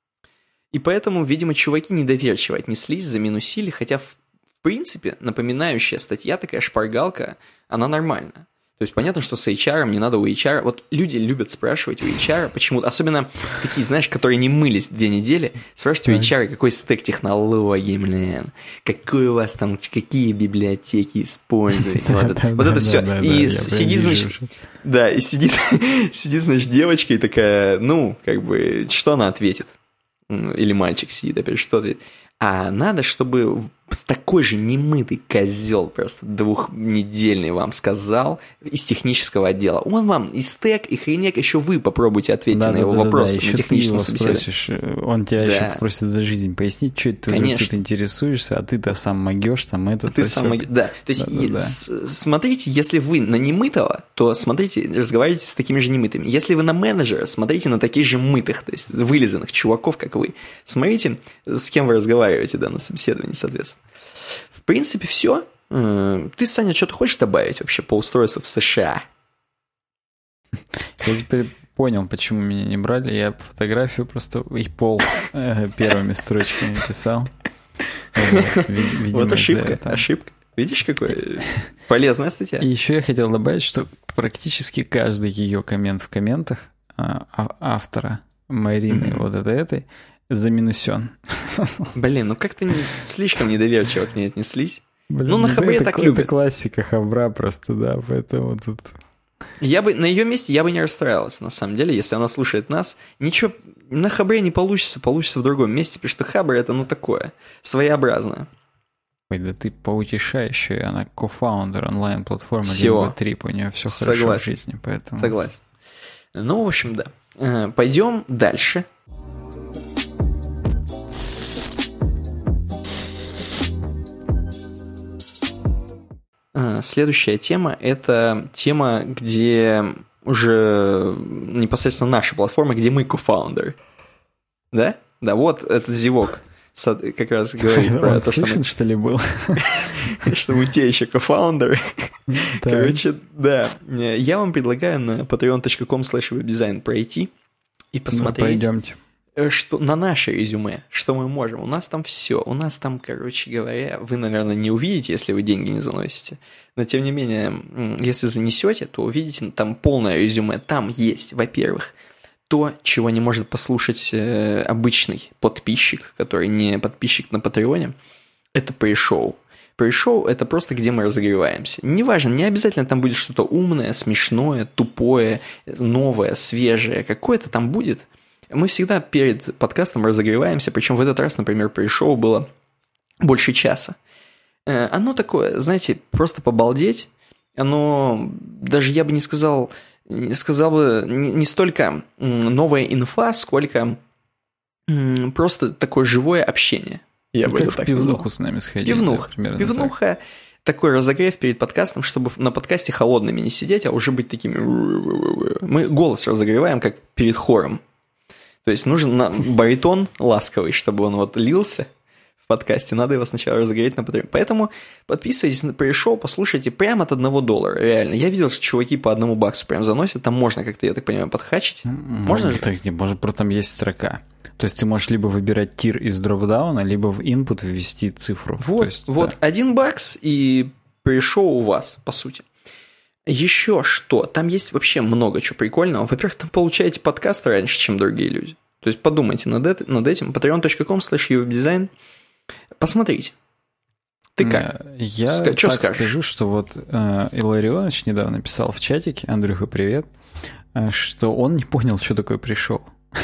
Speaker 1: И поэтому, видимо, чуваки недоверчиво отнеслись, заминусили, хотя, в принципе, напоминающая статья, такая шпаргалка, она нормальная. То есть понятно, что с эйч ар не надо у эйч ар. Вот люди любят спрашивать у эйч ар, почему-то, особенно такие, знаешь, которые не мылись две недели, спрашивать у эйч ар, какой стек технологий, блин, какой у вас там, какие библиотеки используете, вот это все. И сидит, значит, да, и сидит, сидит, значит, девочка и такая, ну, как бы, что она ответит? Или мальчик сидит, опять что ответит. А надо, чтобы такой же немытый козел, просто двухнедельный вам сказал из технического отдела. Он вам и стек, и хренек, еще вы попробуйте ответить
Speaker 2: да,
Speaker 1: на
Speaker 2: да,
Speaker 1: его
Speaker 2: да,
Speaker 1: вопросы
Speaker 2: да,
Speaker 1: на техническом собеседовании.
Speaker 2: Он тебя
Speaker 1: да.
Speaker 2: еще попросит за жизнь пояснить, что это ты тут интересуешься, а ты-то сам могешь, там это.
Speaker 1: А ты сам могешь, да. То есть, да, да, да. С- смотрите, если вы на немытого, то смотрите, разговаривайте с такими же немытыми. Если вы на менеджера, смотрите на таких же мытых, то есть вылизанных чуваков, как вы. Смотрите, с кем вы разговариваете, да, на собеседовании, соответственно. В принципе, все. Ты, Саня, что-то хочешь добавить вообще по устройству в США?
Speaker 2: Я теперь понял, почему меня не брали. Я фотографию просто и пол первыми строчками писал.
Speaker 1: Вот ошибка, ошибка. Видишь, какая полезная статья.
Speaker 2: И еще я хотел добавить, что практически каждый ее коммент в комментах автора Марины вот этой этой заминусен.
Speaker 1: Блин, ну как-то не, слишком недоверчиво к ней отнеслись.
Speaker 2: Блин,
Speaker 1: ну, на Хабре
Speaker 2: это,
Speaker 1: так
Speaker 2: это
Speaker 1: любят.
Speaker 2: Это классика Хабра просто, да, поэтому тут...
Speaker 1: Я бы, на ее месте я бы не расстраивался, на самом деле, если она слушает нас. Ничего, на Хабре не получится, получится в другом месте, потому что Хабр это, ну, такое, своеобразное.
Speaker 2: Ой, да ты поутешающая, она кофаундер онлайн-платформы Lingua Trip, у нее все Согласен. Хорошо в жизни, поэтому...
Speaker 1: Согласен. Ну, в общем, да. Пойдем дальше. Следующая тема – это тема, где уже непосредственно наша платформа, где мы кофаундеры. Да? Да, вот этот зевок как раз говорит про то, что мы...
Speaker 2: что ли, был?
Speaker 1: Что мы те еще кофаундеры. Короче, да. Я вам предлагаю на patreon точка com слэш webdesign пройти и посмотреть...
Speaker 2: Пойдемте.
Speaker 1: Что на наше резюме, что мы можем. У нас там все. У нас там, короче говоря, вы, наверное, не увидите, если вы деньги не заносите. Но, тем не менее, если занесете, то увидите там полное резюме. Там есть, во-первых, то, чего не может послушать обычный подписчик, который не подписчик на Патреоне. Это пришоу. Пришоу – это просто где мы разогреваемся. Неважно, не обязательно там будет что-то умное, смешное, тупое, новое, свежее. Какое-то там будет. Мы всегда перед подкастом разогреваемся, причем в этот раз, например, пришоу было больше часа. Оно такое, знаете, просто побалдеть. Оно, даже я бы не сказал, не сказал бы, не столько новая инфа, сколько просто такое живое общение. Я
Speaker 2: ну,
Speaker 1: бы
Speaker 2: как
Speaker 1: это
Speaker 2: в
Speaker 1: так
Speaker 2: пивнуху
Speaker 1: назвал.
Speaker 2: с нами сходить.
Speaker 1: Пивнуха.
Speaker 2: Да,
Speaker 1: Пивнуха.
Speaker 2: Так.
Speaker 1: Такой разогрев перед подкастом, чтобы на подкасте холодными не сидеть, а уже быть такими... Мы голос разогреваем, как перед хором. То есть нужен баритон ласковый, чтобы он вот лился в подкасте. Надо его сначала разогреть на Patreon. Поэтому подписывайтесь на пришоу, послушайте прямо от одного доллара. Реально. Я видел, что чуваки по одному баксу прям заносят. Там можно как-то, я так понимаю, подхачить. Можно же?
Speaker 2: Так, может, просто там есть строка. То есть ты можешь либо выбирать тир из дропдауна, либо в input ввести цифру.
Speaker 1: Вот,
Speaker 2: То есть,
Speaker 1: вот
Speaker 2: да.
Speaker 1: один бакс и пришоу у вас, по сути. Еще что? Там есть вообще много чего прикольного. Во-первых, там получаете подкасты раньше, чем другие люди. То есть подумайте над, это, над этим. patreon точка com слэш webdesign. Посмотрите. Ты как?
Speaker 2: Я
Speaker 1: Ска-
Speaker 2: так
Speaker 1: скажешь?
Speaker 2: скажу, что вот э, Илларионович недавно писал в чатике, Андрюха, привет, э, что он не понял, что такое пришел.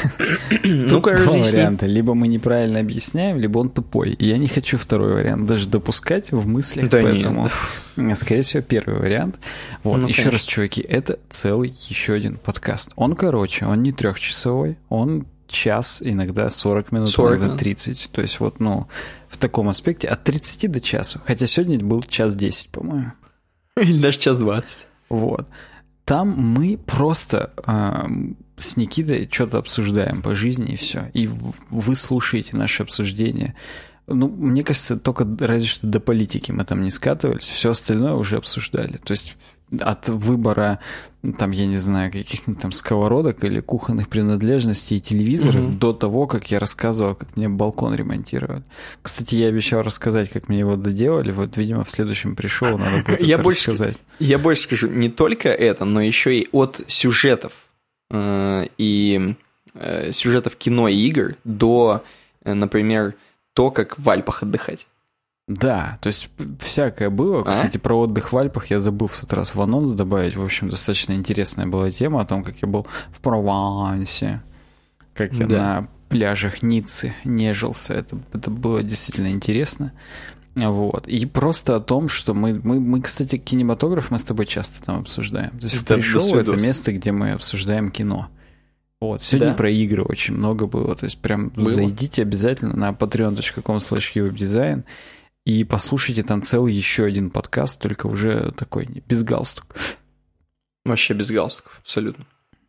Speaker 1: Ну-ка,
Speaker 2: Два
Speaker 1: разъясни.
Speaker 2: варианта. Либо мы неправильно объясняем, либо он тупой. И я не хочу второй вариант даже допускать в мыслях,
Speaker 1: Да
Speaker 2: поэтому,
Speaker 1: нет.
Speaker 2: скорее всего, первый вариант. Вот,
Speaker 1: Ну,
Speaker 2: еще
Speaker 1: конечно.
Speaker 2: раз, чуваки, это целый еще один подкаст. Он короче, он не трехчасовой, он час, иногда сорок минут,
Speaker 1: сорок
Speaker 2: иногда
Speaker 1: минут.
Speaker 2: тридцать. То есть вот, ну, в таком аспекте от тридцати до часу. Хотя сегодня был час десять, по-моему.
Speaker 1: Или даже час двадцать.
Speaker 2: Вот. Там мы просто э, с Никитой что-то обсуждаем по жизни и все. И вы слушаете наши обсуждения. Ну, мне кажется, только разве что до политики мы там не скатывались, все остальное уже обсуждали. То есть от выбора, там, я не знаю, каких-нибудь там сковородок или кухонных принадлежностей и телевизоров угу. до того, как я рассказывал, как мне балкон ремонтировали. Кстати, я обещал рассказать, как мне его доделали. Вот, видимо, в следующем пришел, надо будет
Speaker 1: я
Speaker 2: это
Speaker 1: больше,
Speaker 2: рассказать.
Speaker 1: Я больше скажу, не только это, но еще и от сюжетов э, и э, сюжетов кино и игр до, э, например, то, как в Альпах отдыхать.
Speaker 2: Да, то есть всякое было.
Speaker 1: А?
Speaker 2: Кстати, про отдых в Альпах я забыл в тот раз в анонс добавить. В общем, достаточно интересная была тема о том, как я был в Провансе, как я
Speaker 1: да.
Speaker 2: на пляжах Ниццы нежился. Это, это было действительно интересно. Вот. И просто о том, что мы, мы, мы, кстати, кинематограф мы с тобой часто там обсуждаем. То есть в пришел это место, где мы обсуждаем кино. Вот. Сегодня да. про игры очень много было. То есть прям было? Зайдите обязательно на patreon точка com слэш uwebdesign и послушайте там целый еще один подкаст, только уже такой, без галстук.
Speaker 1: Вообще без галстуков, абсолютно.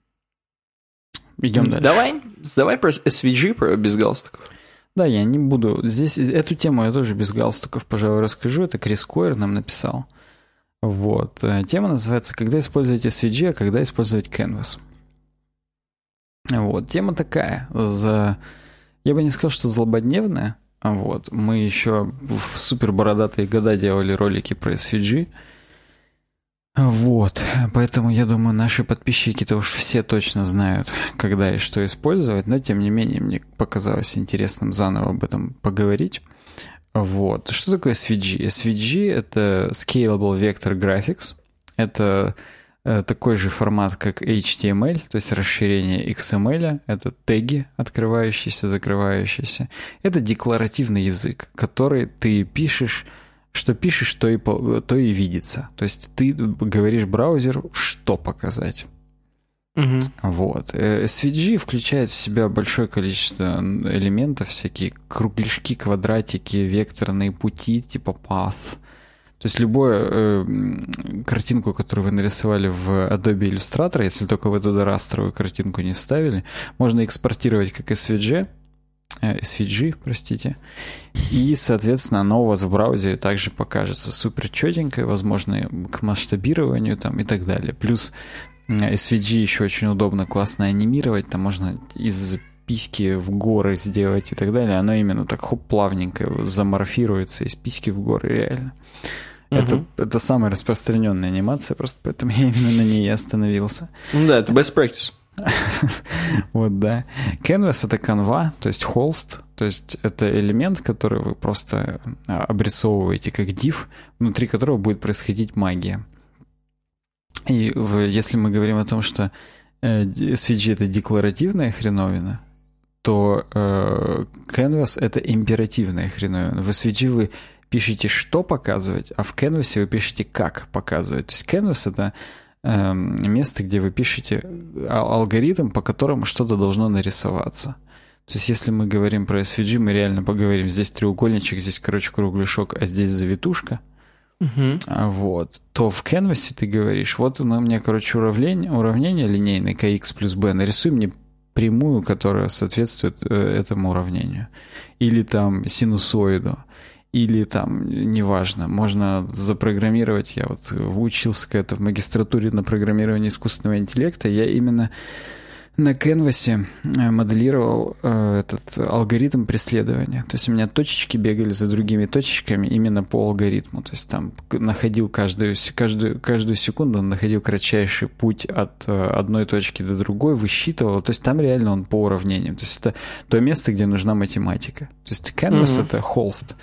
Speaker 2: Идем дальше.
Speaker 1: Давай, давай про эс ви джи, про без галстуков.
Speaker 2: Да, я не буду. Здесь эту тему я тоже без галстуков, пожалуй, расскажу. Это Крис Койер нам написал. Вот. Тема называется «Когда использовать эс ви джи, а когда использовать Canvas». Вот. Тема такая. За... Я бы не сказал, что злободневная. Вот. Мы еще в супер бородатые года делали ролики про эс ви джи. Вот, поэтому, я думаю, наши подписчики-то уж все точно знают, когда и что использовать, но, тем не менее, мне показалось интересным заново об этом поговорить. Вот, что такое эс ви джи? эс ви джи — это Scalable Vector Graphics, это э, такой же формат, как эйч ти эм эль, то есть расширение икс эм эль, это теги, открывающиеся, закрывающиеся, это декларативный язык, который ты пишешь. Что пишешь, то и, то и видится. То есть ты говоришь браузеру, что показать.
Speaker 1: Угу.
Speaker 2: Вот. эс ви джи включает в себя большое количество элементов, всякие кругляшки, квадратики, векторные пути, типа path. То есть любую э, картинку, которую вы нарисовали в Adobe Illustrator, если только вы туда растровую картинку не вставили, можно экспортировать как эс ви джи, эс ви джи, простите, и, соответственно, оно у вас в браузере также покажется супер четенькое, возможно, к масштабированию там и так далее. Плюс эс ви джи еще очень удобно, классно анимировать, там можно из письки в горы сделать и так далее. Оно именно так хоп, плавненько заморфируется из письки в горы, реально. Угу. Это, это самая распространенная анимация, просто поэтому я именно на ней и остановился.
Speaker 1: Ну да, это best practice.
Speaker 2: Вот, да. Canvas — это канва, то есть холст, то есть это элемент, который вы просто обрисовываете как div, внутри которого будет происходить магия. И в, если мы говорим о том, что э, эс ви джи — это декларативная хреновина, то э, Canvas — это императивная хреновина. В эс ви джи вы пишете, что показывать, а в Canvas вы пишете, как показывать. То есть Canvas — это место, где вы пишете алгоритм, по которому что-то должно нарисоваться. То есть, если мы говорим про эс ви джи, мы реально поговорим, здесь треугольничек, здесь, короче, кругляшок, а здесь завитушка. Uh-huh. Вот. То в Canvas ты говоришь, вот у меня, короче, уравнение, уравнение линейное kx плюс b, нарисуй мне прямую, которая соответствует этому уравнению. Или там синусоиду. Или там, неважно, можно запрограммировать, я вот учился как-то в магистратуре на программирование искусственного интеллекта, я именно на Canvas моделировал э, этот алгоритм преследования. То есть у меня точечки бегали за другими точечками именно по алгоритму. То есть там находил каждую, каждую, каждую секунду, он находил кратчайший путь от э, одной точки до другой, высчитывал. То есть там реально он по уравнениям. То есть это то место, где нужна математика. То есть Canvas mm-hmm. — это холст.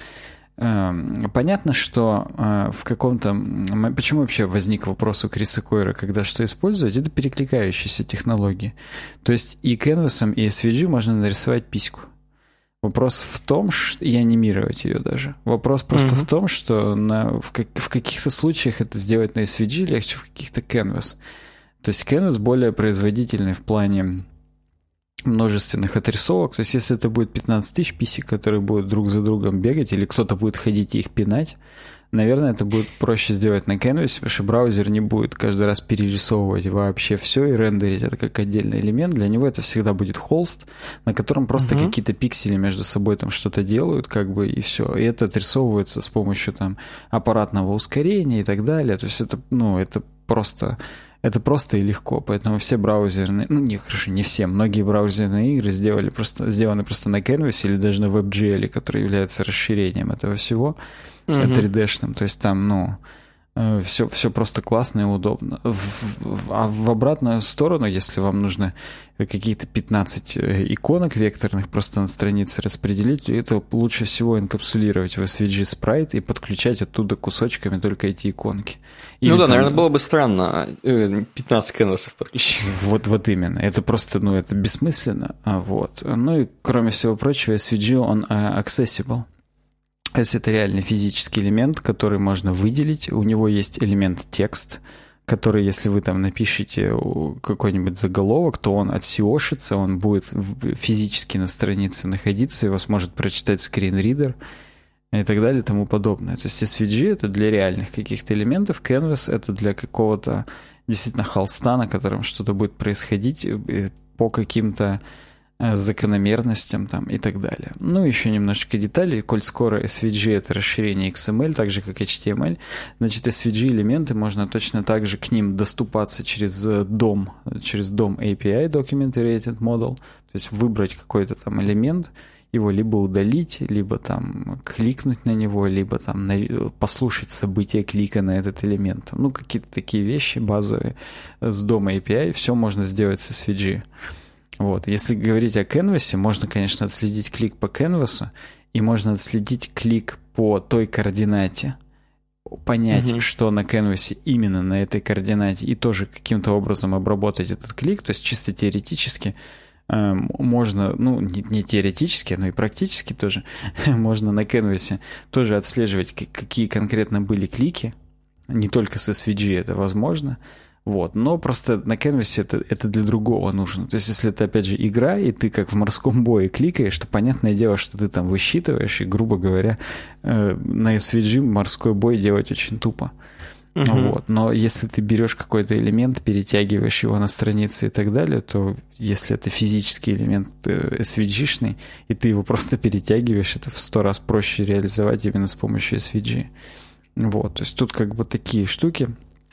Speaker 2: Понятно, что в каком-то... Почему вообще возник вопрос у Криса Койера, когда что использовать? Это перекликающиеся технологии. То есть и Canvas, и эс ви джи можно нарисовать письку. Вопрос в том, что... и анимировать ее даже. Вопрос просто mm-hmm. в том, что на... в, как... в каких-то случаях это сделать на эс ви джи легче, в каких-то Canvas. То есть Canvas более производительный в плане множественных отрисовок. То есть если это будет пятнадцать тысяч писек, которые будут друг за другом бегать, или кто-то будет ходить и их пинать, наверное, это будет проще сделать на Canvas, потому что браузер не будет каждый раз перерисовывать вообще все и рендерить это как отдельный элемент. Для него это всегда будет холст, на котором просто uh-huh. какие-то пиксели между собой там что-то делают, как бы, и все. И это отрисовывается с помощью там аппаратного ускорения и так далее. То есть это, ну, это просто... Это просто и легко, поэтому все браузерные, ну, не, хорошо, не все, многие браузерные игры сделали просто, сделаны просто на Canvas или даже на WebGL, который является расширением этого всего, mm-hmm. три дэ-шным, то есть там, ну, все, все просто классно и удобно. В, в, а в обратную сторону, если вам нужно какие-то пятнадцать иконок векторных просто на странице распределить, это лучше всего инкапсулировать в эс ви джи Sprite и подключать оттуда кусочками только эти иконки. Или
Speaker 1: ну да,
Speaker 2: там...
Speaker 1: наверное, было бы странно пятнадцать canvas'ов подключить.
Speaker 2: Вот, вот именно. Это просто, ну, это бессмысленно. Вот. Ну и, кроме всего прочего, эс ви джи, он accessible. То есть это реальный физический элемент, который можно выделить. У него есть элемент текст, который, если вы там напишете какой-нибудь заголовок, то он отсеошится, он будет физически на странице находиться, его сможет прочитать скринридер и так далее и тому подобное. То есть эс ви джи — это для реальных каких-то элементов, Canvas — это для какого-то действительно холста, на котором что-то будет происходить по каким-то закономерностям там и так далее. Ну, еще немножечко деталей. Коль скоро эс ви джи — это расширение икс эм эль, так же, как эйч ти эм эль, значит, эс ви джи-элементы можно точно так же к ним доступаться через дом, через дом эй пи ай, Document Oriented Model, то есть выбрать какой-то там элемент, его либо удалить, либо там кликнуть на него, либо там на... послушать события клика на этот элемент. Ну, какие-то такие вещи базовые с дома эй пи ай, все можно сделать с эс ви джи. Вот. Если говорить о Canvas, можно, конечно, отследить клик по Canvas, и можно отследить клик по той координате, понять, угу. что на Canvas именно на этой координате, и тоже каким-то образом обработать этот клик. То есть чисто теоретически э, можно, ну, не, не теоретически, но и практически тоже, можно на Canvas тоже отслеживать, какие конкретно были клики. Не только с эс ви джи это возможно. Вот. Но просто на Canvas это, это для другого нужно. То есть, если это, опять же, игра, и ты как в морском бое кликаешь, то понятное дело, что ты там высчитываешь, и, грубо говоря, э, на эс ви джи морской бой делать очень тупо. Uh-huh. Вот. Но если ты берешь какой-то элемент, перетягиваешь его на странице и так далее, то если это физический элемент эс ви джи-шный, и ты его просто перетягиваешь, это в сто раз проще реализовать именно с помощью эс ви джи. Вот. То есть тут как бы такие штуки.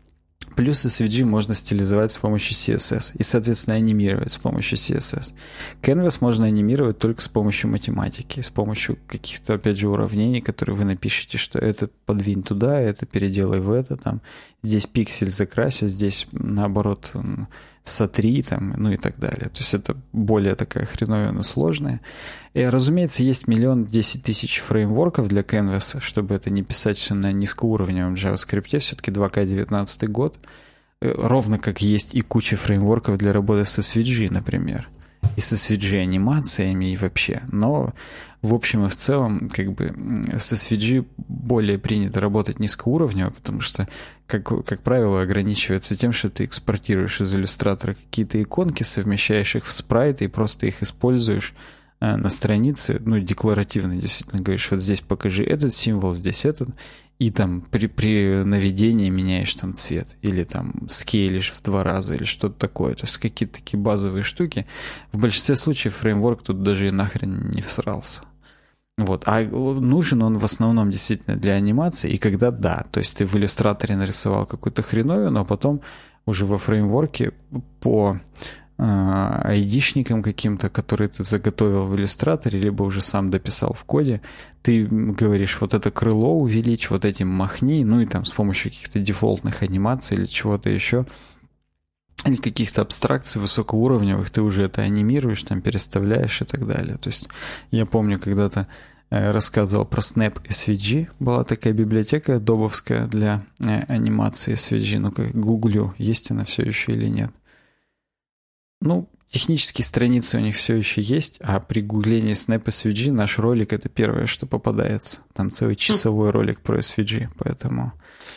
Speaker 2: Плюс эс ви джи можно стилизовать с помощью си эс эс и, соответственно, анимировать с помощью си эс эс. Canvas можно анимировать только с помощью математики, с помощью каких-то, опять же, уравнений, которые вы напишете, что это подвинь туда, это переделай в это, там, здесь пиксель закрась, здесь, наоборот, сотри, там, ну и так далее. То есть это более такая хреновина сложная. И, разумеется, есть миллион десять тысяч фреймворков для Canvas, чтобы это не писать все на низкоуровневом JavaScript, все-таки два ка девятнадцатый год, ровно как есть и куча фреймворков для работы с эс ви джи, например, и с эс ви джи анимациями и вообще. Но в общем и в целом, как бы с эс ви джи более принято работать низкоуровнево, потому что, как, как правило, ограничивается тем, что ты экспортируешь из иллюстратора какие-то иконки, совмещаешь их в спрайты и просто их используешь на странице, ну, декларативно, действительно говоришь, вот здесь покажи этот символ, здесь этот, и там при, при наведении меняешь там цвет, или там скейлишь в два раза, или что-то такое. То есть какие-то такие базовые штуки. В большинстве случаев фреймворк тут даже и нахрен не всрался. Вот. А нужен он в основном действительно для анимации, и когда да, то есть ты в иллюстраторе нарисовал какую-то хреновину, а потом уже во фреймворке по айдишникам каким-то, которые ты заготовил в иллюстраторе, либо уже сам дописал в коде, ты говоришь, вот это крыло увеличь, вот этим махни, ну и там с помощью каких-то дефолтных анимаций или чего-то еще, или каких-то абстракций высокоуровневых, ты уже это анимируешь, там переставляешь и так далее. То есть я помню, когда-то рассказывал про Snap эс ви джи, была такая библиотека добовская для анимации эс ви джи, ну-ка гуглю, есть она все еще или нет. Ну, технические страницы у них все еще есть, а при гуглении Snap эс ви джи наш ролик — это первое, что попадается. Там целый часовой ролик про эс ви джи, поэтому...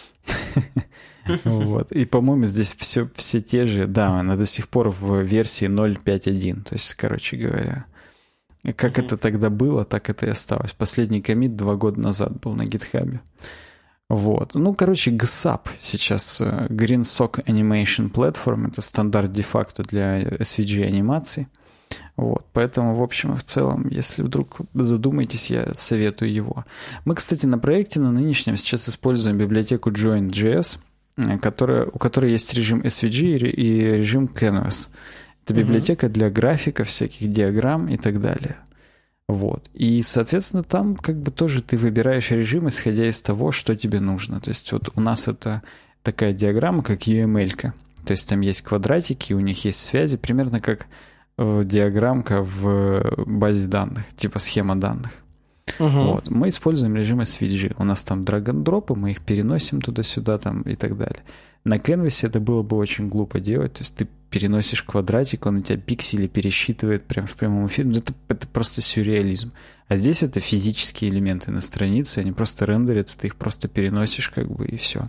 Speaker 2: Вот. И, по-моему, здесь все, все те же... Да, она до сих пор в версии ноль пять один. То есть, короче говоря, как это тогда было, так это и осталось. Последний коммит два года назад был на GitHub. Вот. Ну, короче, джи эс эй пи сейчас, Green Sock Animation Platform, это стандарт де-факто для эс ви джи анимаций. Вот. Поэтому, в общем и в целом, если вдруг задумаетесь, я советую его. Мы, кстати, на проекте, на нынешнем, сейчас используем библиотеку Join.js, которая, у которой есть режим эс ви джи и режим Canvas. Это библиотека mm-hmm. для графиков, всяких диаграмм и так далее. Вот. И, соответственно, там как бы тоже ты выбираешь режим, исходя из того, что тебе нужно. То есть вот у нас это такая диаграмма, как ю эм эль-ка. То есть там есть квадратики, у них есть связи, примерно как диаграммка в базе данных, типа схема данных. Uh-huh. Вот. Мы используем режим эс ви джи. У нас там drag-and-drop, мы их переносим туда-сюда там, и так далее. На Canvas это было бы очень глупо делать. То есть ты переносишь квадратик, он у тебя пиксели пересчитывает прямо в прямом эфире. Это, это просто сюрреализм. А здесь это физические элементы на странице, они просто рендерятся, ты их просто переносишь как бы и все.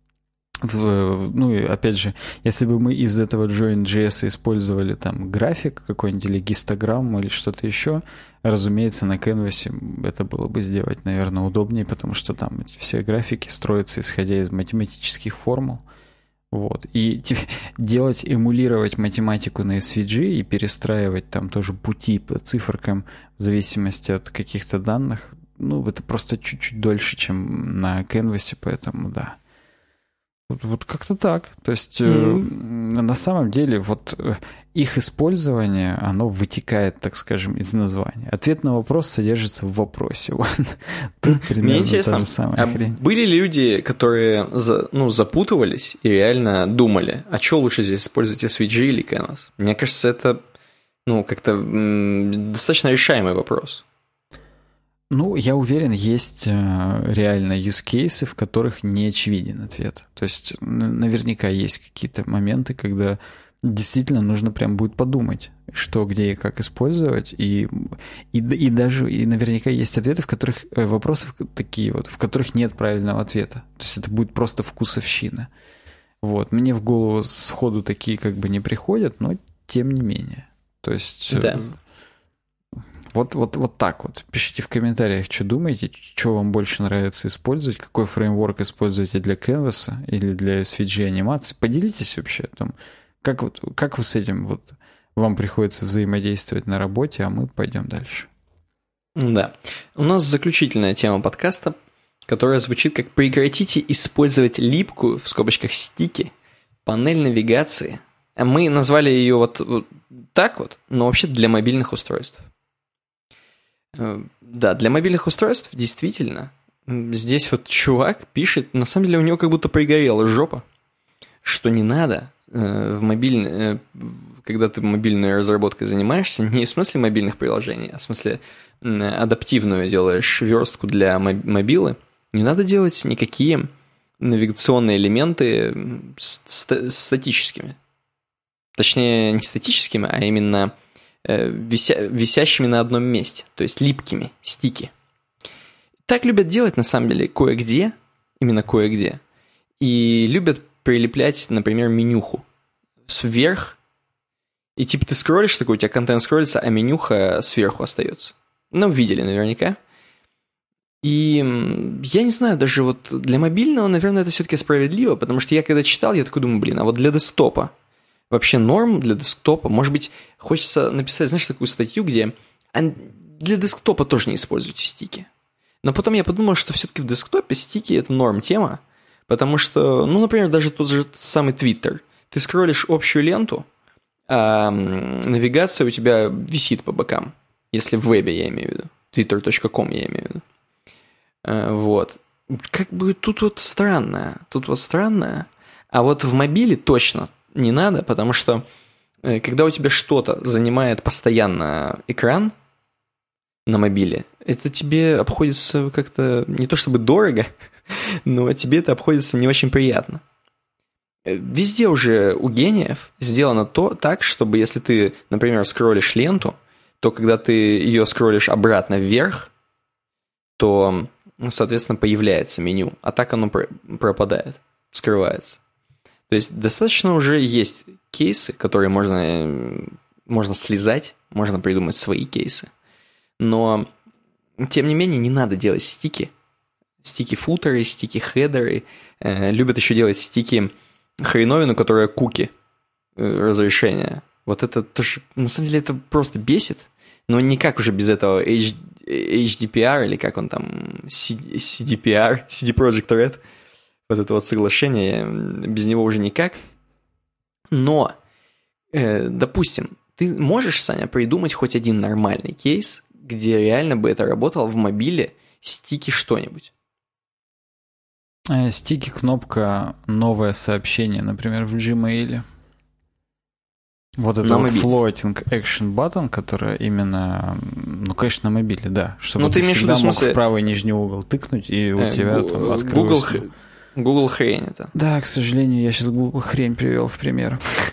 Speaker 2: В, ну и опять же, если бы мы из этого Join.js использовали там график какой-нибудь или гистограмму или что-то еще, разумеется, на Canvas это было бы сделать, наверное, удобнее, потому что там эти все графики строятся исходя из математических формул. Вот. И делать, эмулировать математику на эс ви джи и перестраивать там тоже пути по циферкам в зависимости от каких-то данных, ну, это просто чуть-чуть дольше, чем на Canvas, поэтому да. Вот, вот как-то так. То есть mm-hmm. э, на самом деле вот э, их использование, оно вытекает, так скажем, из названия. Ответ на вопрос содержится в вопросе. Тут примерно
Speaker 1: Мне интересно,
Speaker 2: та же самая
Speaker 1: а
Speaker 2: хрень.
Speaker 1: Были ли люди, которые за, ну, запутывались и реально думали, а что лучше здесь использовать, эс ви джи или Canvas? Мне кажется, это ну, как-то м- достаточно решаемый вопрос.
Speaker 2: Ну, я уверен, есть э, реально use cases, в которых не очевиден ответ. То есть н- наверняка есть какие-то моменты, когда действительно нужно прям будет подумать, что, где и как использовать. И, и, и даже и наверняка есть ответы, в которых э, вопросы такие вот, в которых нет правильного ответа. То есть это будет просто вкусовщина. Вот. Мне в голову сходу такие как бы не приходят, но тем не менее. То есть...
Speaker 1: Да.
Speaker 2: Э, Вот, вот, вот так вот. Пишите в комментариях, что думаете, что вам больше нравится использовать, какой фреймворк используете для Canvas или для эс ви джи анимации. Поделитесь вообще о том, как, вот, как вы с этим вот вам приходится взаимодействовать на работе, а мы пойдем дальше.
Speaker 1: Да. У нас заключительная тема подкаста, которая звучит как «Прекратите использовать липкую, в скобочках стики, панель навигации». Мы назвали ее вот, вот так вот, но вообще для мобильных устройств. Да, для мобильных устройств действительно. Здесь вот чувак пишет, на самом деле у него как будто пригорела жопа, что не надо в мобильной, когда ты мобильной разработкой занимаешься, не в смысле мобильных приложений, а в смысле адаптивную делаешь верстку для мобилы, не надо делать никакие навигационные элементы статическими. Точнее, не статическими, а именно... Вися, висящими на одном месте, то есть липкими, стики. Так любят делать, на самом деле, кое-где, именно кое-где, и любят прилеплять, например, менюху сверх, и типа ты скроллишь, такой у тебя контент скроллится, а менюха сверху остается. Ну, видели наверняка. И я не знаю, даже вот для мобильного, наверное, это все-таки справедливо, потому что я когда читал, я такой думаю, блин, а вот для десктопа вообще норм для десктопа. Может быть, хочется написать, знаешь, такую статью, где для десктопа тоже не используйте стики. Но потом я подумал, что все-таки в десктопе стики – это норм тема, потому что, ну, например, даже тот же самый Twitter. Ты скроллишь общую ленту, а навигация у тебя висит по бокам. Если в вебе, я имею в виду. твиттер точка ком я имею в виду. А, вот. Как бы тут вот странно. Тут вот странно. А вот в мобиле точно не надо, потому что э, когда у тебя что-то занимает постоянно экран на мобиле, это тебе обходится как-то не то чтобы дорого, но тебе это обходится не очень приятно. Везде уже у гениев сделано то так, чтобы если ты, например, скроллишь ленту, то когда ты ее скроллишь обратно вверх, то, соответственно, появляется меню, а так оно пропадает, скрывается. То есть достаточно уже есть кейсы, которые можно, можно слезать, можно придумать свои кейсы. Но, тем не менее, не надо делать стики. Стики-футеры, стики-хедеры. Э, любят еще делать стики-хреновину, которая куки э, разрешения. Вот это тоже, на самом деле, это просто бесит. Но никак уже без этого эйч ди пи ар, или как он там, си ди пи ар, си ди Projekt Red, вот это вот соглашение, без него уже никак. Но, э, допустим, ты можешь, Саня, придумать хоть один нормальный кейс, где реально бы это работало в мобиле, стики что-нибудь?
Speaker 2: Стики, кнопка «Новое сообщение», например, в Gmail. Вот это вот floating action button, которая именно, ну, конечно, на мобиле, да. Чтобы ну, ты, ты всегда мог смысле... в правый нижний угол тыкнуть, и у э, тебя Google, там открылось...
Speaker 1: Google, Google хрень это.
Speaker 2: Да, к сожалению, я сейчас Google хрень привел в пример.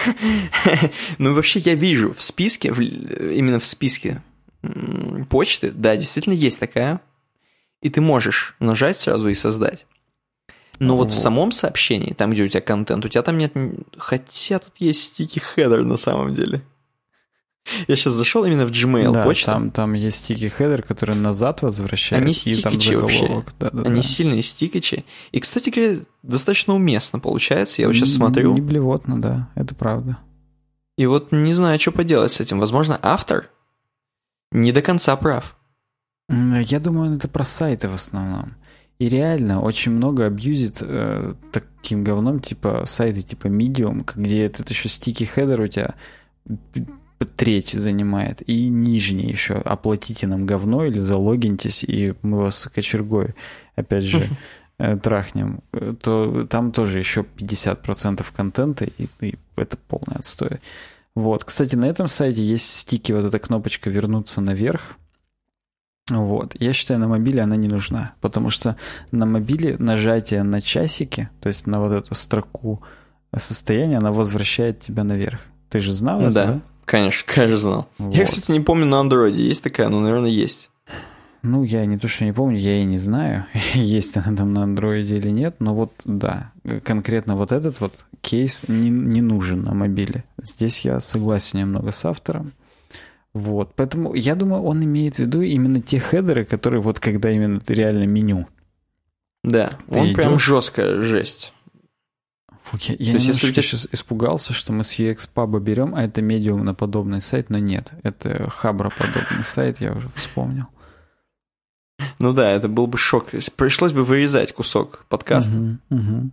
Speaker 1: Ну, вообще, я вижу в списке, именно в списке почты, да, действительно есть такая, и ты можешь нажать сразу и создать. Но вот в самом сообщении, там, где у тебя контент, у тебя там нет... Хотя тут есть стики хедер на самом деле. Я сейчас зашел именно в Gmail
Speaker 2: да,
Speaker 1: почту.
Speaker 2: Там, там есть стики хедер, которые назад возвращают.
Speaker 1: Они
Speaker 2: и там
Speaker 1: стикачи вообще.
Speaker 2: Да, да,
Speaker 1: Они
Speaker 2: да.
Speaker 1: сильные стикачи. И, кстати говоря, достаточно уместно получается. Я вот сейчас смотрю.
Speaker 2: Не блевотно, да, это правда.
Speaker 1: И вот не знаю, что поделать с этим. Возможно, автор не до конца прав.
Speaker 2: Я думаю, это про сайты в основном. И реально очень много абьюзит э, таким говном, типа сайты типа Medium, где этот еще стики хедер у тебя треть занимает, и нижний еще. Оплатите нам говно или залогиньтесь, и мы вас кочергой, опять же, э, трахнем. То там тоже еще пятьдесят процентов контента, и, и это полный отстой. Вот. Кстати, на этом сайте есть стики, вот эта кнопочка «Вернуться наверх». Вот. Я считаю, на мобиле она не нужна, потому что на мобиле нажатие на часики, то есть на вот эту строку состояния, она возвращает тебя наверх. Ты же знал это,
Speaker 1: да?
Speaker 2: Да,
Speaker 1: конечно, конечно знал.
Speaker 2: Вот.
Speaker 1: Я, кстати, не помню, на андроиде есть такая, но, наверное, есть.
Speaker 2: Ну, я не то, что не помню, я и не знаю, есть она там на андроиде или нет, но вот да, конкретно вот этот вот кейс не, не нужен на мобиле. Здесь я согласен немного с автором. Вот, поэтому я думаю, он имеет в виду именно те хедеры, которые вот когда именно реально меню.
Speaker 1: Да,
Speaker 2: Ты
Speaker 1: он
Speaker 2: идешь...
Speaker 1: прям жесткая жесть.
Speaker 2: Фу, я я немножко тебя... сейчас испугался, что мы с ю экс паба берем, а это медиумно-подобный сайт, но нет, это хабра-подобный сайт, я уже вспомнил.
Speaker 1: Ну да, это был бы шок. Пришлось бы вырезать кусок подкаста.
Speaker 2: Угу, угу.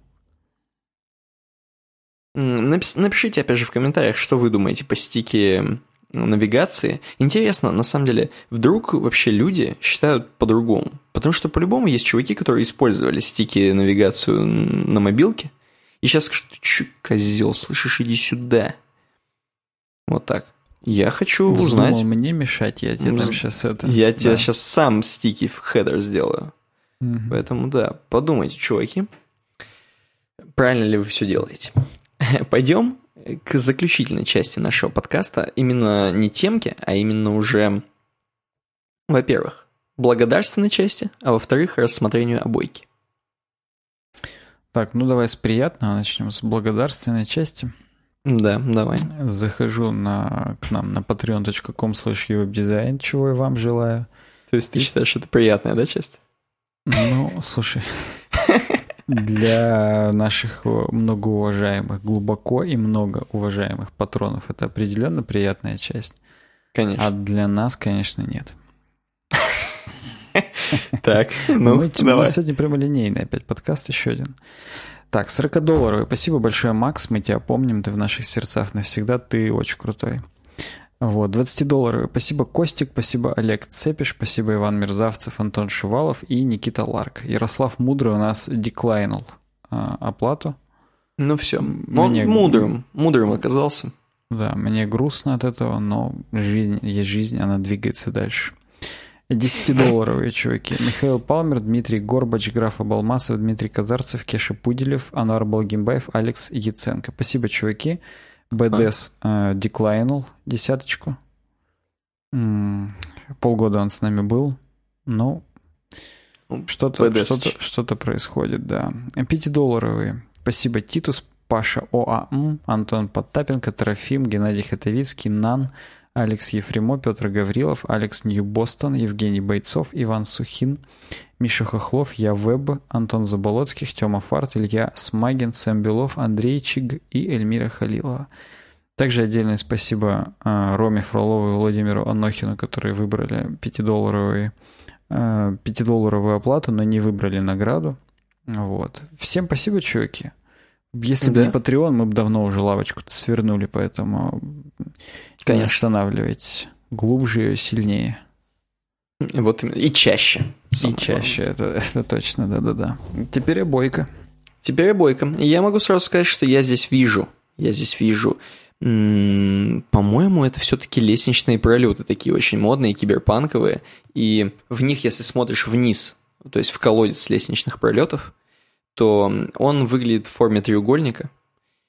Speaker 1: Напис... Напишите, опять же, в комментариях, что вы думаете по стике навигации. Интересно, на самом деле, вдруг вообще люди считают по-другому. Потому что по-любому есть чуваки, которые использовали стики навигацию на мобилке. И сейчас скажут: ты че, козел, слышишь, иди сюда. Вот так. Я хочу
Speaker 2: Вздумал
Speaker 1: узнать.
Speaker 2: мне мешать, я тебе
Speaker 1: Вз...
Speaker 2: там сейчас это...
Speaker 1: Я
Speaker 2: да.
Speaker 1: тебе сейчас сам стики в хедер сделаю.
Speaker 2: Угу.
Speaker 1: Поэтому, да, подумайте, чуваки, правильно ли вы все делаете. Пойдем к заключительной части нашего подкаста. Именно не темки, а именно уже, во-первых, благодарственной части, а во-вторых, рассмотрению обойки.
Speaker 2: Так, ну давай с приятного начнем, с благодарственной части.
Speaker 1: Да, давай.
Speaker 2: Захожу на, к нам на patreon точка ком слэш uwebdesign, чего я вам желаю.
Speaker 1: То есть ты считаешь, что это приятная, да, часть?
Speaker 2: Ну, слушай, для наших многоуважаемых, глубоко и много уважаемых патронов это определенно приятная часть.
Speaker 1: Конечно.
Speaker 2: А для нас, конечно, нет.
Speaker 1: Так, ну,
Speaker 2: мы,
Speaker 1: давай.
Speaker 2: Мы сегодня прямолинейный опять подкаст, еще один. Так, сорокадолларовый. Спасибо большое, Макс, мы тебя помним, ты в наших сердцах навсегда, ты очень крутой. Вот, двадцатидолларовый. Спасибо, Костик, спасибо, Олег Цепиш, спасибо, Иван Мерзавцев, Антон Шувалов и Никита Ларк. Ярослав Мудрый у нас деклайнул а, оплату.
Speaker 1: Ну все,
Speaker 2: мне...
Speaker 1: он мудрым, мудрым оказался.
Speaker 2: Да, мне грустно от этого, но жизнь есть жизнь, она двигается дальше. десятидолларовые чуваки. Михаил Палмер, Дмитрий Горбач, Граф Абалмасов, Дмитрий Казарцев, Кеша Пуделев, Ануар Балгимбаев, Алекс Яценко. Спасибо, чуваки. БДС э, деклайнул десяточку. М-м, полгода он с нами был. Ну, что-то, что-то, что-то происходит, да. пятидолларовые. Спасибо, Титус, Паша ОАМ, Антон Потапенко, Трофим, Геннадий Хатовицкий, Нан, Алекс Ефремо, Петр Гаврилов, Алекс Нью-Бостон, Евгений Бойцов, Иван Сухин, Миша Хохлов, Я Веб, Антон Заболоцких, Тёма Фарт, Илья Смагин, Сэм Белов, Андрей Чиг и Эльмира Халилова. Также отдельное спасибо э, Роме Фролову и Владимиру Анохину, которые выбрали пятидолларовую, э, пятидолларовую оплату, но не выбрали награду. Вот. Всем спасибо, чуваки. Если бы да. не Patreon, мы бы давно уже лавочку свернули, поэтому Конечно. не останавливайтесь. Глубже ее, сильнее.
Speaker 1: Вот именно. И чаще.
Speaker 2: И чаще, это, это точно, да-да-да. Теперь обойка.
Speaker 1: Теперь обойка. И я могу сразу сказать, что я здесь вижу, я здесь вижу, м-м, по-моему, это все-таки лестничные пролеты, такие очень модные, киберпанковые, и в них, если смотришь вниз, то есть в колодец лестничных пролетов, то он выглядит в форме треугольника,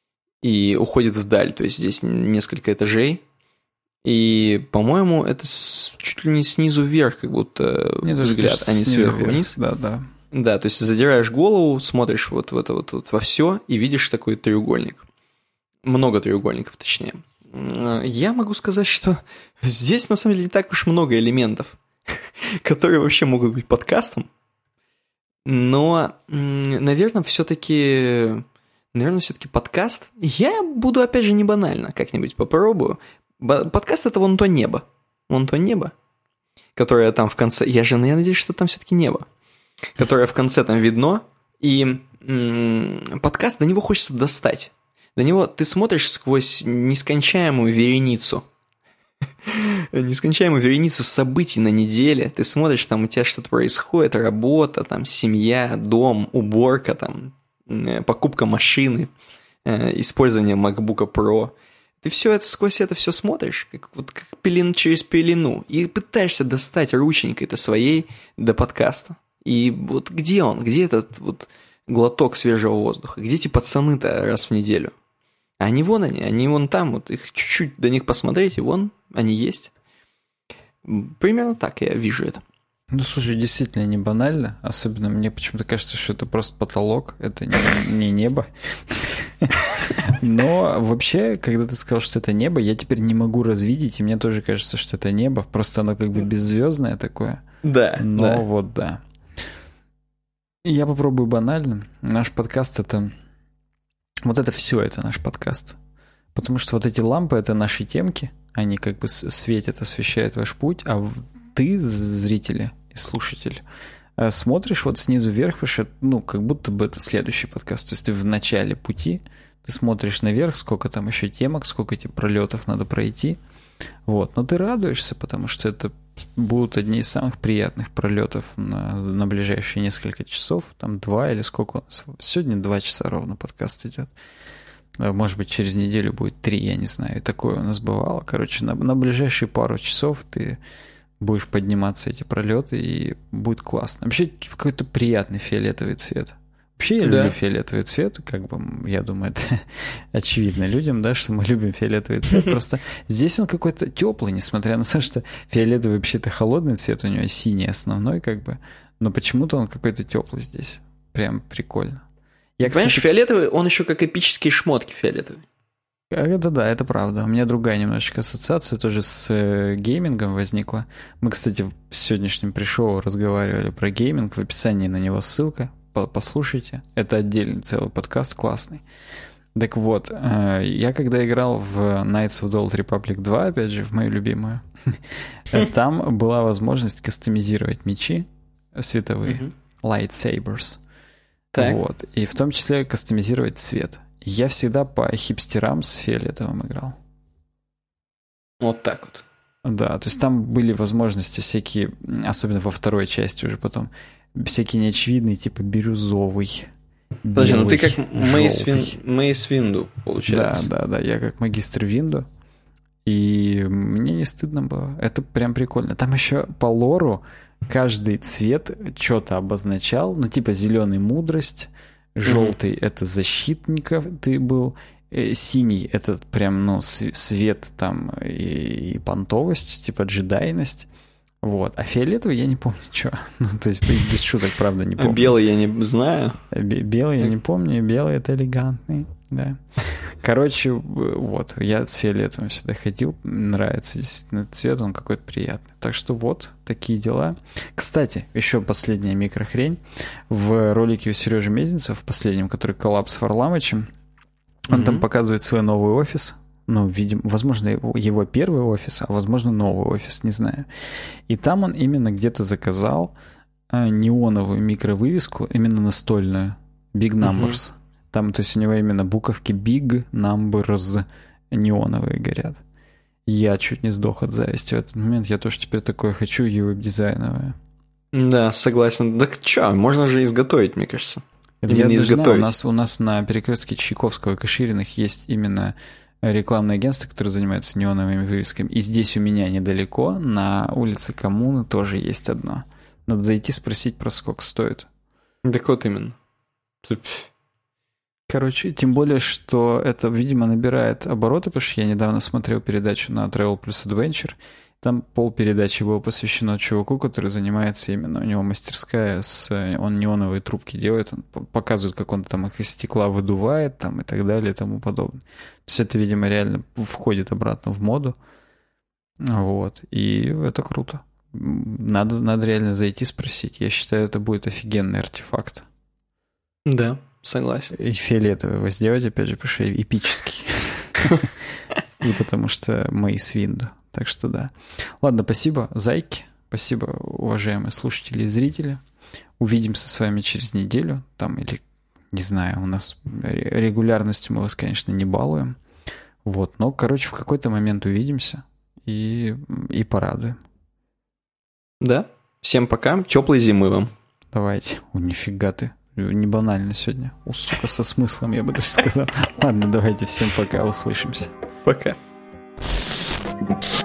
Speaker 1: и уходит вдаль. То есть здесь несколько этажей. И, по-моему, это с, чуть ли не снизу вверх, как будто
Speaker 2: Нет,
Speaker 1: взгляд, а не сверху вверх. Вниз.
Speaker 2: Да, да.
Speaker 1: Да, то есть задираешь голову, смотришь вот в это вот, вот во все и видишь такой треугольник. Много треугольников, точнее. Я могу сказать, что здесь на самом деле не так уж много элементов, которые вообще могут быть подкастом. Но, наверное, все-таки, наверное, все-таки подкаст. Я буду, опять же, не банально, как-нибудь попробую. Подкаст — это вон то небо. Вон то небо, которое там в конце... Я же я надеюсь, что там все-таки небо. Которое в конце там видно. И м- подкаст, до него хочется достать. До него ты смотришь сквозь нескончаемую вереницу. Нескончаемую вереницу событий на неделе. Ты смотришь, там у тебя что-то происходит, работа, там семья, дом, уборка, там покупка машины, использование MacBook Pro. Ты все это сквозь это все смотришь, как, вот, как пелен, через пелену, и пытаешься достать рученькой-то своей до подкаста. И вот где он? Где этот вот глоток свежего воздуха? Где эти пацаны-то раз в неделю? А они вон они, они вон там, вот их чуть-чуть до них посмотреть, и вон они есть. Примерно так я вижу это.
Speaker 2: Ну, слушай, действительно не банально. Особенно мне почему-то кажется, что это просто потолок, это не, не небо. Но вообще, когда ты сказал, что это небо, я теперь не могу развидеть, и мне тоже кажется, что это небо. Просто оно как бы беззвездное такое.
Speaker 1: Да,
Speaker 2: Но
Speaker 1: да.
Speaker 2: вот да. Я попробую банально. Наш подкаст — это... Вот это все, это наш подкаст. Потому что вот эти лампы — это наши темки. Они как бы светят, освещают ваш путь, а ты, зрители и слушатель, смотришь вот снизу вверх, потому что, ну, как будто бы это следующий подкаст. То есть ты в начале пути, ты смотришь наверх, сколько там еще темок, сколько этих пролетов надо пройти. Вот. Но ты радуешься, потому что это будут одни из самых приятных пролетов на, на ближайшие несколько часов. Там два или сколько у нас. Сегодня два часа ровно подкаст идет. Может быть, через неделю будет три, я не знаю. И такое у нас бывало. Короче, на, на ближайшие пару часов ты будешь подниматься эти пролеты, и будет классно. Вообще, какой-то приятный фиолетовый цвет. Вообще, я да. люблю фиолетовый цвет. Как бы, я думаю, это очевидно людям, да, что мы любим фиолетовый цвет. Просто здесь он какой-то теплый, несмотря на то, что фиолетовый вообще-то холодный цвет, у него синий основной, как бы. Но почему-то он какой-то теплый здесь. Прям прикольно.
Speaker 1: Я, Понимаешь, кстати... фиолетовый, он еще как эпические шмотки фиолетовый.
Speaker 2: Это да, это правда. У меня другая немножечко ассоциация тоже с э, геймингом возникла. Мы, кстати, в сегодняшнем пришоу разговаривали про гейминг. В описании на него ссылка. Послушайте. Это отдельный целый подкаст, классный. Так вот, э, я когда играл в Knights of the Old Republic два, опять же, в мою любимую, там была возможность кастомизировать мечи световые, lightsabers. Вот. И в том числе кастомизировать цвет. Я всегда по хипстерам с фиолетовым играл.
Speaker 1: Вот так вот.
Speaker 2: Да, то есть там были возможности всякие, особенно во второй части уже потом, всякие неочевидные, типа бирюзовый,
Speaker 1: Подожди, белый, ну ты как Мейс, Вин... Мейс Винду, получается.
Speaker 2: Да, да, да, я как магистр Винду. И мне не стыдно было. Это прям прикольно. Там еще по лору каждый цвет что-то обозначал. Ну, типа зеленый — мудрость, желтый mm-hmm. — это защитников ты был, синий — это прям, ну, свет там и, и понтовость, типа джедайность. Вот. А фиолетовый я не помню, что. Ну, то есть без шуток, правда, не помню.
Speaker 1: А белый я не знаю.
Speaker 2: Белый я не помню, белый — это элегантный, да. Короче, вот, я с фиолетовым всегда ходил, нравится действительно цвет, он какой-то приятный. Так что вот, такие дела. Кстати, еще последняя микрохрень. В ролике у Сережи Мезенцева, в последнем, который коллаб с Варламычем, он mm-hmm. там показывает свой новый офис. Ну, видимо, возможно, его, его первый офис, а возможно, новый офис, не знаю. И там он именно где-то заказал а, неоновую микровывеску, именно настольную, Big Numbers. Mm-hmm. Там, то есть у него именно буковки Big Numbers неоновые горят. Я чуть не сдох от зависти в этот момент. Я тоже теперь такое хочу, и веб-дизайновое.
Speaker 1: Да, согласен. Так что, можно же изготовить, мне кажется.
Speaker 2: Это я не изготовить. Знаю, у нас, у нас на перекрестке Чайковского и Кашириных есть именно рекламное агентство, которое занимается неоновыми вывесками. И здесь у меня недалеко, на улице Коммуны, тоже есть одно. Надо зайти спросить, про сколько стоит.
Speaker 1: Так вот именно.
Speaker 2: Короче, тем более, что это, видимо, набирает обороты, потому что я недавно смотрел передачу на Travel Plus Adventure. Там полпередачи было посвящено чуваку, который занимается именно, у него мастерская, с, он неоновые трубки делает, он показывает, как он там их из стекла выдувает там, и так далее и тому подобное. То есть это, видимо, реально входит обратно в моду. Вот. И это круто. Надо, надо реально зайти спросить. Я считаю, это будет офигенный артефакт.
Speaker 1: Да, согласен.
Speaker 2: И фиолетовый его сделать, опять же, потому что эпический. И потому что Мейс Винду. Так что да. Ладно, спасибо, зайки. Спасибо, уважаемые слушатели и зрители. Увидимся с вами через неделю. Там или, не знаю, у нас регулярностью мы вас, конечно, не балуем. Вот, но, короче, в какой-то момент увидимся и, и порадуем.
Speaker 1: Да. Всем пока. Теплой зимы вам.
Speaker 2: Давайте. О, нифига ты. Не банально сегодня. О, сука, со смыслом, я бы даже сказал. Ладно, давайте. Всем пока. Услышимся.
Speaker 1: Пока.